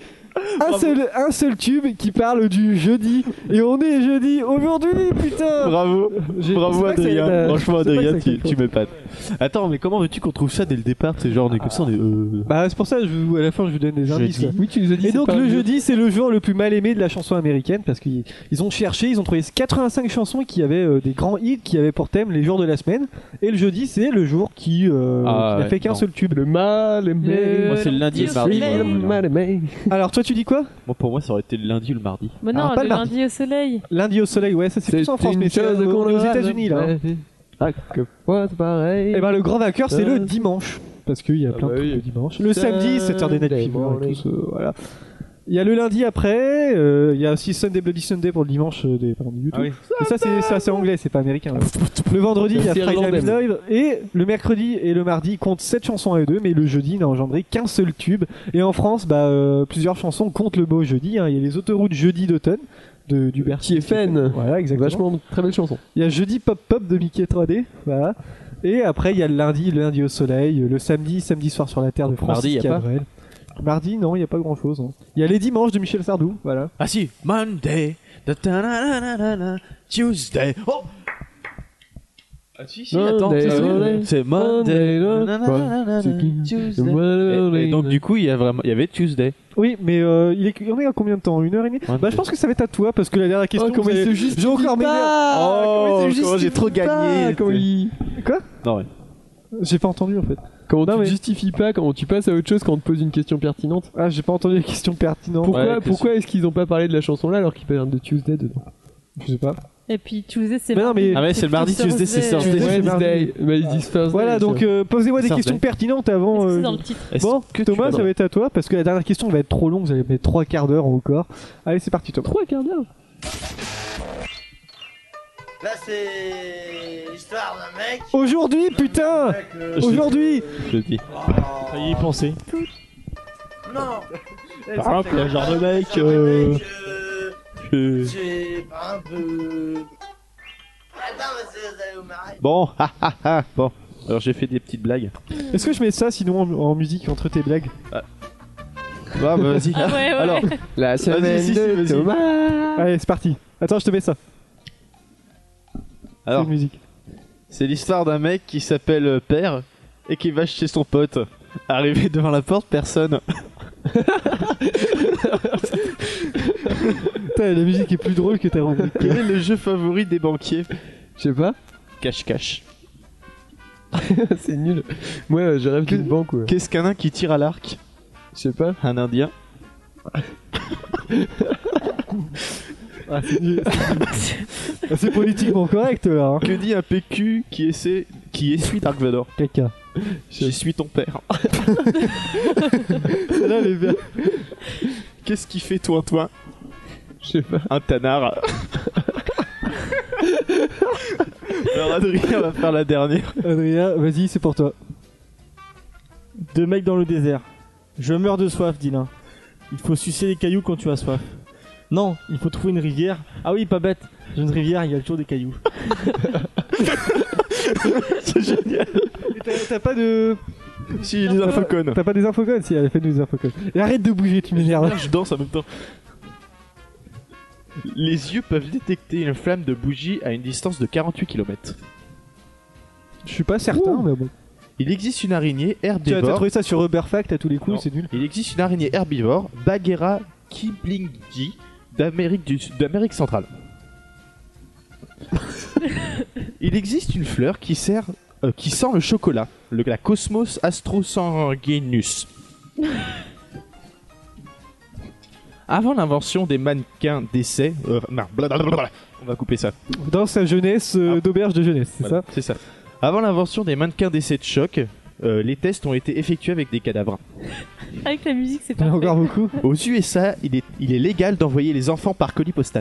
un seul, un seul tube qui parle du jeudi. Et on est jeudi aujourd'hui, putain. Bravo, J'ai- bravo c'est pas que ça Adrien. aide à- Franchement, c'est pas que Adrien, ça tu, aide pas. tu m'épates. Attends, mais comment veux-tu qu'on trouve ça dès le départ? C'est genre, on est comme ça, on est. Euh... Bah c'est pour ça, je vous- à la fin je vous donne des indices. Jeudi. quoi. Oui, tu nous as dit. Et c'est donc pas le un jeu. jeudi c'est le jour le plus mal aimé de la chanson américaine parce qu'ils ils ont cherché, ils ont trouvé quatre-vingt-cinq chansons qui avaient euh, des grands hits qui avaient pour thème les jours de la semaine. Et le jeudi c'est le jour qui, euh, Ah, qui n'a ouais, fait qu'un non. seul tube. Le mal aimé. Moi, c'est le lundi et le mardi. soleil. moi, Le voilà. mal aimé. Alors toi tu dis quoi? Moi, pour moi, ça aurait été le lundi ou le mardi. Mais non, Alors, pas le le mardi. lundi au soleil. Lundi au soleil, ouais ça c'est plus en France mais c'est chose aux, qu'on aux aura États-Unis là. hein. jamais. Ah, que fois c'est pareil. Et ben le grand vainqueur c'est Euh, le dimanche parce qu'il y a Ah plein bah de trucs oui. le dimanche. Le samedi Saturday Night Sunday Fever et morning. tout ce- voilà. Il y a le lundi après, euh, il y a aussi Sunday Bloody Sunday pour le dimanche euh, des pardon, du YouTube. Ah oui. Et ça c'est ça, c'est anglais, c'est pas américain. là. Le vendredi il y a C'est Friday Night irlandais. Live et le mercredi et le mardi comptent sept chansons à eux deux, mais le jeudi n'a engendré qu'un seul tube. Et en France, bah euh, plusieurs chansons comptent le mot jeudi. hein. Il y a les autoroutes jeudi d'automne de du Qui est fan. Voilà exactement. Vachement très belle chanson. Il y a jeudi pop pop de Mickey trois D, voilà. Et après il y a le lundi, le lundi au soleil, le samedi, samedi soir sur la terre de Francis Mardi, y a pas Cabrel. Mardi, non, il y a pas grand chose. Il y a les dimanches de Michel Sardou, voilà. Ah si, Monday, da- da- da- da- da- da- Tuesday. Oh Ah si, si, Monday, attends, c'est- Monday, c'est Monday, Monday, na- na- quoi na- na- C'est qui Tuesday. Monday. Et, et donc du coup, il y a vraiment, il y avait Tuesday. Oui, mais euh, il est, on est à combien de temps? Une heure et demie? Ouais. Bah je pense que ça va être à toi parce que la dernière question. Oh, comment vous il avez- se justifie J'ai encore mes nerfs. pas. Oh, Comment il se comment j'ai justifie trop gagné, pas, comment t'sais. il- Quoi? Non ouais. J'ai pas entendu en fait. Comment Non, tu mais- te justifies pas, comment tu passes à autre chose quand on te pose une question pertinente? Ah, j'ai pas entendu la question pertinente. Pourquoi, Ouais, que pourquoi est-ce qu'ils ont pas parlé de la chanson là alors qu'ils parlent de Tuesday dedans? Je sais pas. Et puis Tuesday, c'est Mais non, mardi. mais- Ah ouais, c'est le mardi, Tuesday, c'est Thursday. Tuesday, Ouais, c'est mardi. Tuesday. Mais ils disent Thursday. Voilà, donc euh, posez-moi des Thursday. questions pertinentes Est-ce avant. que c'est euh, dans le titre? Est-ce Bon, que tu Thomas, vas- ça va être à toi parce que la dernière question va être trop longue, vous allez mettre trois quarts d'heure encore. Allez, c'est parti, Thomas. Trois quarts d'heure. Là, c'est l'histoire d'un mec. Aujourd'hui, putain Aujourd'hui Je dis. Ça y est, pensez. Non. Par exemple, il y a un genre de mec. C'est un Euh... mec, euh, Je- c'est un peu. Attends, mais c'est- vous allez vous marrer. Bon, ha ha ha. Bon, alors j'ai fait des petites blagues. Est-ce que je mets ça sinon en, en musique entre tes blagues? Ah bah vas-y. Ah ouais, ouais. Alors, La semaine si, si, de vas-y. Thomas. Allez, c'est parti. Attends, je te mets ça. alors, C'est une musique. c'est l'histoire d'un mec qui s'appelle euh, Père et qui va chez son pote. Arrivé devant la porte, personne. Putain, la musique est plus drôle que ta rubrique. Quel est le jeu favori des banquiers? Je sais pas. Cache-cache. C'est nul. Moi, euh, je rêve d'une banque, ouais. Qu'est-ce qu'un nain qui tire à l'arc? Je sais pas. Un indien. Ah, c'est nul. Ah, c'est politiquement correct là. Hein. Que dit un P Q qui essaie, qui essuie Dark Vador? Caca. J'essuie ton père. Celle-là, elle est bien. Qu'est-ce qui fait toi toi? Je sais pas. Un tanard. Alors Adrien va faire la dernière. Adrien, vas-y, c'est pour toi. Deux mecs dans le désert. Je meurs de soif, dit l'un. Il faut sucer les cailloux quand tu as soif. Non, il faut trouver une rivière. Ah oui, pas bête. J'ai une rivière, il y a toujours des cailloux. C'est génial. Et T'as t'as pas de. Si, les infocones. T'as pas des infocones? Si, elle a fait des infocones. Et arrête de bouger, tu m'énerves. Je danse en même temps. Les yeux peuvent détecter une flamme de bougie à une distance de quarante-huit kilomètres. Je suis pas certain, mais bon. Il existe une araignée Tu as, t'as herbivore. trouvé ça sur Uberfact à tous les coups, Non. c'est nul. Il existe une araignée herbivore, Bagheera kiplingii, d'Amérique du d'Amérique centrale. Il existe une fleur qui sert, euh, qui sent le chocolat, le, la Cosmos astrosanguinus. Avant l'invention des mannequins d'essai, euh, non, blablabla, on va couper ça. Dans sa jeunesse euh, Ah. d'auberge de jeunesse, c'est Voilà, ça? c'est ça. Avant l'invention des mannequins d'essai de choc, euh, les tests ont été effectués avec des cadavres. Avec la musique, c'est Il y en a parfait. encore beaucoup. Aux U S A, il est, il est légal d'envoyer les enfants par colis postal.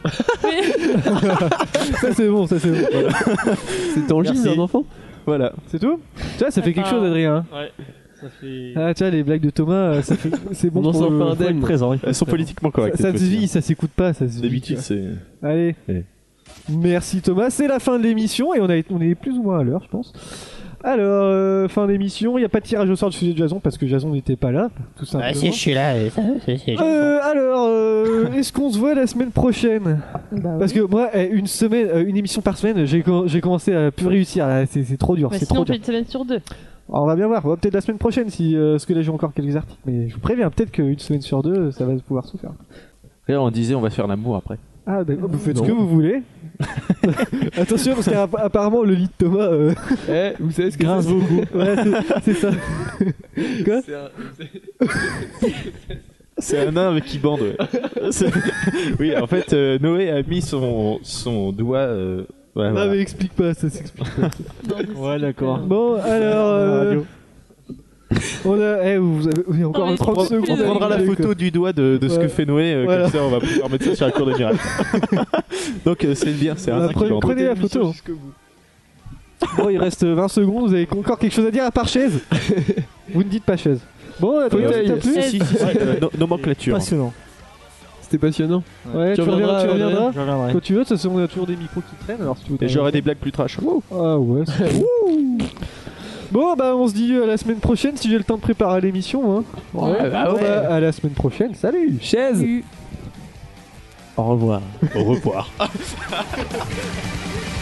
Ça c'est bon, ça c'est bon. Voilà. C'est tangible, Merci. un enfant. Voilà. C'est tout? Tu vois, ça fait quelque Attends. chose, Adrien. hein. Ouais, ça fait. Ah, tu vois, les blagues de Thomas, euh, ça fait... c'est bon On en pour sort le- pas faut être indemne. présent. il faut Elles être sont présent. politiquement correctes. Ça, ça cette se fois-ci. vit, ça s'écoute pas, ça se vit. D'habitude, tu c'est. vois. Allez. Allez. Merci Thomas, c'est la fin de l'émission et on, a... on est plus ou moins à l'heure, je pense. Alors, euh, fin d'émission, il n'y a pas de tirage au sort du sujet de Jason parce que Jason n'était pas là, tout simplement. Ah si, je suis là. euh, ça, c'est- c'est Jason. Euh, alors, euh, est-ce qu'on se voit la semaine prochaine? Bah Parce que moi, eh, une semaine, euh, une émission par semaine, j'ai co- j'ai commencé à plus réussir. là, C'est c'est trop dur, Bah, c'est sinon, trop on fait dur. une semaine sur deux. Alors, on va bien voir. On va peut-être la semaine prochaine si, euh, parce que là j'ai encore quelques articles. Mais je vous préviens, peut-être qu'une semaine sur deux, ça va pouvoir se faire. Là, on disait on va faire l'amour après. Ah, d'accord. Vous faites Non. ce que vous voulez. Attention, parce qu'apparemment le lit de Thomas. Euh... Eh, vous savez ce que grince c'est beaucoup. Ouais, c'est- c'est ça. Quoi? C'est un- C'est un nain avec qui bande, ouais. C'est- oui, en fait, euh, Noé a mis son, son doigt. Euh... Ouais, Non, voilà. mais explique pas, ça s'explique pas. Ouais, d'accord. Bon, alors. euh, Radio. On a. Eh, vous avez oui, encore Oh, mais trente On, secondes. on prendra la à rigoler, photo quoi. du doigt de, de ce Ouais. que fait Noé, euh, Voilà. comme ça on va pouvoir mettre ça sur la cour des miracles. Donc euh, c'est bien, c'est un Bah, nain qui prenez, bande. prenez la photo. Bon, il reste vingt secondes, vous avez encore quelque chose à dire à part chaise? Vous ne dites pas chaise. Bon, à toi, Fauteuil. t'as plus? Si, si, si, si, euh, no- nomenclature. Passionnant. C'était passionnant. Ouais, Tu tu, reviendras, tu reviendras, reviendras. Je reviendrai. Quand tu veux, de toute façon, on a toujours des micros qui traînent, alors si tu veux. Et j'aurai des blagues plus trash. Ah ouais. c'est- Wouh. Bon, bah, on se dit à la semaine prochaine si j'ai le temps de préparer l'émission. Hein. Ouais, bah Bon, ouais. bah, à la semaine prochaine. Salut. Chaise. Au revoir. Au revoir.